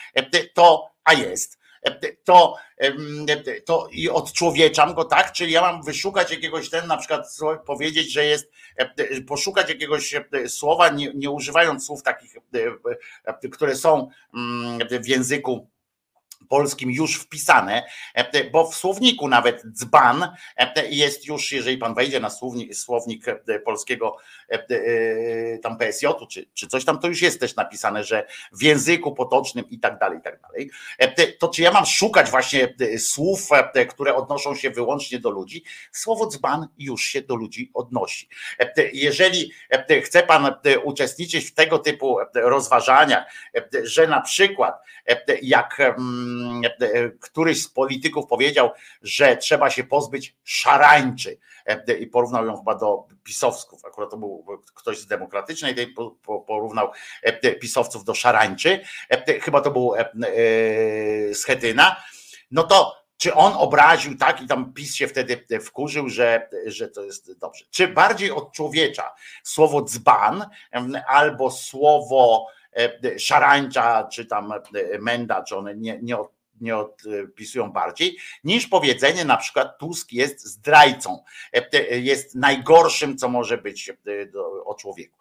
to i odczłowieczam go, tak? Czyli ja mam wyszukać jakiegoś na przykład powiedzieć, że jest, poszukać jakiegoś słowa, nie używając słów takich, które są w języku polskim już wpisane, bo w słowniku nawet dzban jest już, jeżeli pan wejdzie na słownik polskiego tam PSJ-u czy coś tam, to już jest też napisane, że w języku potocznym i tak dalej, to czy ja mam szukać właśnie słów, które odnoszą się wyłącznie do ludzi? Słowo dzban już się do ludzi odnosi. Jeżeli chce pan uczestniczyć w tego typu rozważaniach, że na przykład jak któryś z polityków powiedział, że trzeba się pozbyć szarańczy i porównał ją chyba do pisowsków, akurat to był ktoś z Demokratycznej, porównał pisowców do szarańczy, chyba to był Schetyna, no to czy on obraził, tak, i tam PiS się wtedy wkurzył, że to jest dobrze. Czy bardziej odczłowiecza słowo dzban albo słowo szarańcza, czy tam menda, czy one nie odpisują bardziej, niż powiedzenie na przykład Tusk jest zdrajcą, jest najgorszym, co może być o człowieku.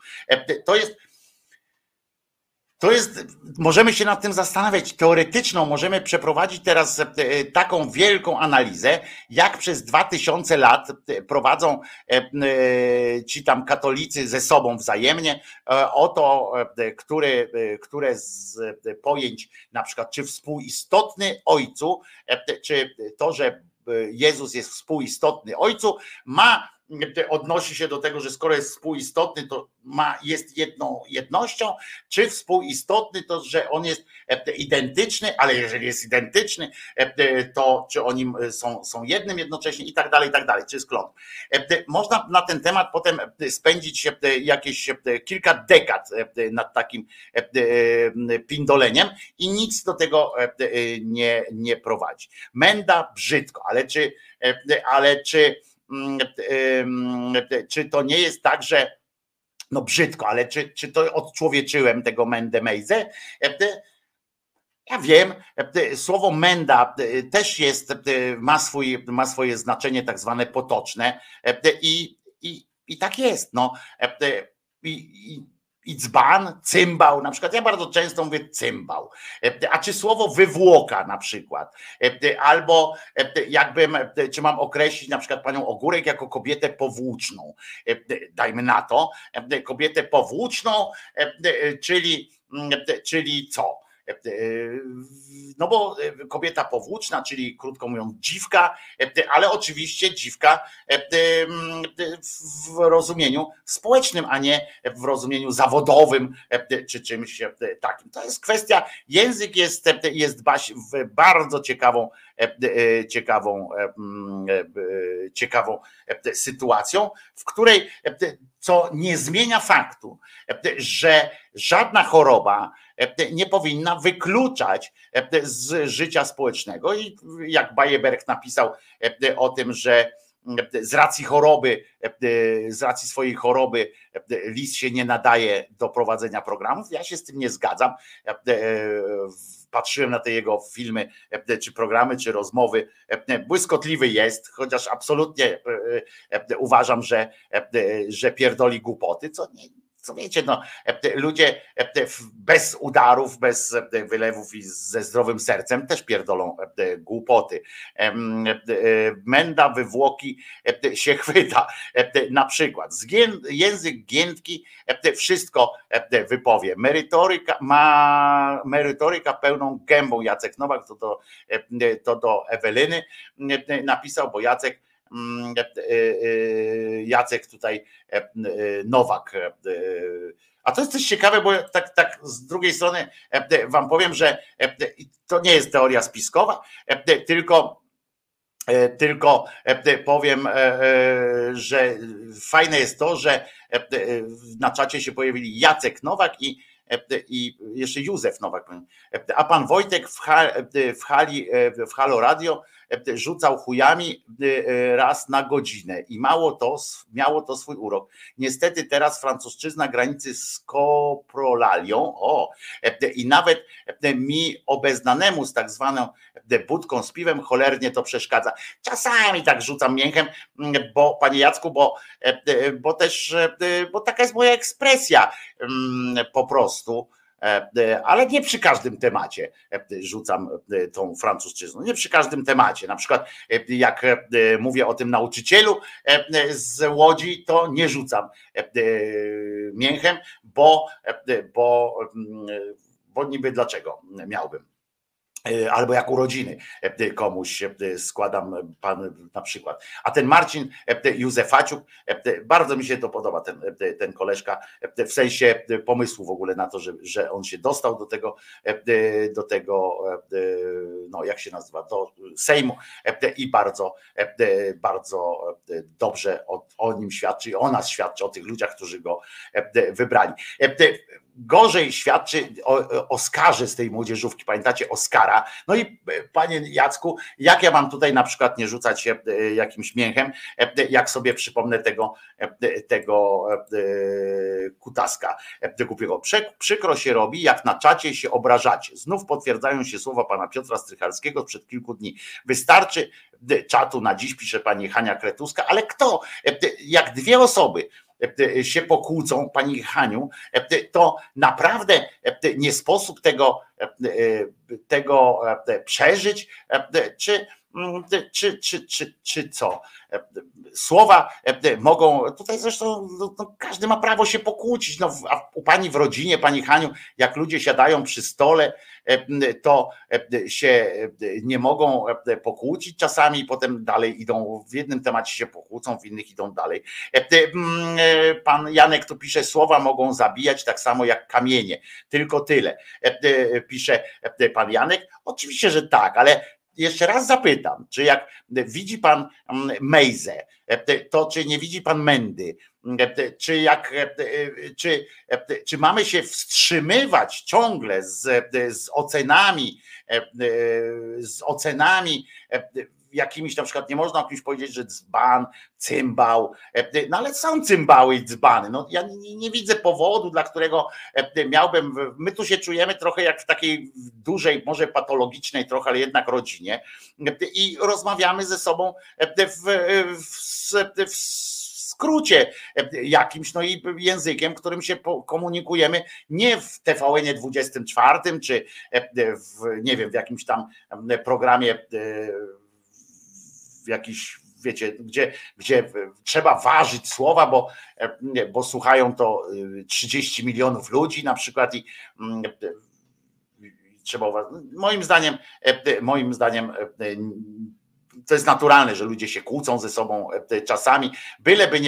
To jest, możemy się nad tym zastanawiać, teoretyczną, możemy przeprowadzić teraz taką wielką analizę, jak przez 2000 lat prowadzą ci tam katolicy ze sobą wzajemnie o to, które z pojęć, na przykład czy współistotny Ojcu, czy to, że Jezus jest współistotny Ojcu, odnosi się do tego, że skoro jest współistotny, to jest jedną jednością, czy współistotny to, że on jest identyczny, ale jeżeli jest identyczny, to czy oni są jednym jednocześnie i tak dalej, czy jest klon. Można na ten temat potem spędzić jakieś kilka dekad nad takim pindoleniem i nic do tego nie prowadzi. Menda brzydko, ale czy to nie jest tak, że no brzydko, ale czy to odczłowieczyłem tego Mendę Mejzę? Ja wiem, słowo menda też ma swoje znaczenie tak zwane potoczne i tak jest. No. I dzban, cymbał, na przykład ja bardzo często mówię cymbał, a czy słowo wywłoka na przykład, albo czy mam określić na przykład panią Ogórek jako kobietę powłóczną, dajmy na to, kobietę powłóczną, czyli co? No bo kobieta powłóczna, czyli krótko mówiąc dziwka, ale oczywiście dziwka w rozumieniu społecznym, a nie w rozumieniu zawodowym czy czymś takim. To jest kwestia, język jest bardzo ciekawą sytuacją, w której co nie zmienia faktu, że żadna choroba nie powinna wykluczać z życia społecznego. I jak Bajeberg napisał o tym, że z racji swojej choroby lis się nie nadaje do prowadzenia programów, ja się z tym nie zgadzam. Patrzyłem na te jego filmy, czy programy, czy rozmowy. Błyskotliwy jest, chociaż absolutnie uważam, że pierdoli głupoty, co wiecie, no, ludzie bez udarów, bez wylewów i ze zdrowym sercem też pierdolą głupoty. Menda wywłoki się chwyta. Na przykład język giętki wszystko wypowie. Merytoryka pełną gębą. Jacek Nowak to do Eweliny napisał, bo Jacek tutaj Nowak. A to jest też ciekawe, bo tak z drugiej strony wam powiem, że to nie jest teoria spiskowa, tylko powiem, że fajne jest to, że na czacie się pojawili Jacek Nowak i jeszcze Józef Nowak, a pan Wojtek w Halo Radio rzucał chujami raz na godzinę i miało to swój urok. Niestety teraz francuszczyzna granicy z koprolalią i nawet mi obeznanemu z tak zwaną budką z piwem cholernie to przeszkadza. Czasami tak rzucam mięchem, bo panie Jacku, bo taka jest moja ekspresja po prostu. Ale nie przy każdym temacie rzucam tą francuszczyzną, nie przy każdym temacie. Na przykład jak mówię o tym nauczycielu z Łodzi, to nie rzucam mięchem, bo niby dlaczego miałbym. albo jak urodziny komuś składam pan na przykład. A ten Marcin Józefaciuk, bardzo mi się to podoba, ten koleżka, w sensie pomysłu w ogóle na to, że on się dostał do tego, no jak się nazywa, do Sejmu i bardzo dobrze o nim świadczy, o nas świadczy, o tych ludziach, którzy go wybrali. Gorzej świadczy o Oskarze z tej młodzieżówki, pamiętacie Oskara? No i panie Jacku, jak ja mam tutaj na przykład nie rzucać się jakimś mięchem, jak sobie przypomnę tego kutaska głupiego. Przykro się robi, jak na czacie się obrażacie. Znów potwierdzają się słowa pana Piotra Strycharskiego sprzed kilku dni. Wystarczy czatu na dziś, pisze pani Hania Kretuska, ale kto? Jak dwie osoby się pokłócą, pani Haniu, to naprawdę nie sposób tego przeżyć, czy co? Słowa mogą, tutaj zresztą no, każdy ma prawo się pokłócić, no, a u pani w rodzinie, pani Haniu, jak ludzie siadają przy stole, to się nie mogą pokłócić czasami, potem dalej idą, w jednym temacie się pokłócą, w innych idą dalej. Pan Janek tu pisze, słowa mogą zabijać tak samo jak kamienie, tylko tyle, pisze pan Janek. Oczywiście, że tak, ale jeszcze raz zapytam, czy jak widzi pan Mejzę, to czy nie widzi pan Mendy, czy mamy się wstrzymywać ciągle z ocenami jakimiś, na przykład nie można o kimś powiedzieć, że dzban, cymbał, no ale są cymbały i dzbany. No, ja nie widzę powodu, dla którego miałbym, my tu się czujemy trochę jak w takiej dużej, może patologicznej trochę, ale jednak rodzinie i rozmawiamy ze sobą w skrócie jakimś, no i językiem, którym się komunikujemy nie w TVN-ie 24, czy nie wiem, w jakimś tam programie jakiś, wiecie, gdzie trzeba ważyć słowa, bo słuchają to 30 milionów ludzi na przykład i trzeba uważać. Moim zdaniem to jest naturalne, że ludzie się kłócą ze sobą czasami, byleby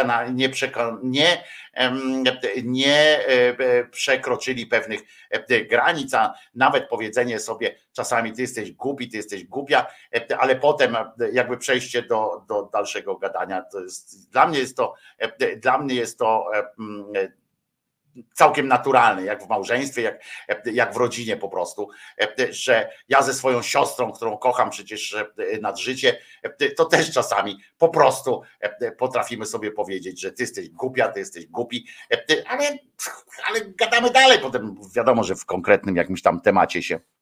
nie przekroczyli pewnych granic, a nawet powiedzenie sobie czasami ty jesteś głupi, ty jesteś głupia, ale potem jakby przejście do dalszego gadania, to jest dla mnie jest to całkiem naturalne, jak w małżeństwie, jak w rodzinie po prostu, że ja ze swoją siostrą, którą kocham przecież nad życie, to też czasami po prostu potrafimy sobie powiedzieć, że ty jesteś głupia, ty jesteś głupi, ale gadamy dalej, potem wiadomo, że w konkretnym jakimś tam temacie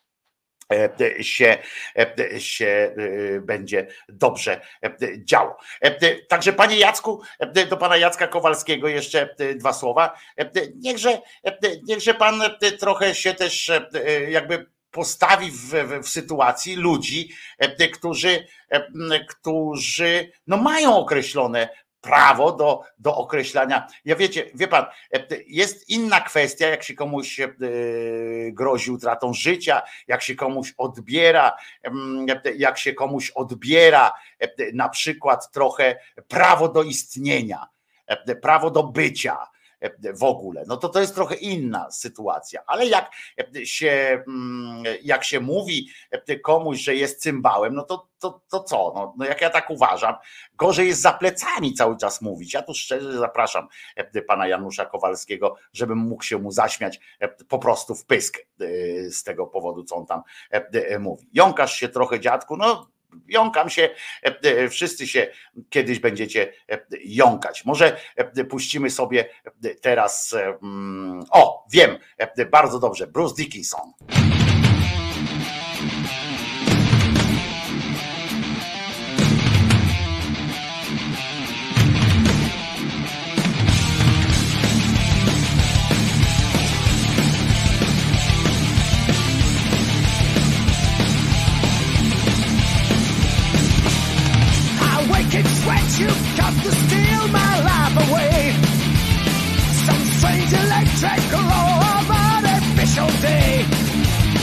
się będzie dobrze działo. Także panie Jacku, do pana Jacka Kowalskiego jeszcze dwa słowa. Niechże pan trochę się też jakby postawi w sytuacji ludzi, którzy no mają określone prawo do określania. Ja wie pan, jest inna kwestia, jak się komuś grozi utratą życia, jak się komuś odbiera na przykład trochę prawo do istnienia, prawo do bycia w ogóle, no to jest trochę inna sytuacja, ale jak się mówi komuś, że jest cymbałem, no to co? No jak ja tak uważam, gorzej jest za plecami cały czas mówić. Ja tu szczerze zapraszam pana Janusza Kowalskiego, żebym mógł się mu zaśmiać po prostu w pysk z tego powodu, co on tam mówi. Jąkasz się trochę, dziadku, no jąkam się, wszyscy się kiedyś będziecie jąkać. Może puścimy sobie teraz, wiem, bardzo dobrze, Bruce Dickinson. You've got to steal my life away. Some strange electric glow of artificial day.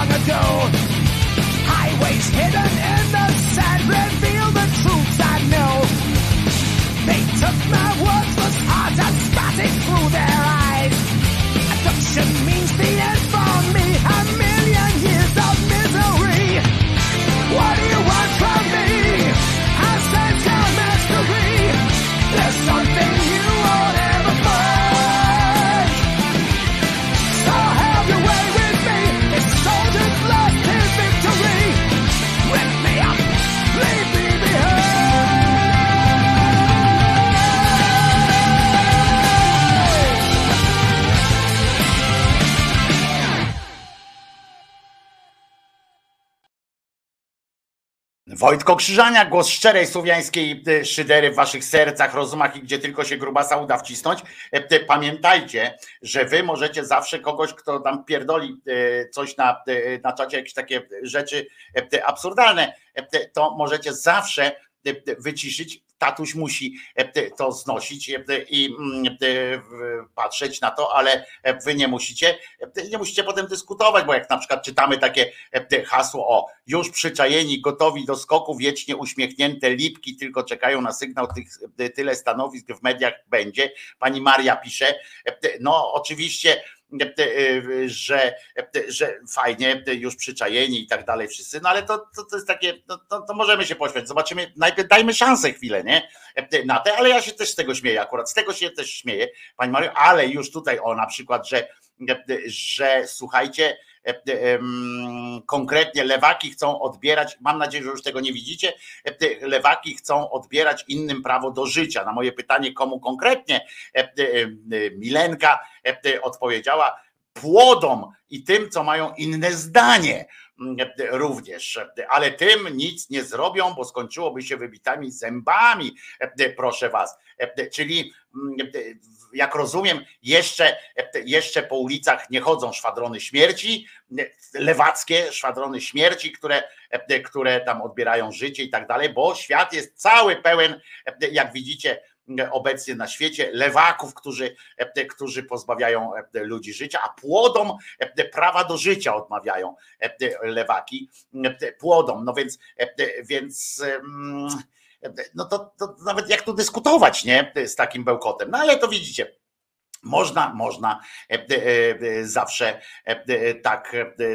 ago. Highways hidden in the sand reveal the truths I know. They took my words was hard and spotted through their eyes. Adoption means the end for me, a million years of misery. What do you want from me? I sense your mastery. There's something you won't ever find. So have your way with me. If soldiers lost his victory, rip me up, leave me behind. Wojtko Krzyżania, głos szczerej słowiańskiej szydery w waszych sercach, rozumach i gdzie tylko się grubasa uda wcisnąć. Pamiętajcie, że wy możecie zawsze kogoś, kto tam pierdoli coś na czacie, jakieś takie rzeczy absurdalne, to możecie zawsze wyciszyć. Tatuś musi to znosić i patrzeć na to, ale wy nie musicie potem dyskutować, bo jak na przykład czytamy takie hasło o już przyczajeni, gotowi do skoku, wiecznie uśmiechnięte lipki, tylko czekają na sygnał, tyle stanowisk w mediach będzie. Pani Maria pisze, no oczywiście, że fajnie, już przyczajeni i tak dalej wszyscy, no ale to jest takie, to możemy się poświęcić, zobaczymy, najpierw dajmy szansę chwilę, nie, na te, ale ja się też z tego śmieję akurat, z tego się też śmieję, Pani Mario, ale już tutaj na przykład, że słuchajcie, konkretnie lewaki chcą odbierać, mam nadzieję, że już tego nie widzicie, lewaki chcą odbierać innym prawo do życia. Na moje pytanie, komu konkretnie, Milenka odpowiedziała, płodom i tym, co mają inne zdanie również, ale tym nic nie zrobią, bo skończyłoby się wybitami zębami, proszę was. Czyli jak rozumiem, jeszcze po ulicach nie chodzą szwadrony śmierci, lewackie szwadrony śmierci, które tam odbierają życie i tak dalej, bo świat jest cały pełen, jak widzicie, obecnie na świecie lewaków, którzy pozbawiają ludzi życia, a płodom prawa do życia odmawiają lewaki, płodom. No więc no to nawet jak tu dyskutować, nie, z takim bełkotem, no ale to widzicie, można zawsze tak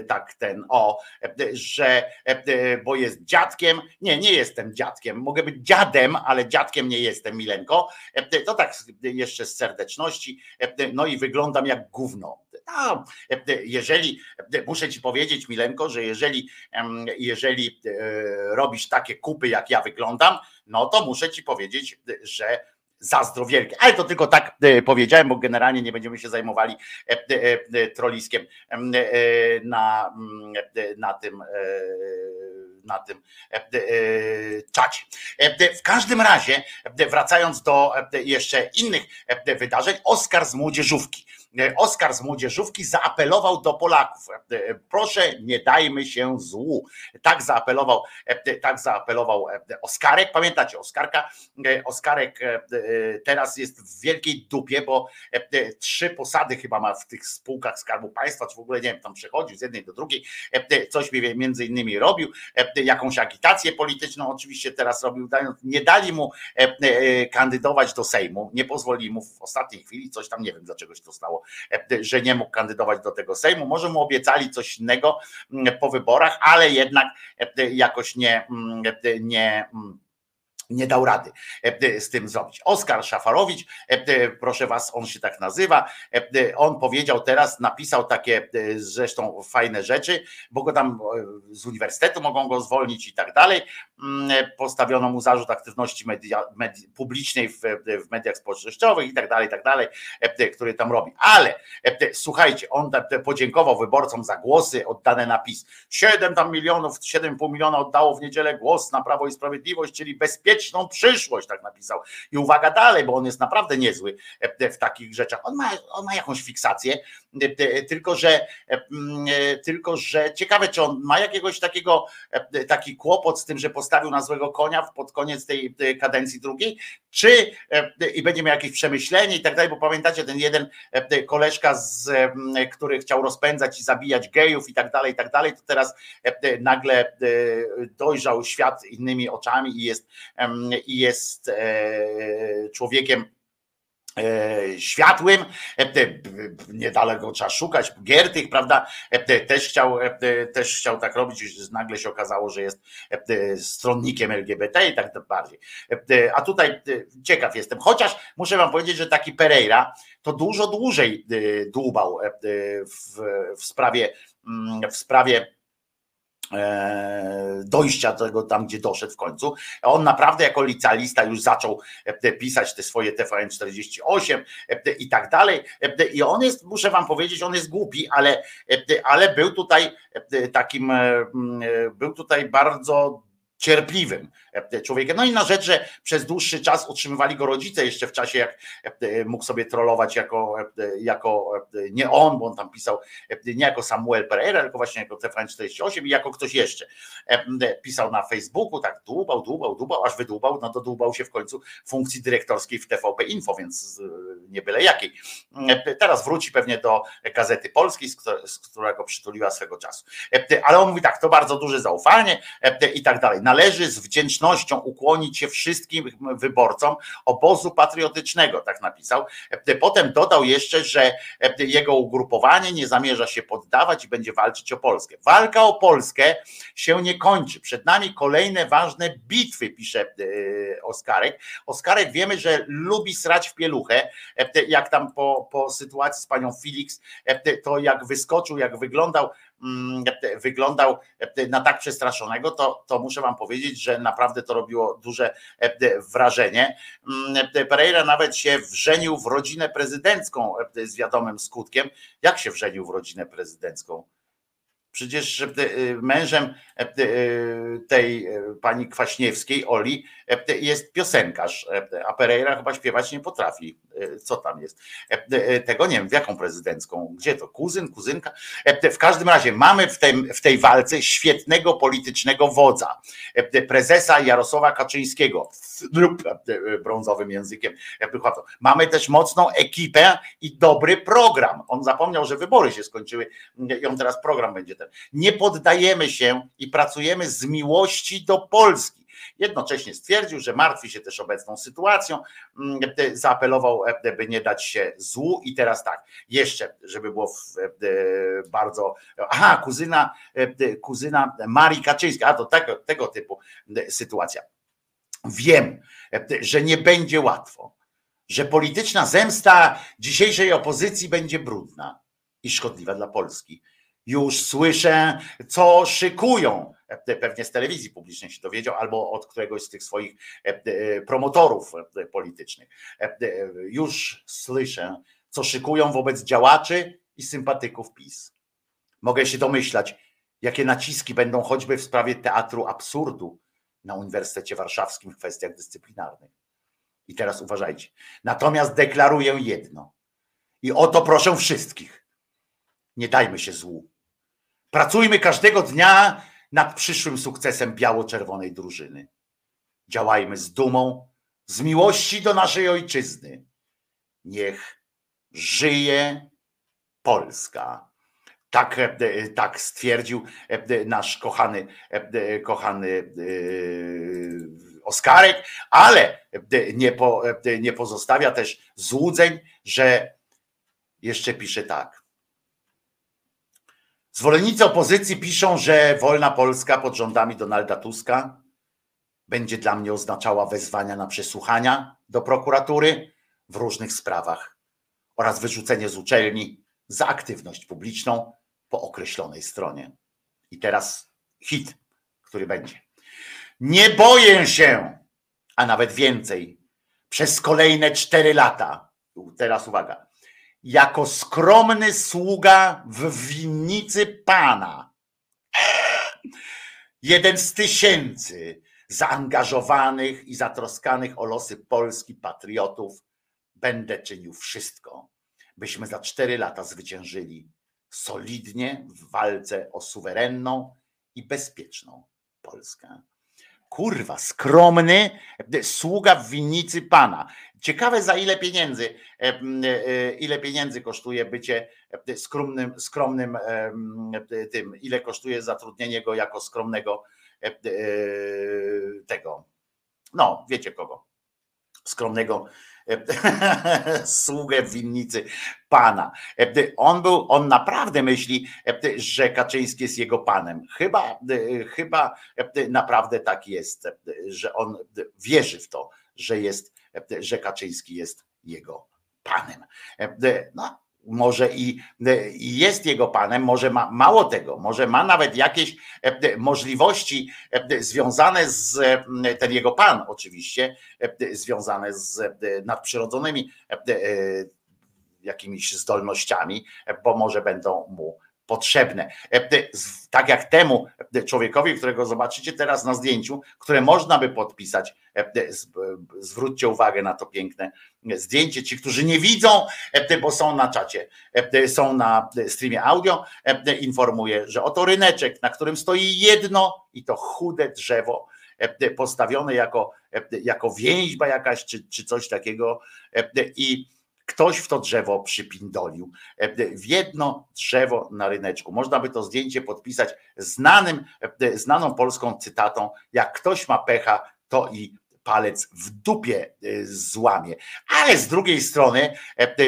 że bo jest dziadkiem, nie jestem dziadkiem, mogę być dziadem, ale dziadkiem nie jestem, Milenko, to tak jeszcze z serdeczności, no i wyglądam jak gówno. No, muszę ci powiedzieć, Milenko, że jeżeli robisz takie kupy, jak ja wyglądam, no to muszę ci powiedzieć, że zazdro wielkie, ale to tylko tak powiedziałem, bo generalnie nie będziemy się zajmowali trolliskiem na tym czacie. W każdym razie, wracając do jeszcze innych wydarzeń, Oskar z młodzieżówki. Oskar z młodzieżówki zaapelował do Polaków. Proszę, nie dajmy się złu. Tak zaapelował Oskarek. Pamiętacie Oskarka? Oskarek teraz jest w wielkiej dupie, bo 3 posady chyba ma w tych spółkach Skarbu Państwa, czy w ogóle nie wiem, tam przechodził z jednej do drugiej, coś między innymi robił, jakąś agitację polityczną oczywiście teraz robił, nie dali mu kandydować do Sejmu, nie pozwolili mu w ostatniej chwili, coś tam, nie wiem dlaczego się to stało, że nie mógł kandydować do tego Sejmu, może mu obiecali coś innego po wyborach, ale jednak jakoś nie dał rady z tym zrobić. Oskar Szafarowicz, proszę was, on się tak nazywa, on powiedział teraz, napisał takie zresztą fajne rzeczy, bo go tam z uniwersytetu mogą go zwolnić i tak dalej, postawiono mu zarzut aktywności publicznej w mediach społecznościowych i tak dalej, który tam robi. Ale słuchajcie, on podziękował wyborcom za głosy oddane na PiS. 7,5 miliona oddało w niedzielę głos na Prawo i Sprawiedliwość, czyli bezpieczną przyszłość, tak napisał. I uwaga dalej, bo on jest naprawdę niezły w takich rzeczach. On ma jakąś fiksację, tylko że ciekawe, czy on ma jakiegoś taki kłopot z tym, że postawił na złego konia pod koniec tej kadencji drugiej, czy i będzie miał jakieś przemyślenie i tak dalej, bo pamiętacie ten jeden koleżka, który chciał rozpędzać i zabijać gejów i tak dalej, to teraz nagle dojrzał świat innymi oczami i jest człowiekiem światłym, niedaleko trzeba szukać, Giertych, prawda, też chciał tak robić, już nagle się okazało, że jest stronnikiem LGBT i tak bardziej. A tutaj ciekaw jestem, chociaż muszę wam powiedzieć, że taki Pereira to dużo dłużej dłubał w sprawie dojścia do tego tam, gdzie doszedł w końcu. On naprawdę jako licealista już zaczął pisać te swoje TVN48 i tak dalej. I on jest, muszę wam powiedzieć, on jest głupi, ale był tutaj bardzo cierpliwym człowiekiem. No i na rzecz, że przez dłuższy czas utrzymywali go rodzice jeszcze w czasie, jak mógł sobie trollować jako nie on, bo on tam pisał nie jako Samuel Pereira, tylko właśnie jako TVN48 i jako ktoś jeszcze. Pisał na Facebooku, tak dłubał, aż wydłubał, no to dłubał się w końcu funkcji dyrektorskiej w TVP Info, więc nie byle jakiej. Teraz wróci pewnie do Gazety Polskiej, z którego przytuliła swego czasu. Ale on mówi tak, to bardzo duże zaufanie i tak dalej. Należy z wdzięcznością ukłonić się wszystkim wyborcom obozu patriotycznego, tak napisał. Potem dodał jeszcze, że jego ugrupowanie nie zamierza się poddawać i będzie walczyć o Polskę. Walka o Polskę się nie kończy. Przed nami kolejne ważne bitwy, pisze Oskarek. Oskarek wiemy, że lubi srać w pieluchę, jak tam po sytuacji z panią Felix, to jak wyskoczył, jak wyglądał na tak przestraszonego, to muszę wam powiedzieć, że naprawdę to robiło duże wrażenie. Pereira nawet się wrzenił w rodzinę prezydencką z wiadomym skutkiem. Jak się wrzenił w rodzinę prezydencką? Przecież mężem tej pani Kwaśniewskiej, Oli, jest piosenkarz, a Pereira chyba śpiewać nie potrafi. Co tam jest? Tego nie wiem, w jaką prezydencką? Gdzie to? Kuzyn, kuzynka? W każdym razie mamy w tej walce świetnego politycznego wodza, prezesa Jarosława Kaczyńskiego, brązowym językiem. Mamy też mocną ekipę i dobry program. On zapomniał, że wybory się skończyły i on teraz program będzie ten. Nie poddajemy się i pracujemy z miłości do Polski. Jednocześnie stwierdził, że martwi się też obecną sytuacją, zaapelował, by nie dać się złu i teraz tak, jeszcze, żeby było bardzo, kuzyna Marii Kaczyńskiej, a to tego typu sytuacja. Wiem, że nie będzie łatwo, że polityczna zemsta dzisiejszej opozycji będzie brudna i szkodliwa dla Polski. Już słyszę, co szykują. Pewnie z telewizji publicznej się dowiedział, albo od któregoś z tych swoich promotorów politycznych. Już słyszę, co szykują wobec działaczy i sympatyków PiS. Mogę się domyślać, jakie naciski będą choćby w sprawie Teatru Absurdu na Uniwersytecie Warszawskim w kwestiach dyscyplinarnych. I teraz uważajcie. Natomiast deklaruję jedno. I o to proszę wszystkich. Nie dajmy się złu. Pracujmy każdego dnia nad przyszłym sukcesem biało-czerwonej drużyny. Działajmy z dumą, z miłości do naszej ojczyzny. Niech żyje Polska. Tak stwierdził nasz kochany Oskarek, ale nie pozostawia też złudzeń, że jeszcze pisze tak. Zwolennicy opozycji piszą, że wolna Polska pod rządami Donalda Tuska będzie dla mnie oznaczała wezwania na przesłuchania do prokuratury w różnych sprawach oraz wyrzucenie z uczelni za aktywność publiczną po określonej stronie. I teraz hit, który będzie. Nie boję się, a nawet więcej, przez kolejne 4 lata. Teraz uwaga. Jako skromny sługa w winnicy Pana. 1 z 1000 zaangażowanych i zatroskanych o losy Polski patriotów będę czynił wszystko, byśmy za 4 lata zwyciężyli solidnie w walce o suwerenną i bezpieczną Polskę. Kurwa, skromny sługa w winnicy Pana. Ciekawe za ile pieniędzy kosztuje bycie skromnym tym, ile kosztuje zatrudnienie go jako skromnego tego, no wiecie kogo, skromnego sługę w winnicy Pana. On naprawdę myśli, że Kaczyński jest jego panem. Chyba naprawdę tak jest, że on wierzy w to, że Kaczyński jest jego panem. No, może i jest jego panem, może ma, mało tego, może ma nawet jakieś możliwości związane z, ten jego pan oczywiście, związane z nadprzyrodzonymi jakimiś zdolnościami, bo może będą mu potrzebne. Tak jak temu człowiekowi, którego zobaczycie teraz na zdjęciu, które można by podpisać. Zwróćcie uwagę na to piękne zdjęcie. Ci, którzy nie widzą, bo są na czacie, są na streamie audio, informuję, że oto ryneczek, na którym stoi jedno i to chude drzewo, postawione jako więźba jakaś, czy coś takiego, i ktoś w to drzewo przypindolił. W jedno drzewo na ryneczku. Można by to zdjęcie podpisać znaną polską cytatą: jak ktoś ma pecha, to i palec w dupie złamie. Ale z drugiej strony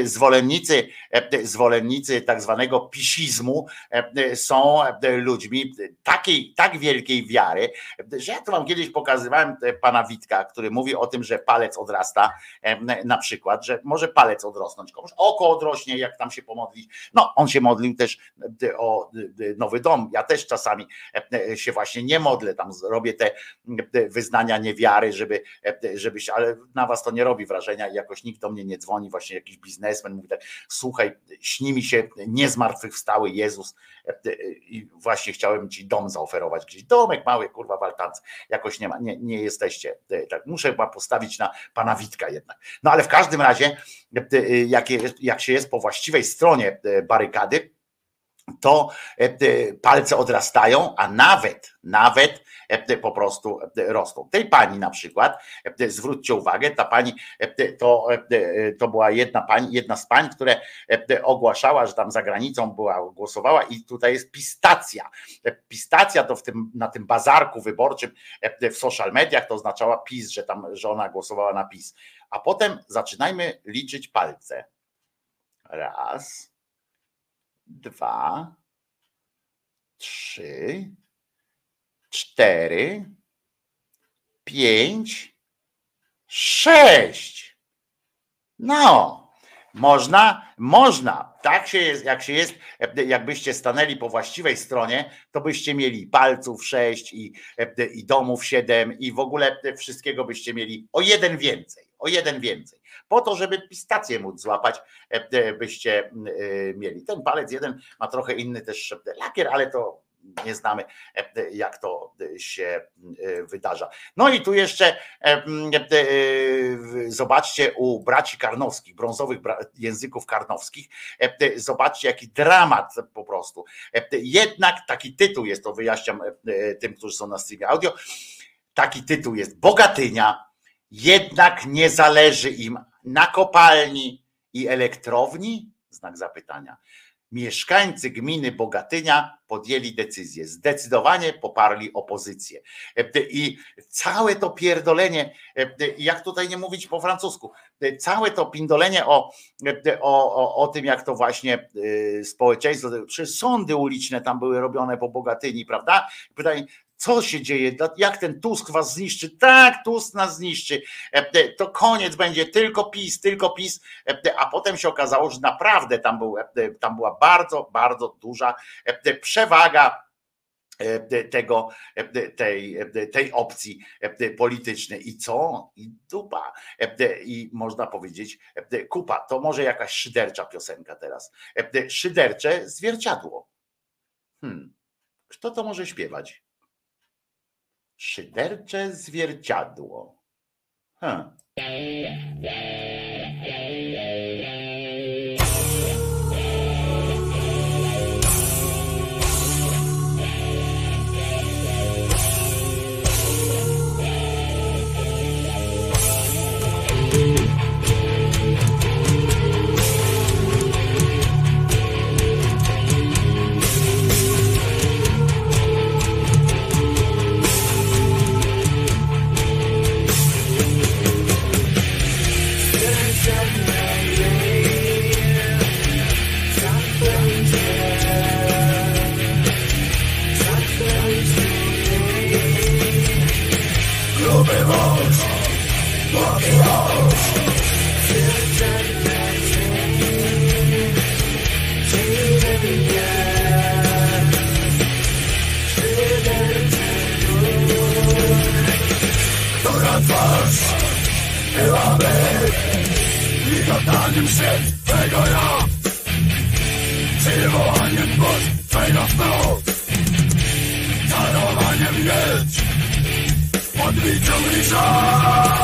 zwolennicy tak zwanego pisizmu są ludźmi tak wielkiej wiary, że ja to wam kiedyś pokazywałem pana Witka, który mówi o tym, że palec odrasta, na przykład, że może palec odrosnąć komuś, oko odrośnie, jak tam się pomodlić. No, on się modlił też o nowy dom. Ja też czasami się właśnie nie modlę, tam robię te wyznania niewiary, żebyś, ale na was to nie robi wrażenia i jakoś nikt do mnie nie dzwoni, właśnie jakiś biznesmen mówi tak: słuchaj, śni mi się nie zmartwychwstały Jezus i właśnie chciałem ci dom zaoferować gdzieś. Domek mały, kurwa, w altance. Jakoś nie ma, nie jesteście tak. Muszę chyba postawić na pana Witka jednak. No ale w każdym razie, jak się jest po właściwej stronie barykady, to palce odrastają, a nawet po prostu rosną. Tej pani na przykład, zwróćcie uwagę, ta pani to była jedna z pań, które ogłaszała, że tam za granicą głosowała, i tutaj jest pistacja. Pistacja to na tym bazarku wyborczym w social mediach to oznaczała PiS, że ona głosowała na PiS. A potem zaczynajmy liczyć palce. 1, 2, 3, 4, 5, 6. No, można. Tak się jest, jakbyście stanęli po właściwej stronie, to byście mieli palców 6 i domów 7 i w ogóle wszystkiego byście mieli o jeden więcej. Po to, żeby pistację móc złapać, byście mieli. Ten palec jeden ma trochę inny też lakier, ale to nie znamy, jak to się wydarza. No i tu jeszcze zobaczcie u braci Karnowskich, brązowych języków karnowskich, zobaczcie jaki dramat po prostu. Jednak taki tytuł jest, to wyjaśniam tym, którzy są na streamie audio, taki tytuł jest: Bogatynia, jednak nie zależy im na kopalni i elektrowni? Znak zapytania. Mieszkańcy gminy Bogatynia podjęli decyzję, zdecydowanie poparli opozycję. I całe to pierdolenie, jak tutaj nie mówić po francusku, całe to pindolenie o tym, jak to właśnie społeczeństwo, przecież sądy uliczne tam były robione po Bogatyni, prawda? Pytanie, co się dzieje? Jak ten Tusk was zniszczy? Tak, Tusk nas zniszczy. To koniec będzie, tylko PiS. A potem się okazało, że naprawdę tam była bardzo, bardzo duża przewaga tej opcji politycznej. I co? I dupa. I można powiedzieć kupa. To może jakaś szydercza piosenka teraz. Szydercze zwierciadło. Kto to może śpiewać? Szydercze zwierciadło. Która twarz byłaby migotaniem świat twego ja, przywołaniem moc twego snu, czarowaniem mieć podbicią lisza.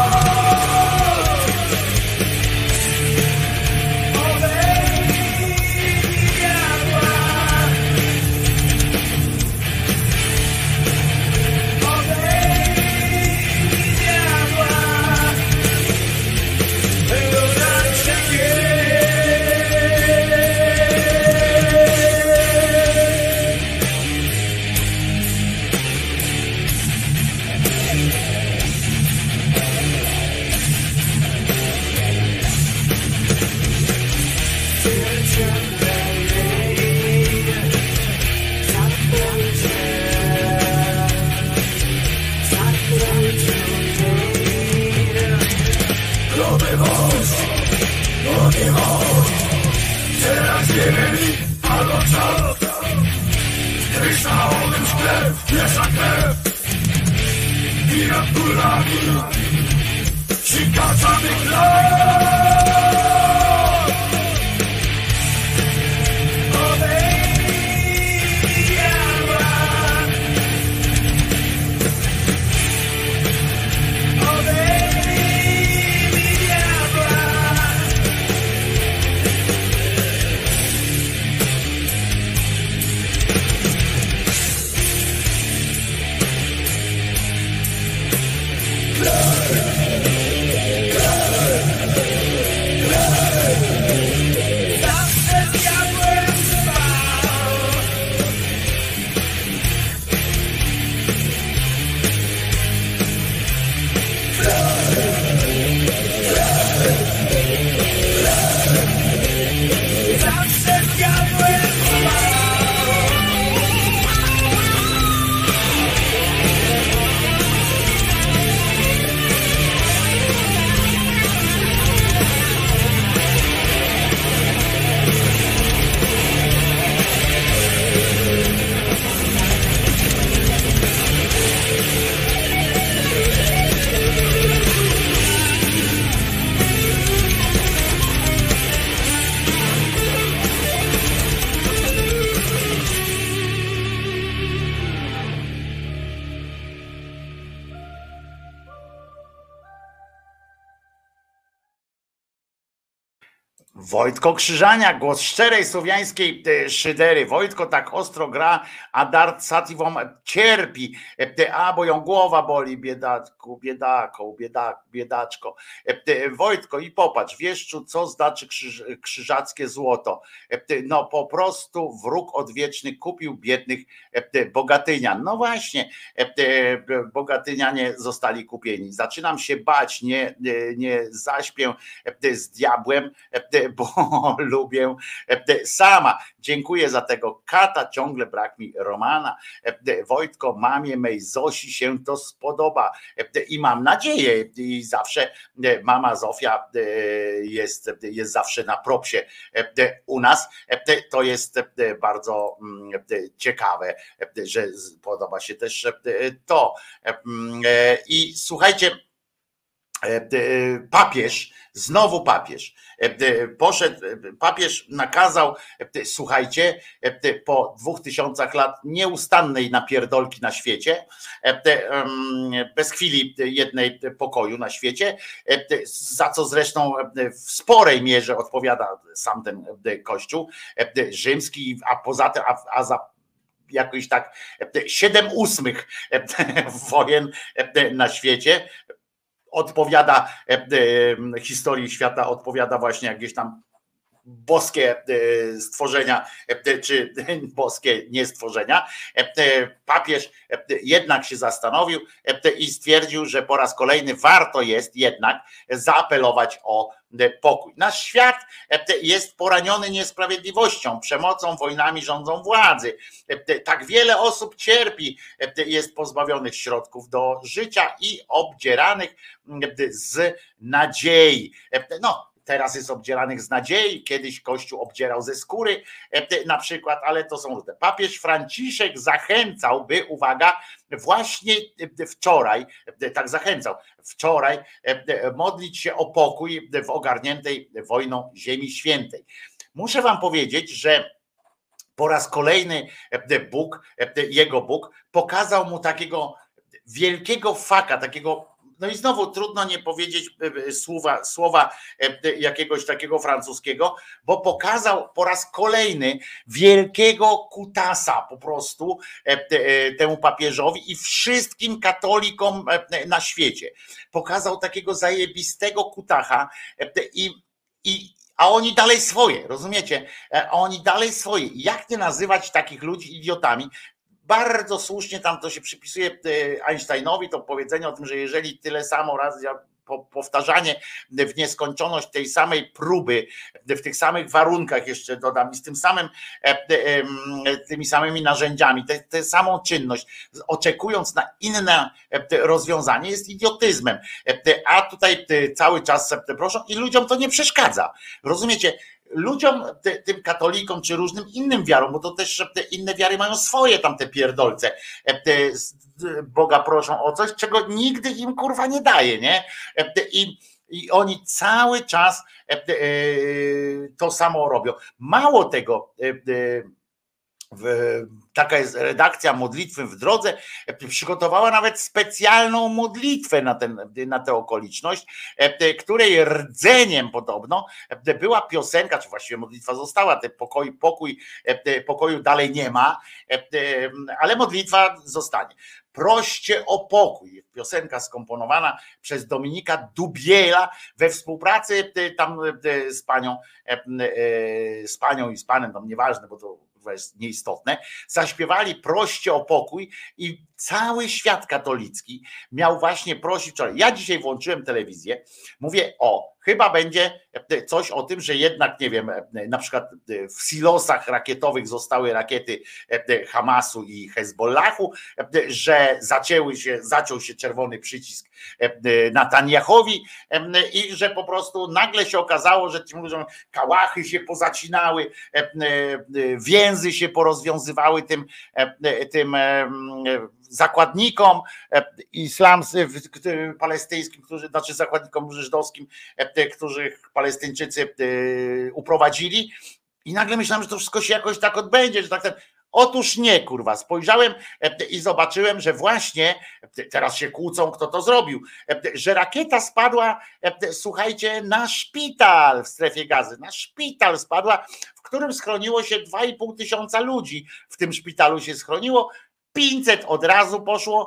Teraz nie wiem, albo co? Kryształowym szkle miesza krew i nad kulami sikacamy krew. Wojtko Krzyżania, głos szczerej słowiańskiej szydery. Wojtko tak ostro gra, a Dart Sativum cierpi, bo ją głowa boli, biedaczku, biedaczko. Wojtko, i popatrz, wieszczu, co znaczy krzyżackie złoto. No po prostu wróg odwieczny kupił biednych Bogatynian. No właśnie, Bogatynianie zostali kupieni. Zaczynam się bać, nie zaśpię z diabłem, bo lubię sama. Dziękuję za tego kata, ciągle brak mi Romana. Wojtko, mamie mej Zosi się to spodoba i mam nadzieję, i zawsze mama Zofia jest zawsze na propsie u nas. To jest bardzo ciekawe, że podoba się też to. I słuchajcie, znowu papież poszedł, papież nakazał, słuchajcie, po 2000 lat nieustannej napierdolki na świecie, bez chwili jednej pokoju na świecie, za co zresztą w sporej mierze odpowiada sam ten kościół rzymski, a poza tym, a za jakoś tak 7/8 wojen na świecie odpowiada historii świata, odpowiada właśnie jakieś tam boskie stworzenia, czy boskie niestworzenia. Papież jednak się zastanowił i stwierdził, że po raz kolejny warto jest jednak zaapelować o pokój. Nasz świat jest poraniony niesprawiedliwością, przemocą, wojnami rządzą władzy. Tak wiele osób cierpi, jest pozbawionych środków do życia i obdzieranych z nadziei. No, teraz jest obdzieranych z nadziei, kiedyś Kościół obdzierał ze skóry na przykład, ale to są różne. Papież Franciszek zachęcał, by, uwaga, właśnie wczoraj, tak zachęcał, wczoraj modlić się o pokój w ogarniętej wojną Ziemi Świętej. Muszę wam powiedzieć, że po raz kolejny jego Bóg pokazał mu takiego wielkiego faka, takiego. No i znowu trudno nie powiedzieć słowa jakiegoś takiego francuskiego, bo pokazał po raz kolejny wielkiego kutasa po prostu temu papieżowi i wszystkim katolikom na świecie. Pokazał takiego zajebistego kutacha a oni dalej swoje, rozumiecie? A oni dalej swoje. Jak nie nazywać takich ludzi idiotami? Bardzo słusznie tam to się przypisuje Einsteinowi, to powiedzenie o tym, że jeżeli tyle samo razy powtarzanie w nieskończoność tej samej próby, w tych samych warunkach jeszcze dodam i z tymi samymi narzędziami, tę samą czynność, oczekując na inne rozwiązanie, jest idiotyzmem. A tutaj cały czas proszą i ludziom to nie przeszkadza. Rozumiecie? Ludziom, tym katolikom czy różnym innym wiarom, bo to też te inne wiary mają swoje tam te pierdolce, Boga proszą o coś, czego nigdy im kurwa nie daje, nie? I oni cały czas to samo robią. Mało tego, taka jest redakcja Modlitwy w drodze, przygotowała nawet specjalną modlitwę na tę okoliczność, której rdzeniem podobno była piosenka, czy właściwie modlitwa została, pokoju dalej nie ma, ale modlitwa zostanie. Proście o pokój. Piosenka skomponowana przez Dominika Dubiela we współpracy tam z panią i z panem, tam nieważne, bo to jest nieistotne, zaśpiewali proście o pokój i cały świat katolicki miał właśnie prosić. Ja dzisiaj włączyłem telewizję, mówię, chyba będzie coś o tym, że jednak, nie wiem, na przykład w silosach rakietowych zostały rakiety Hamasu i Hezbollahu, że zaciął się czerwony przycisk Netanjahowi i że po prostu nagle się okazało, że ci ludziom kałachy się pozacinały, więzy się porozwiązywały tym zakładnikom palestyńskim, znaczy zakładnikom żydowskim, których Palestyńczycy uprowadzili i nagle myślałem, że to wszystko się jakoś tak odbędzie, że tak ten. Otóż nie, kurwa, spojrzałem i zobaczyłem, że właśnie teraz się kłócą, kto to zrobił, że rakieta spadła, słuchajcie, na szpital w strefie Gazy, na szpital spadła, w którym schroniło się 2,5 tysiąca ludzi, w tym szpitalu się schroniło, 500 od razu poszło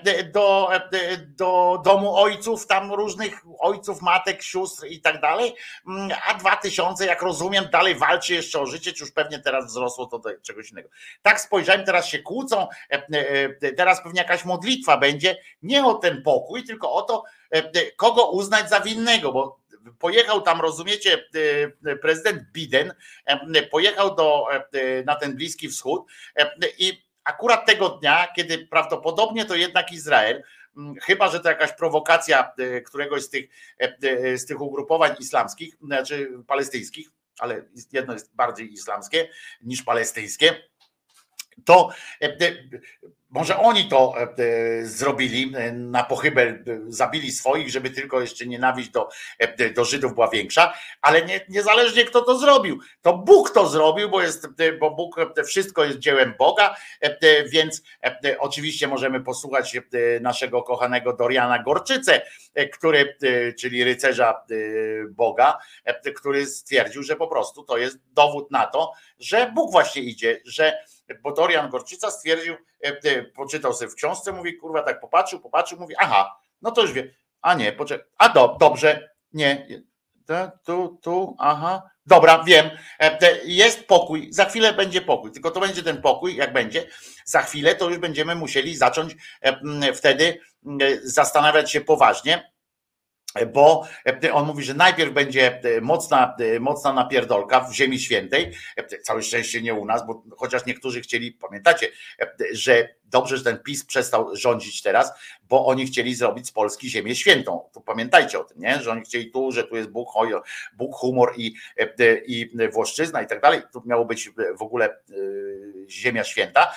do domu ojców, tam różnych ojców, matek, sióstr i tak dalej, a 2000, jak rozumiem, dalej walczy jeszcze o życie, czy już pewnie teraz wzrosło to do czegoś innego. Tak spojrzałem, teraz się kłócą, teraz pewnie jakaś modlitwa będzie, nie o ten pokój, tylko o to, kogo uznać za winnego, bo pojechał tam, rozumiecie, prezydent Biden, pojechał na ten Bliski Wschód i akurat tego dnia, kiedy prawdopodobnie to jednak Izrael, chyba że to jakaś prowokacja któregoś z tych ugrupowań islamskich, znaczy palestyńskich, ale jedno jest bardziej islamskie niż palestyńskie, to może oni to zrobili na pochybę, zabili swoich, żeby tylko jeszcze nienawiść do Żydów była większa, ale niezależnie kto to zrobił, to Bóg to zrobił, bo Bóg, wszystko jest dziełem Boga, więc oczywiście możemy posłuchać naszego kochanego Doriana Gorczycę, czyli rycerza Boga, który stwierdził, że po prostu to jest dowód na to, że Bóg właśnie idzie, bo Dorian Gorczyca stwierdził, poczytał sobie w książce, mówi, kurwa, tak popatrzył, mówi, aha, no to już wie, A nie, poczekaj. Dobrze. Nie. Tu, aha. Dobra, wiem. Jest pokój. Za chwilę będzie pokój. Tylko to będzie ten pokój, jak będzie. Za chwilę to już będziemy musieli zacząć wtedy zastanawiać się poważnie, bo on mówi, że najpierw będzie mocna napierdolka w Ziemi Świętej, całe szczęście nie u nas, bo chociaż niektórzy chcieli, pamiętacie, że dobrze, że ten PiS przestał rządzić teraz, bo oni chcieli zrobić z Polski Ziemię Świętą. To pamiętajcie o tym, nie? Że oni chcieli tu, że tu jest Bóg, humor i włoszczyzna i tak dalej. Tu miało być w ogóle Ziemia Święta,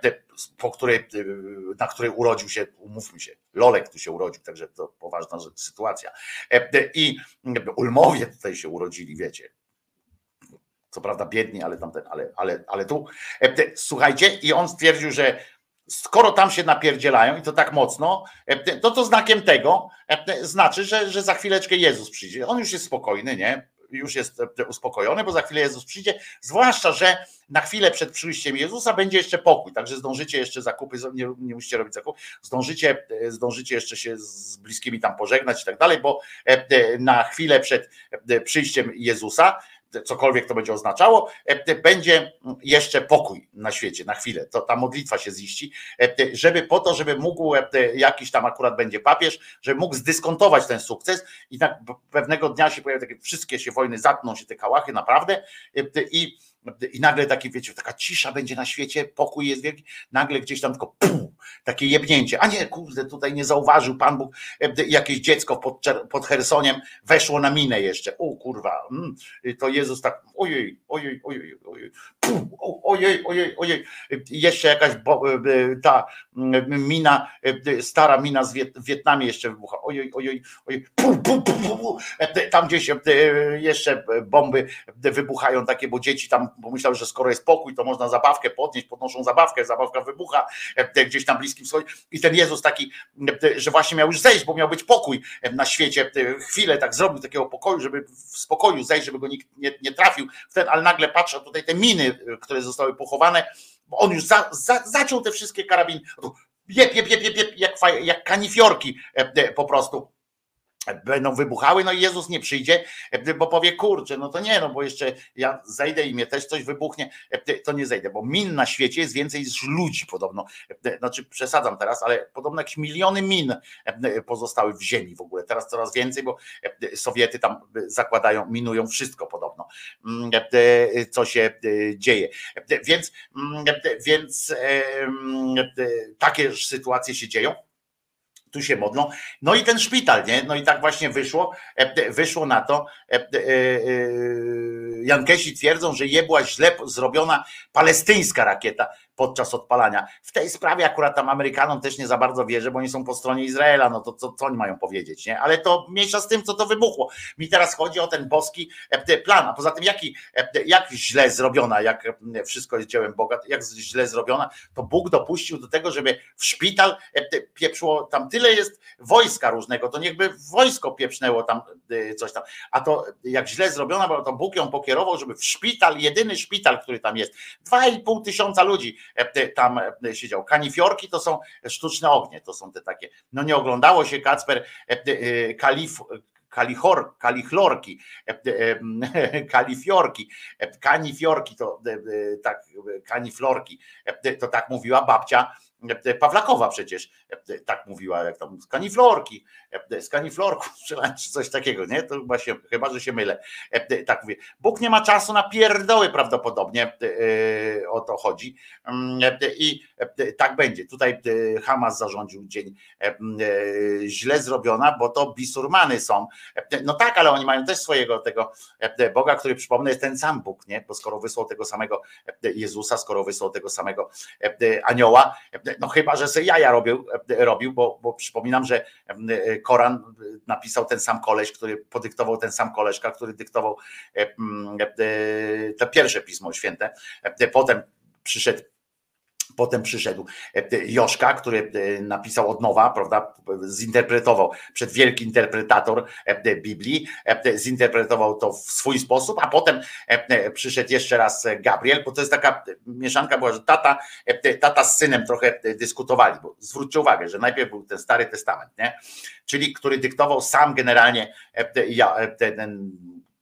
na której urodził się, umówmy się, Lolek tu się urodził, także to poważna sytuacja. I Ulmowie tutaj się urodzili, wiecie. Co prawda biedni, ale tamten, ale tu. Słuchajcie, i on stwierdził, że skoro tam się napierdzielają i to tak mocno, to znakiem tego znaczy, że za chwileczkę Jezus przyjdzie. On już jest spokojny, nie? Już jest uspokojony, bo za chwilę Jezus przyjdzie, zwłaszcza, że na chwilę przed przyjściem Jezusa będzie jeszcze pokój, także zdążycie jeszcze zakupy, nie musicie robić zakupów, zdążycie jeszcze się z bliskimi tam pożegnać i tak dalej, bo na chwilę przed przyjściem Jezusa, cokolwiek to będzie oznaczało, będzie jeszcze pokój na świecie, na chwilę. To ta modlitwa się ziści, żeby mógł jakiś tam akurat będzie papież, żeby mógł zdyskontować ten sukces i tak pewnego dnia się pojawią takie, wszystkie się wojny, zatną się te kałachy naprawdę i nagle takie, wiecie, taka cisza będzie na świecie, pokój jest wielki, nagle gdzieś tam tylko takie jebnięcie, a nie, kurde, tutaj nie zauważył Pan Bóg, jakieś dziecko pod Chersoniem weszło na minę jeszcze, o kurwa, to Jezus tak, ojej, jeszcze jakaś ta mina, stara mina w Wietnamie jeszcze wybucha, ojej, tam gdzieś jeszcze bomby wybuchają takie, bo dzieci tam pomyślały, że skoro jest pokój, to można zabawkę podnieść, podnoszą zabawka wybucha gdzieś tam Bliskim Wschodzie i ten Jezus taki, że właśnie miał już zejść, bo miał być pokój na świecie, chwilę tak zrobił takiego pokoju, żeby w spokoju zejść, żeby go nikt nie trafił, ale nagle patrzę tutaj te miny, które zostały pochowane, bo on już zaciął te wszystkie karabiny, jak kanifiorki po prostu będą wybuchały, no i Jezus nie przyjdzie, bo powie, kurczę, no to nie, no bo jeszcze ja zejdę i mnie też coś wybuchnie, to nie zejdę, bo min na świecie jest więcej niż ludzi podobno, znaczy przesadzam teraz, ale podobno jakieś miliony min pozostały w ziemi w ogóle, teraz coraz więcej, bo Sowiety tam zakładają, minują wszystko podobno, co się dzieje, więc takie sytuacje się dzieją. Tu się modlą. No i ten szpital, nie? No i tak właśnie wyszło na to. Jankesi twierdzą, że była źle zrobiona palestyńska rakieta podczas odpalania. W tej sprawie akurat tam Amerykanom też nie za bardzo wierzę, bo oni są po stronie Izraela, no to co oni mają powiedzieć, nie? Ale to mniejsza z tym, co to wybuchło. Mi teraz chodzi o ten boski plan, a poza tym jak źle zrobiona, jak wszystko jest dziełem Boga, jak źle zrobiona, to Bóg dopuścił do tego, żeby w szpital pieprzyło, tam tyle jest wojska różnego, to niechby wojsko pieprznęło tam coś tam, a to jak źle zrobiona, bo to Bóg ją pokierował, żeby w szpital, jedyny szpital, który tam jest, 2,5 tysiąca ludzi tam siedział. Kanifiorki to są sztuczne ognie, to są te takie, no nie oglądało się Kacper kalifiorki, to tak, kaniflorki, to tak mówiła babcia Pawlakowa przecież, tak mówiła, jak tam z kaniflorków, czy coś takiego, nie? To chyba, że się mylę. Tak mówię. Bóg nie ma czasu na pierdoły prawdopodobnie, o to chodzi. I tak będzie. Tutaj Hamas zarządził dzień źle zrobiona, bo to bisurmany są. No tak, ale oni mają też swojego tego Boga, który przypomnę jest ten sam Bóg, nie? Bo skoro wysłał tego samego Jezusa, skoro wysłał tego samego anioła, no chyba, że sobie jaja robił, bo przypominam, że Koran napisał ten sam koleś, który podyktował ten sam koleżka, który dyktował to pierwsze Pismo Święte. Potem przyszedł Potem przyszedł Joszka, który napisał od nowa, prawda, zinterpretował, przed wielki interpretator Biblii, zinterpretował to w swój sposób, a potem przyszedł jeszcze raz Gabriel, bo to jest taka mieszanka była, że tata z synem trochę dyskutowali, bo zwróćcie uwagę, że najpierw był ten Stary Testament, nie? Czyli który dyktował sam generalnie ten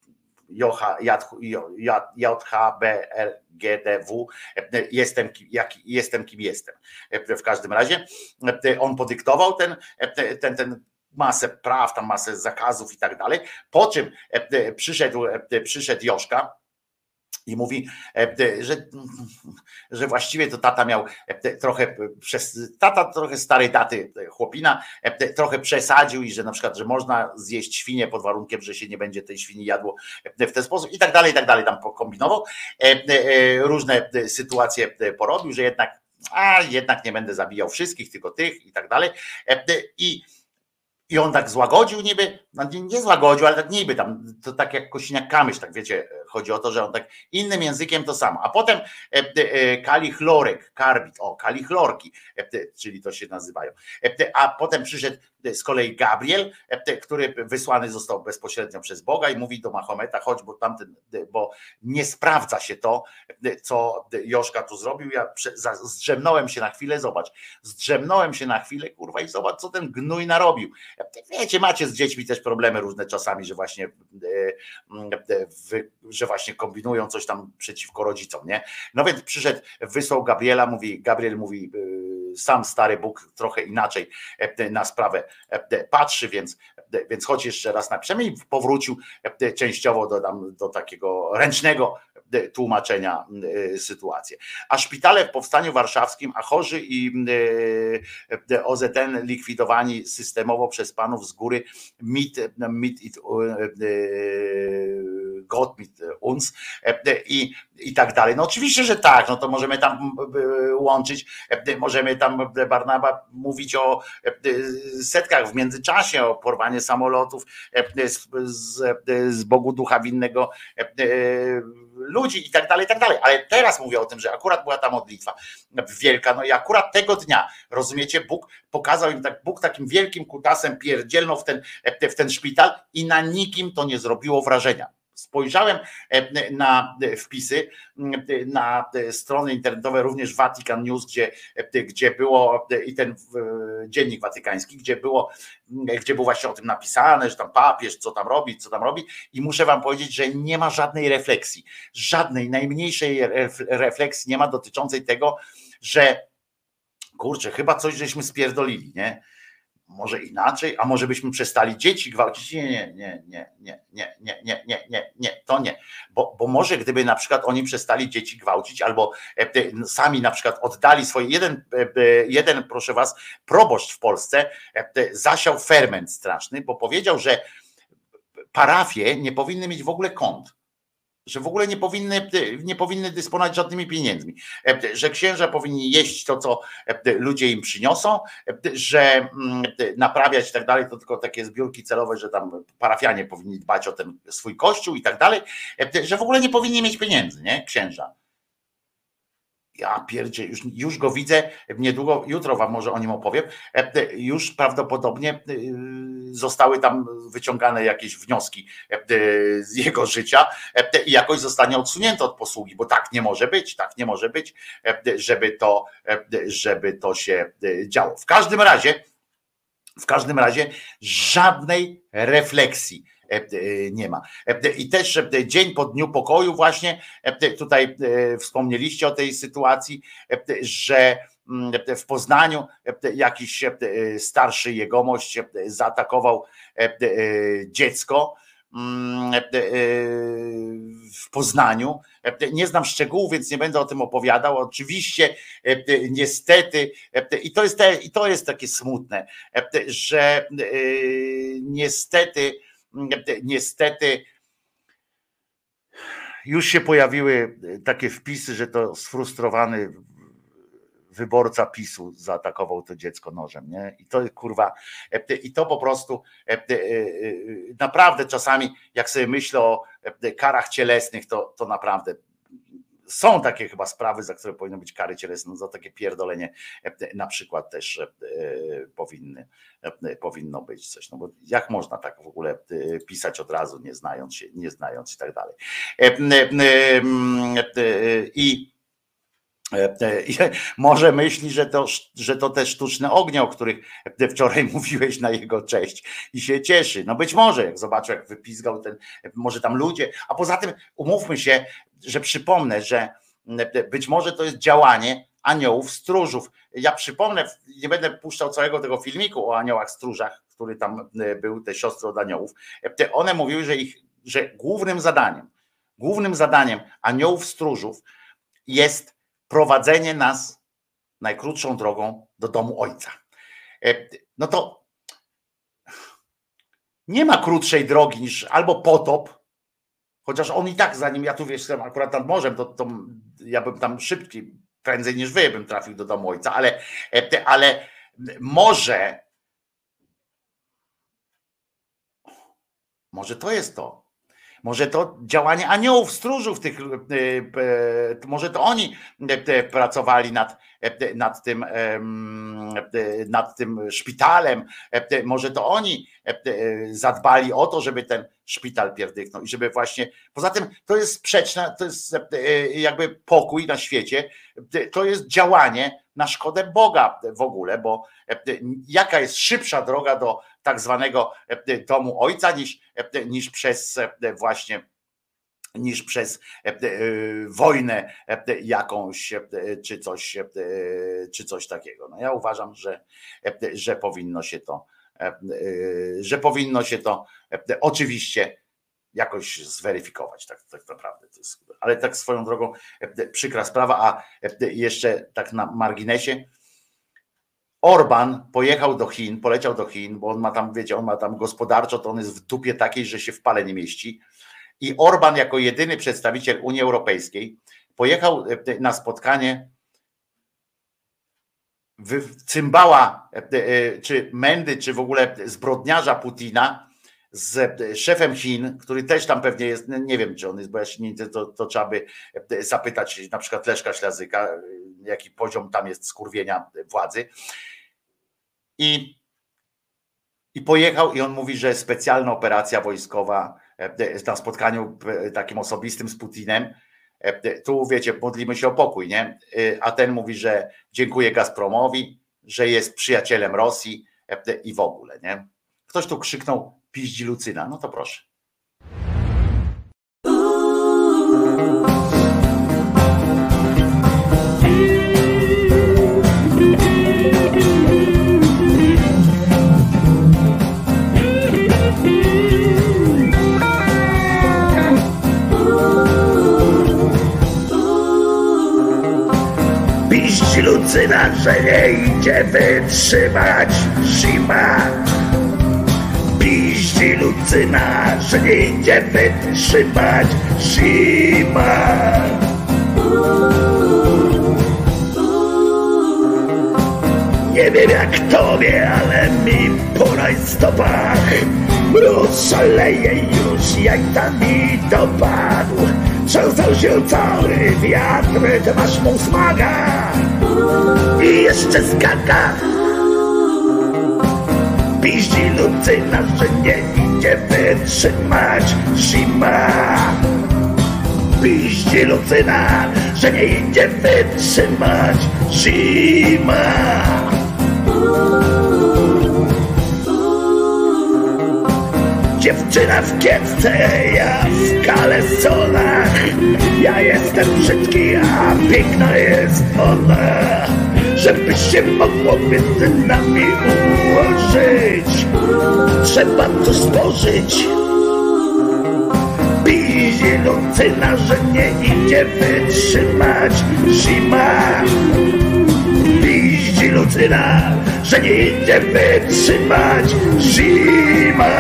JHBRGDW, jestem kim jestem. W każdym razie on podyktował ten masę praw, tam masę zakazów i tak dalej. Po czym przyszedł Joszka i mówi, że właściwie to tata miał tata trochę starej daty chłopina, trochę przesadził i że na przykład, że można zjeść świnię pod warunkiem, że się nie będzie tej świni jadło w ten sposób i tak dalej, tam pokombinował. Różne sytuacje porobił, że jednak nie będę zabijał wszystkich, tylko tych i tak dalej. I on tak złagodził niby, no nie złagodził, ale tak niby tam, to tak jak Kosiniak-Kamysz, tak wiecie, chodzi o to, że on tak innym językiem to samo. A potem kalichlorek, karbid, kalichlorki, czyli to się nazywają. A potem przyszedł z kolei Gabriel, który wysłany został bezpośrednio przez Boga i mówi do Mahometa, chodź, bo nie sprawdza się to, co Joszka tu zrobił. Ja zdrzemnąłem się na chwilę, zobacz, kurwa, i zobacz, co ten gnój narobił. Wiecie, macie z dziećmi też problemy różne czasami, że właśnie kombinują coś tam przeciwko rodzicom, nie? No więc przyszedł, wysłał Gabriela, Gabriel mówi, sam stary Bóg trochę inaczej na sprawę patrzy, więc choć jeszcze raz napiszemy i powrócił częściowo do takiego ręcznego tłumaczenia sytuacji. A szpitale w Powstaniu Warszawskim, a chorzy i OZN likwidowani systemowo przez panów z góry Gott mit uns i tak dalej. No oczywiście, że tak, no to możemy tam łączyć, możemy tam, Barnaba, mówić o setkach w międzyczasie, o porwanie samolotów z Bogu ducha winnego ludzi i tak dalej, ale teraz mówię o tym, że akurat była ta modlitwa wielka, no i akurat tego dnia, rozumiecie, Bóg pokazał im, Bóg takim wielkim kutasem pierdzielnął w ten szpital i na nikim to nie zrobiło wrażenia. Spojrzałem na wpisy, na strony internetowe, również Vatican News, gdzie było i ten dziennik watykański, gdzie było właśnie o tym napisane, że tam papież co tam robi i muszę wam powiedzieć, że nie ma żadnej refleksji, żadnej najmniejszej refleksji nie ma dotyczącej tego, że kurczę, chyba coś żeśmy spierdolili, nie? Może inaczej, a może byśmy przestali dzieci gwałcić? Nie, to nie. Bo może gdyby na przykład oni przestali dzieci gwałcić albo sami na przykład oddali swoje, jeden proszę was, proboszcz w Polsce zasiał ferment straszny, bo powiedział, że parafie nie powinny mieć w ogóle kont. Że w ogóle nie powinny dysponować żadnymi pieniędzmi, że księża powinni jeść to, co ludzie im przyniosą, że naprawiać i tak dalej, to tylko takie zbiórki celowe, że tam parafianie powinni dbać o ten swój kościół i tak dalej, że w ogóle nie powinni mieć pieniędzy, nie? Księża. Ja pierdzie, już go widzę, niedługo, jutro wam może o nim opowiem, już prawdopodobnie zostały tam wyciągane jakieś wnioski z jego życia i jakoś zostanie odsunięty od posługi, bo tak nie może być, żeby to się działo. W każdym razie żadnej refleksji nie ma. I też dzień po Dniu Pokoju właśnie, tutaj wspomnieliście o tej sytuacji, że w Poznaniu jakiś starszy jegomość zaatakował dziecko w Poznaniu. Nie znam szczegółów, więc nie będę o tym opowiadał. Oczywiście niestety, i to jest takie smutne, że niestety już się pojawiły takie wpisy, że to sfrustrowany wyborca PiS-u zaatakował to dziecko nożem, nie? I to kurwa, i to po prostu naprawdę czasami, jak sobie myślę o karach cielesnych, to naprawdę są takie chyba sprawy, za które powinny być kary cielesne, za takie pierdolenie na przykład też powinno być coś, no bo jak można tak w ogóle pisać od razu, nie znając i tak dalej. I może myśli, że to te sztuczne ognie, o których wczoraj mówiłeś na jego cześć i się cieszy. No być może, jak zobaczył, jak wypizgał może tam ludzie, a poza tym umówmy się, że przypomnę, że być może to jest działanie aniołów stróżów. Ja przypomnę, nie będę puszczał całego tego filmiku o aniołach stróżach, który tam był, te siostry od aniołów. One mówiły, że głównym zadaniem aniołów stróżów jest prowadzenie nas najkrótszą drogą do domu Ojca. No to nie ma krótszej drogi niż albo potop, chociaż on i tak zanim ja tu jestem akurat nad morzem, to ja bym tam szybciej, prędzej niż wy bym trafił do domu Ojca, ale może to jest to. Może to działanie aniołów stróżów może to oni pracowali nad tym szpitalem, może to oni zadbali o to, żeby ten szpital pierdyknął i żeby właśnie, poza tym to jest sprzeczne, to jest jakby pokój na świecie, to jest działanie na szkodę Boga w ogóle, bo jaka jest szybsza droga do tak zwanego domu Ojca niż przez wojnę jakąś czy coś takiego. No ja uważam, że powinno się to oczywiście jakoś zweryfikować, tak naprawdę. To jest, ale tak swoją drogą przykra sprawa, a jeszcze tak na marginesie, Orban poleciał do Chin, bo on ma tam, wiecie, on ma tam gospodarczo, to on jest w dupie takiej, że się w pale nie mieści. I Orban jako jedyny przedstawiciel Unii Europejskiej pojechał na spotkanie cymbała, czy Mendy, czy w ogóle zbrodniarza Putina z szefem Chin, który też tam pewnie jest, nie wiem czy on jest, bo ja się nie, to trzeba by zapytać na przykład Leszka Ślazyka, jaki poziom tam jest skurwienia władzy. I pojechał i on mówi, że specjalna operacja wojskowa na spotkaniu takim osobistym z Putinem, tu wiecie, modlimy się o pokój, nie? A ten mówi, że dziękuję Gazpromowi, że jest przyjacielem Rosji i w ogóle, nie? Ktoś tu krzyknął piździ Lucyna, no to proszę. Piździ Lucyna, że nie idzie wytrzymać zima. Piździ Lucyna, że nie idzie wytrzymać zima. Nie wiem jak tobie, ale mi po rajstopach mróz szaleje już, jak tam mi dopadł. Trzęsał się cały wiatr, ty masz mu smaga i jeszcze skaka. Piździ Lucyna, że nie idzie wytrzymać zima. Piździ Lucyna, że nie idzie wytrzymać zima. Dziewczyna w kiecce, ja w kalesonach. Ja jestem brzydki, a piękna jest ona. Żeby się mogło między nami ułożyć, trzeba to spożyć. Piździ Lucyna, że nie idzie wytrzymać zima. Piździ Lucyna, że nie idzie wytrzymać zima.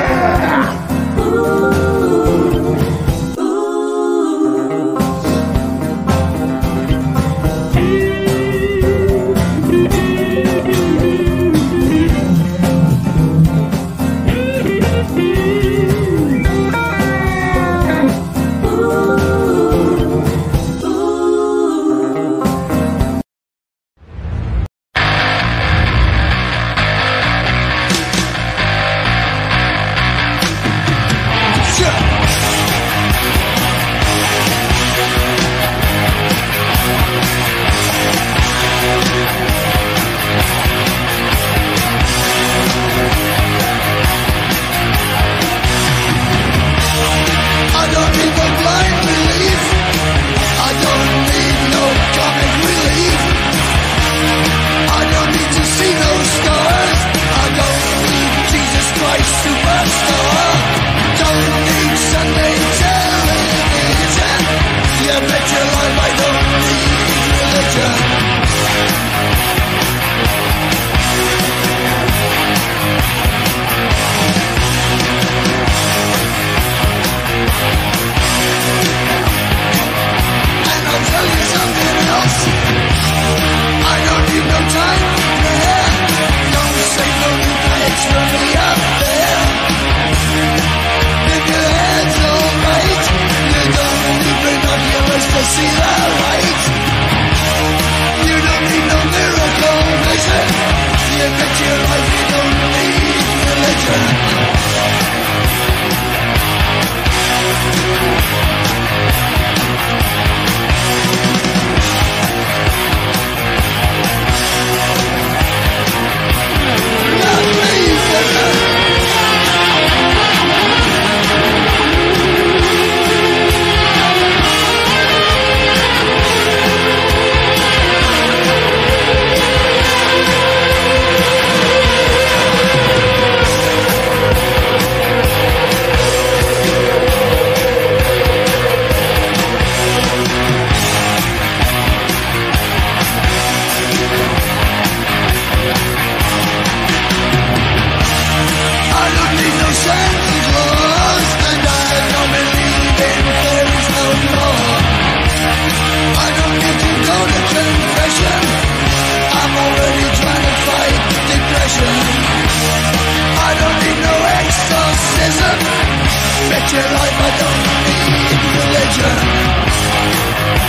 such a life, I don't need religion.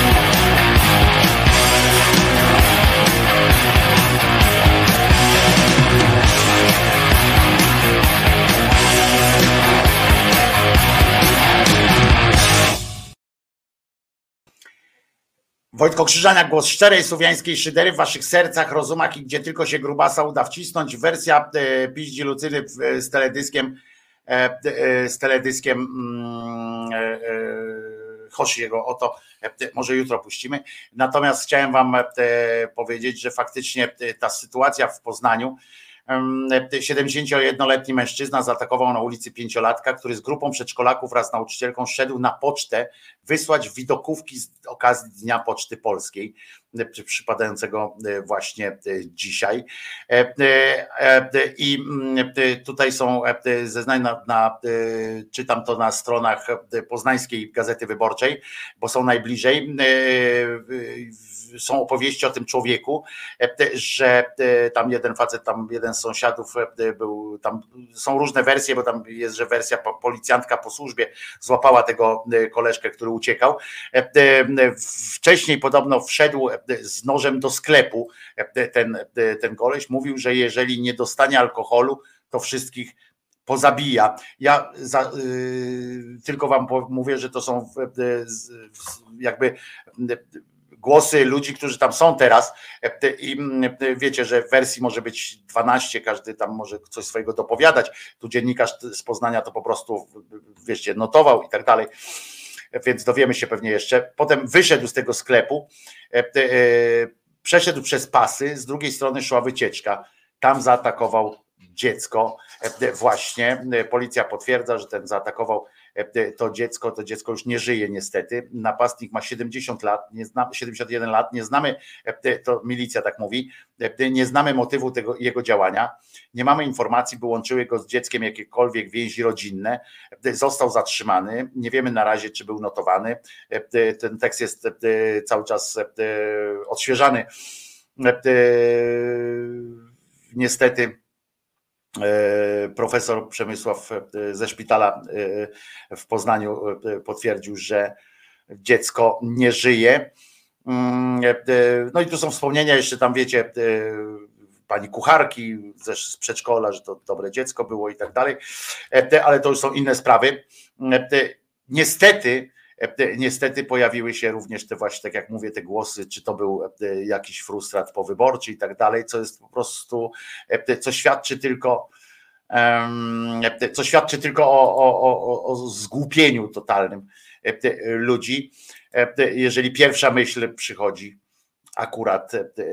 Wojtko Krzyżaniak, głos szczerej słowiańskiej szydery w waszych sercach, rozumach i gdzie tylko się grubasa uda wcisnąć. Wersja piździ Lucyny z teledyskiem Hoshiego. Oto może jutro puścimy. Natomiast chciałem wam powiedzieć, że faktycznie ta sytuacja w Poznaniu, 71-letni mężczyzna zaatakował na ulicy 5-latka, który z grupą przedszkolaków wraz z nauczycielką szedł na pocztę wysłać widokówki z okazji Dnia Poczty Polskiej, przypadającego właśnie dzisiaj. I tutaj są zeznania, czytam to na stronach Poznańskiej Gazety Wyborczej, bo są najbliżej. Są opowieści o tym człowieku, że tam jeden facet, tam jeden z sąsiadów był, tam są różne wersje, bo tam jest, że wersja policjantka po służbie złapała tego koleżkę, który uciekał. Wcześniej podobno wszedł z nożem do sklepu ten koleś, mówił, że jeżeli nie dostanie alkoholu, to wszystkich pozabija. Ja tylko wam mówię, że to są jakby głosy ludzi, którzy tam są teraz i wiecie, że w wersji może być 12, każdy tam może coś swojego dopowiadać. Tu dziennikarz z Poznania to po prostu, wiecie, notował i tak dalej, więc dowiemy się pewnie jeszcze. Potem wyszedł z tego sklepu, przeszedł przez pasy, z drugiej strony szła wycieczka. Tam zaatakował dziecko. Właśnie policja potwierdza, że ten zaatakował to dziecko już nie żyje niestety. Napastnik ma 70 lat, 71 lat, nie znamy, to milicja tak mówi, nie znamy motywu tego jego działania, nie mamy informacji, by łączyły go z dzieckiem jakiekolwiek więzi rodzinne. Został zatrzymany, nie wiemy na razie, czy był notowany. Ten tekst jest cały czas odświeżany. Niestety profesor Przemysław ze szpitala w Poznaniu potwierdził, że dziecko nie żyje. No i tu są wspomnienia jeszcze tam, wiecie, pani kucharki z przedszkola, że to dobre dziecko było i tak dalej, ale to już są inne sprawy. Niestety pojawiły się również te właśnie, tak jak mówię, te głosy, czy to był jakiś frustrat powyborczy i tak dalej, co jest po prostu, co świadczy tylko o zgłupieniu totalnym ludzi, jeżeli pierwsza myśl przychodzi akurat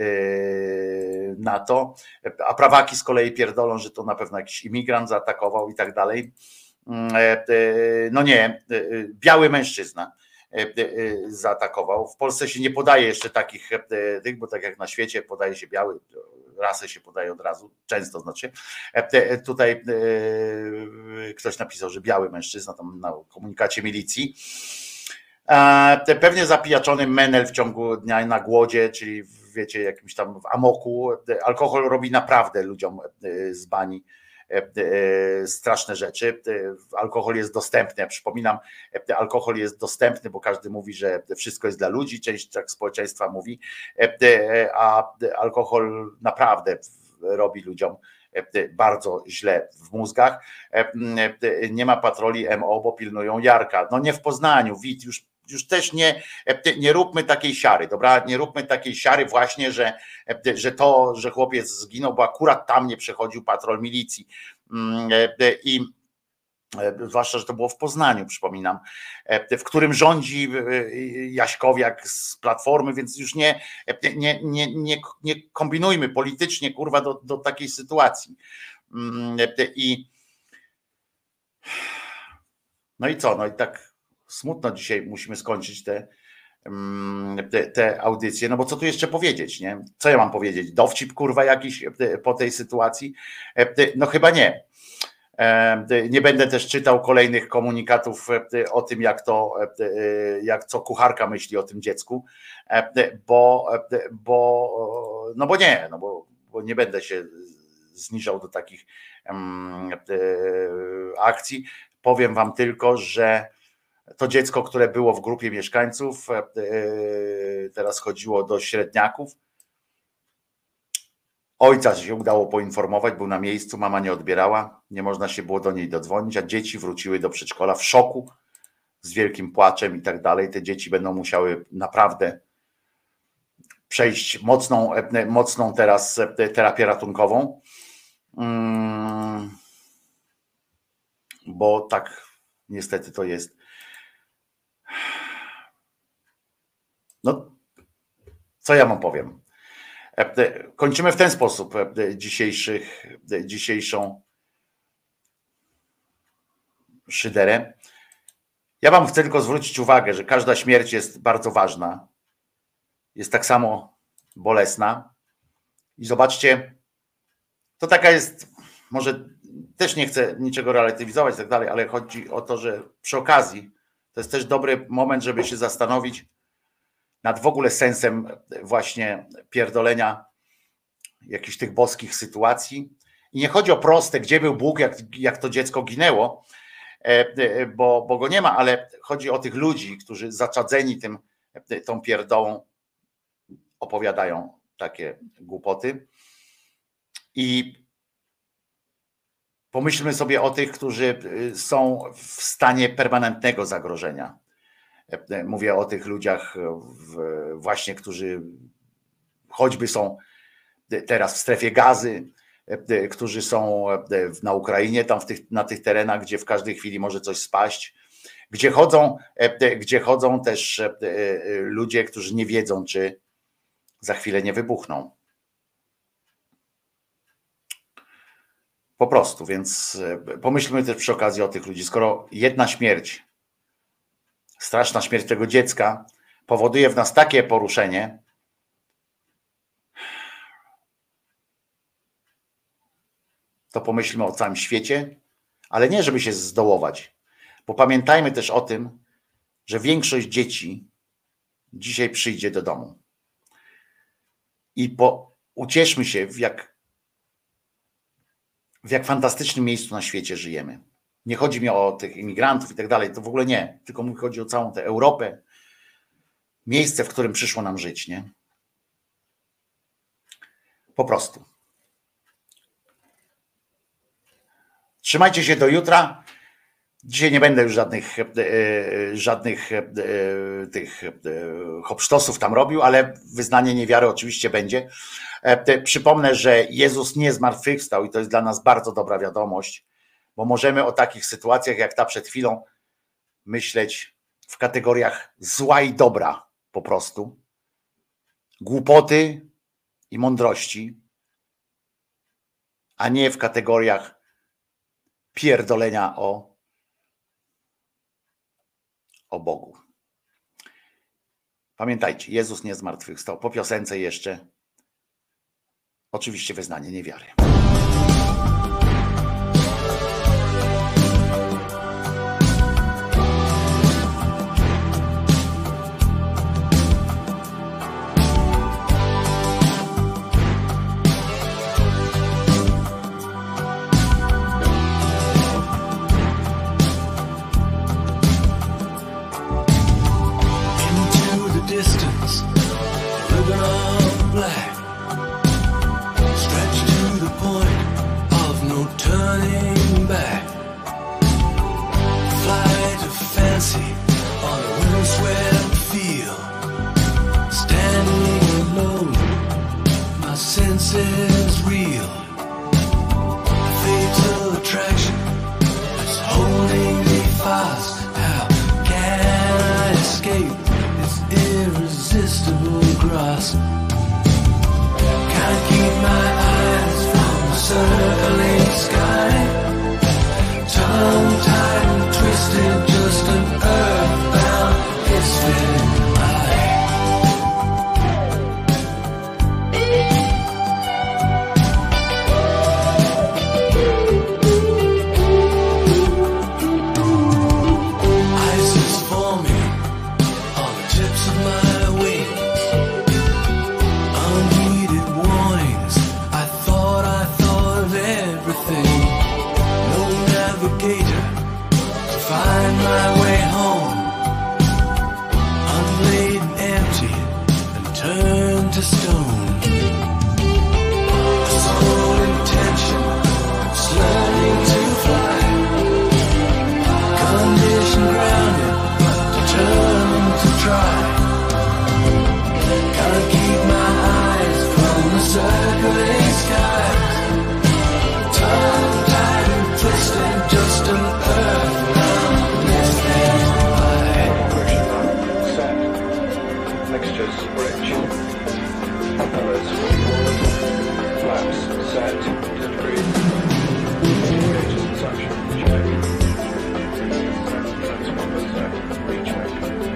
na to, a prawaki z kolei pierdolą, że to na pewno jakiś imigrant zaatakował i tak dalej. No nie, biały mężczyzna zaatakował. W Polsce się nie podaje jeszcze takich, bo tak jak na świecie podaje się biały, rasę się podaje od razu, często znaczy. Tutaj ktoś napisał, że biały mężczyzna tam na komunikacie milicji. Pewnie zapijaczony menel w ciągu dnia na głodzie, czyli wiecie, jakimś tam w amoku. Alkohol robi naprawdę ludziom z bani straszne rzeczy. Alkohol jest dostępny, ja przypominam, alkohol jest dostępny, bo każdy mówi, że wszystko jest dla ludzi, część tak społeczeństwa mówi, a alkohol naprawdę robi ludziom bardzo źle w mózgach. Nie ma patroli MO, bo pilnują Jarka. No nie w Poznaniu, Wit, już też nie róbmy takiej siary, dobra? Nie róbmy takiej siary właśnie, że chłopiec zginął, bo akurat tam nie przechodził patrol milicji. I zwłaszcza, że to było w Poznaniu, przypominam, w którym rządzi Jaśkowiak z Platformy, więc już nie kombinujmy politycznie, kurwa, do takiej sytuacji. No i co? No i tak smutno dzisiaj musimy skończyć te audycje, no bo co tu jeszcze powiedzieć, nie? Co ja mam powiedzieć? Dowcip, kurwa, jakiś po tej sytuacji? No chyba nie. Nie będę też czytał kolejnych komunikatów o tym, jak co kucharka myśli o tym dziecku, bo nie będę się zniżał do takich akcji. powiem wam tylko, że to dziecko, które było w grupie mieszkańców, teraz chodziło do średniaków. Ojca się udało poinformować, był na miejscu, mama nie odbierała, nie można się było do niej dodzwonić, a dzieci wróciły do przedszkola w szoku, z wielkim płaczem i tak dalej. Te dzieci będą musiały naprawdę przejść mocną teraz terapię ratunkową, bo tak niestety to jest. No, co ja wam powiem? Kończymy w ten sposób dzisiejszą szyderę. Ja wam chcę tylko zwrócić uwagę, że każda śmierć jest bardzo ważna. Jest tak samo bolesna. I zobaczcie, to taka jest, może też nie chcę niczego relatywizować i tak dalej, ale chodzi o to, że przy okazji to jest też dobry moment, żeby się zastanowić nad w ogóle sensem właśnie pierdolenia jakichś tych boskich sytuacji. I nie chodzi o proste, gdzie był Bóg, jak to dziecko ginęło, bo go nie ma, ale chodzi o tych ludzi, którzy zaczadzeni tą pierdołą opowiadają takie głupoty. I pomyślmy sobie o tych, którzy są w stanie permanentnego zagrożenia. Mówię o tych ludziach właśnie, którzy choćby są teraz w strefie Gazy, którzy są na Ukrainie, tam na tych terenach, gdzie w każdej chwili może coś spaść, gdzie chodzą też ludzie, którzy nie wiedzą, czy za chwilę nie wybuchną. Po prostu, więc pomyślmy też przy okazji o tych ludzi. Skoro jedna śmierć, straszna śmierć tego dziecka powoduje w nas takie poruszenie, to pomyślmy o całym świecie, ale nie żeby się zdołować, bo pamiętajmy też o tym, że większość dzieci dzisiaj przyjdzie do domu. I ucieszmy się, w jak fantastycznym miejscu na świecie żyjemy. Nie chodzi mi o tych imigrantów i tak dalej, to w ogóle nie, tylko mi chodzi o całą tę Europę, miejsce, w którym przyszło nam żyć, nie? Po prostu. Trzymajcie się do jutra. Dzisiaj nie będę już żadnych tych hopsztosów tam robił, ale wyznanie niewiary oczywiście będzie. Przypomnę, że Jezus nie zmartwychwstał i to jest dla nas bardzo dobra wiadomość, bo możemy o takich sytuacjach jak ta przed chwilą myśleć w kategoriach zła i dobra po prostu, głupoty i mądrości, a nie w kategoriach pierdolenia o Bogu. Pamiętajcie, Jezus nie zmartwychwstał. Po piosence jeszcze oczywiście wyznanie niewiary. Distance, ribbon of black, stretched to the point of no turning back. Flight of fancy on a windswept field, standing alone, my senses reel. Fatal attraction is holding me fast. How can I escape irresistible grasp? Can't keep my eyes from the circling sky. Tongue-tied and twisted, just an earthbound misfit eye. find my way home, unlaid and empty, and turned to stone. A sole intention, learning to fly, condition grounded, determined to try. Gotta keep my eyes from the circling skies. Tongue tied and twisted, just an earthbound listing high. Set. Mixtures rich. Colors flaps set. Degrees. Gauges and such. Check. Transformers set. Recheck.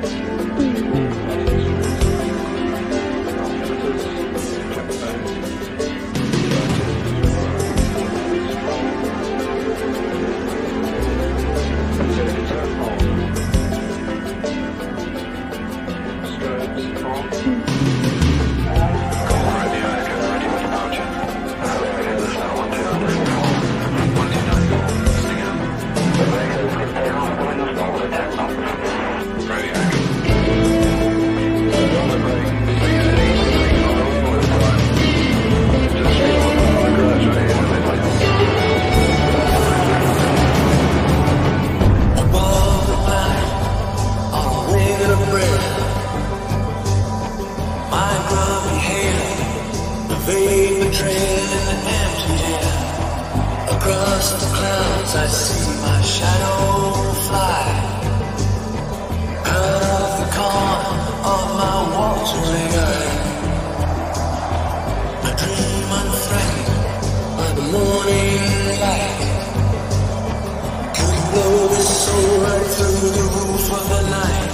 I see my shadow fly out of the corner of my watering eye. I dream unthreatened by the morning light. Could blow this soul right through the roof of the night.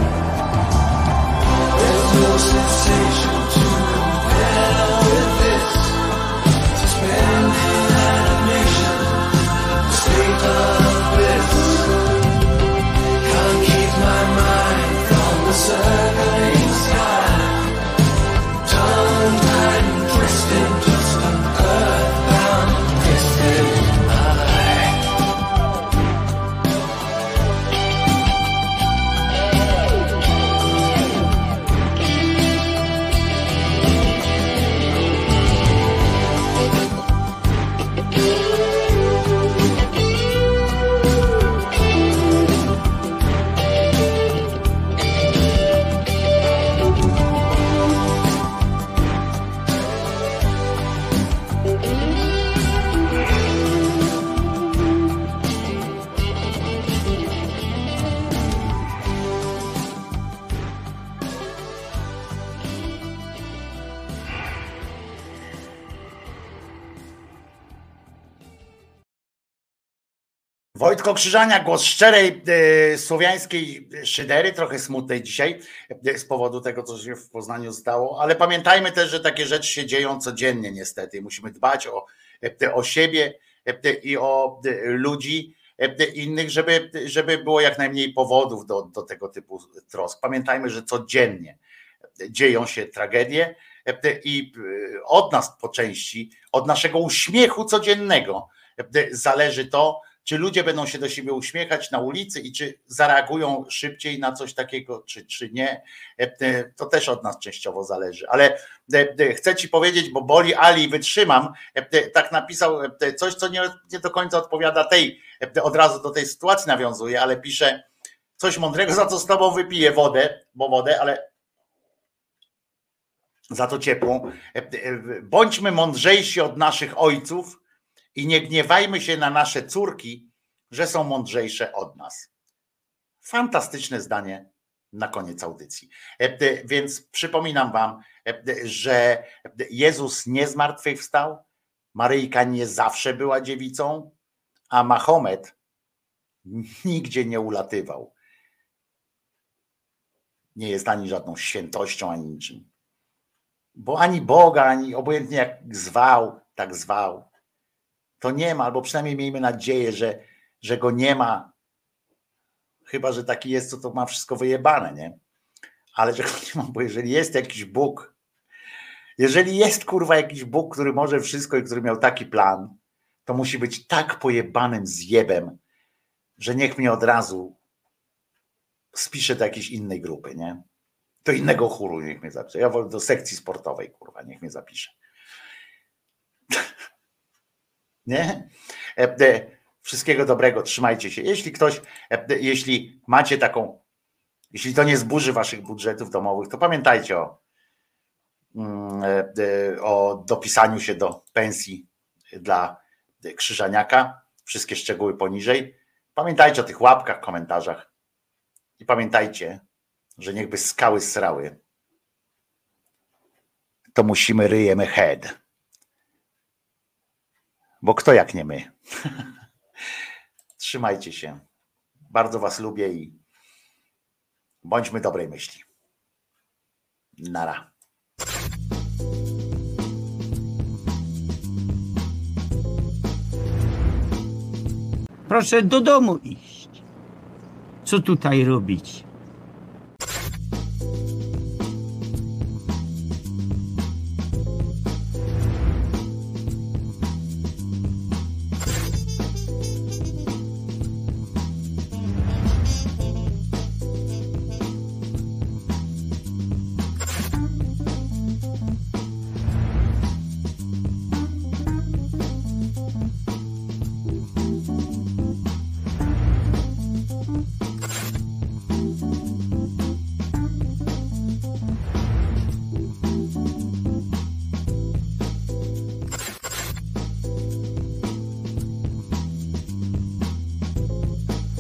There's no sensation to compare with this. Suspended animation. State of bliss. Can't keep my mind from the circling sky. Tongue tied and twisted, just an earthbound distant eye. Wojtko Krzyżania, głos szczerej słowiańskiej szydery, trochę smutnej dzisiaj z powodu tego, co się w Poznaniu stało, ale pamiętajmy też, że takie rzeczy się dzieją codziennie niestety. Musimy dbać o siebie i o ludzi innych, żeby było jak najmniej powodów do tego typu trosk. Pamiętajmy, że codziennie dzieją się tragedie i od nas po części, od naszego uśmiechu codziennego zależy to, czy ludzie będą się do siebie uśmiechać na ulicy i czy zareagują szybciej na coś takiego, czy nie. To też od nas częściowo zależy. Ale chcę ci powiedzieć, bo boli Ali, wytrzymam, tak napisał coś, co nie do końca odpowiada od razu do tej sytuacji nawiązuje, ale pisze coś mądrego, za co z tobą wypiję wodę, ale za to ciepłą. Bądźmy mądrzejsi od naszych ojców i nie gniewajmy się na nasze córki, że są mądrzejsze od nas. Fantastyczne zdanie na koniec audycji. Więc przypominam wam, że Jezus nie zmartwychwstał, Maryjka nie zawsze była dziewicą, a Mahomet nigdzie nie ulatywał. Nie jest ani żadną świętością, ani niczym. Bo ani Boga, ani obojętnie jak zwał, tak zwał. To nie ma, albo przynajmniej miejmy nadzieję, że go nie ma. Chyba że taki jest, to ma wszystko wyjebane, nie? Ale że go nie ma, bo jeżeli jest jakiś Bóg, jeżeli jest kurwa jakiś Bóg, który może wszystko i który miał taki plan, to musi być tak pojebanym zjebem, że niech mnie od razu spiszę do jakiejś innej grupy, nie? Do innego chóru niech mnie zapisze. Ja wolę do sekcji sportowej, kurwa, niech mnie zapisze. Nie? Wszystkiego dobrego, trzymajcie się. Jeśli macie taką, jeśli to nie zburzy waszych budżetów domowych, to pamiętajcie o dopisaniu się do pensji dla Krzyżaniaka. Wszystkie szczegóły poniżej. Pamiętajcie o tych łapkach, komentarzach i pamiętajcie, że niechby skały srały, to musimy ryjem head. Bo kto jak nie my? Trzymajcie się. Bardzo was lubię i bądźmy dobrej myśli. Nara. Proszę do domu iść. Co tutaj robić?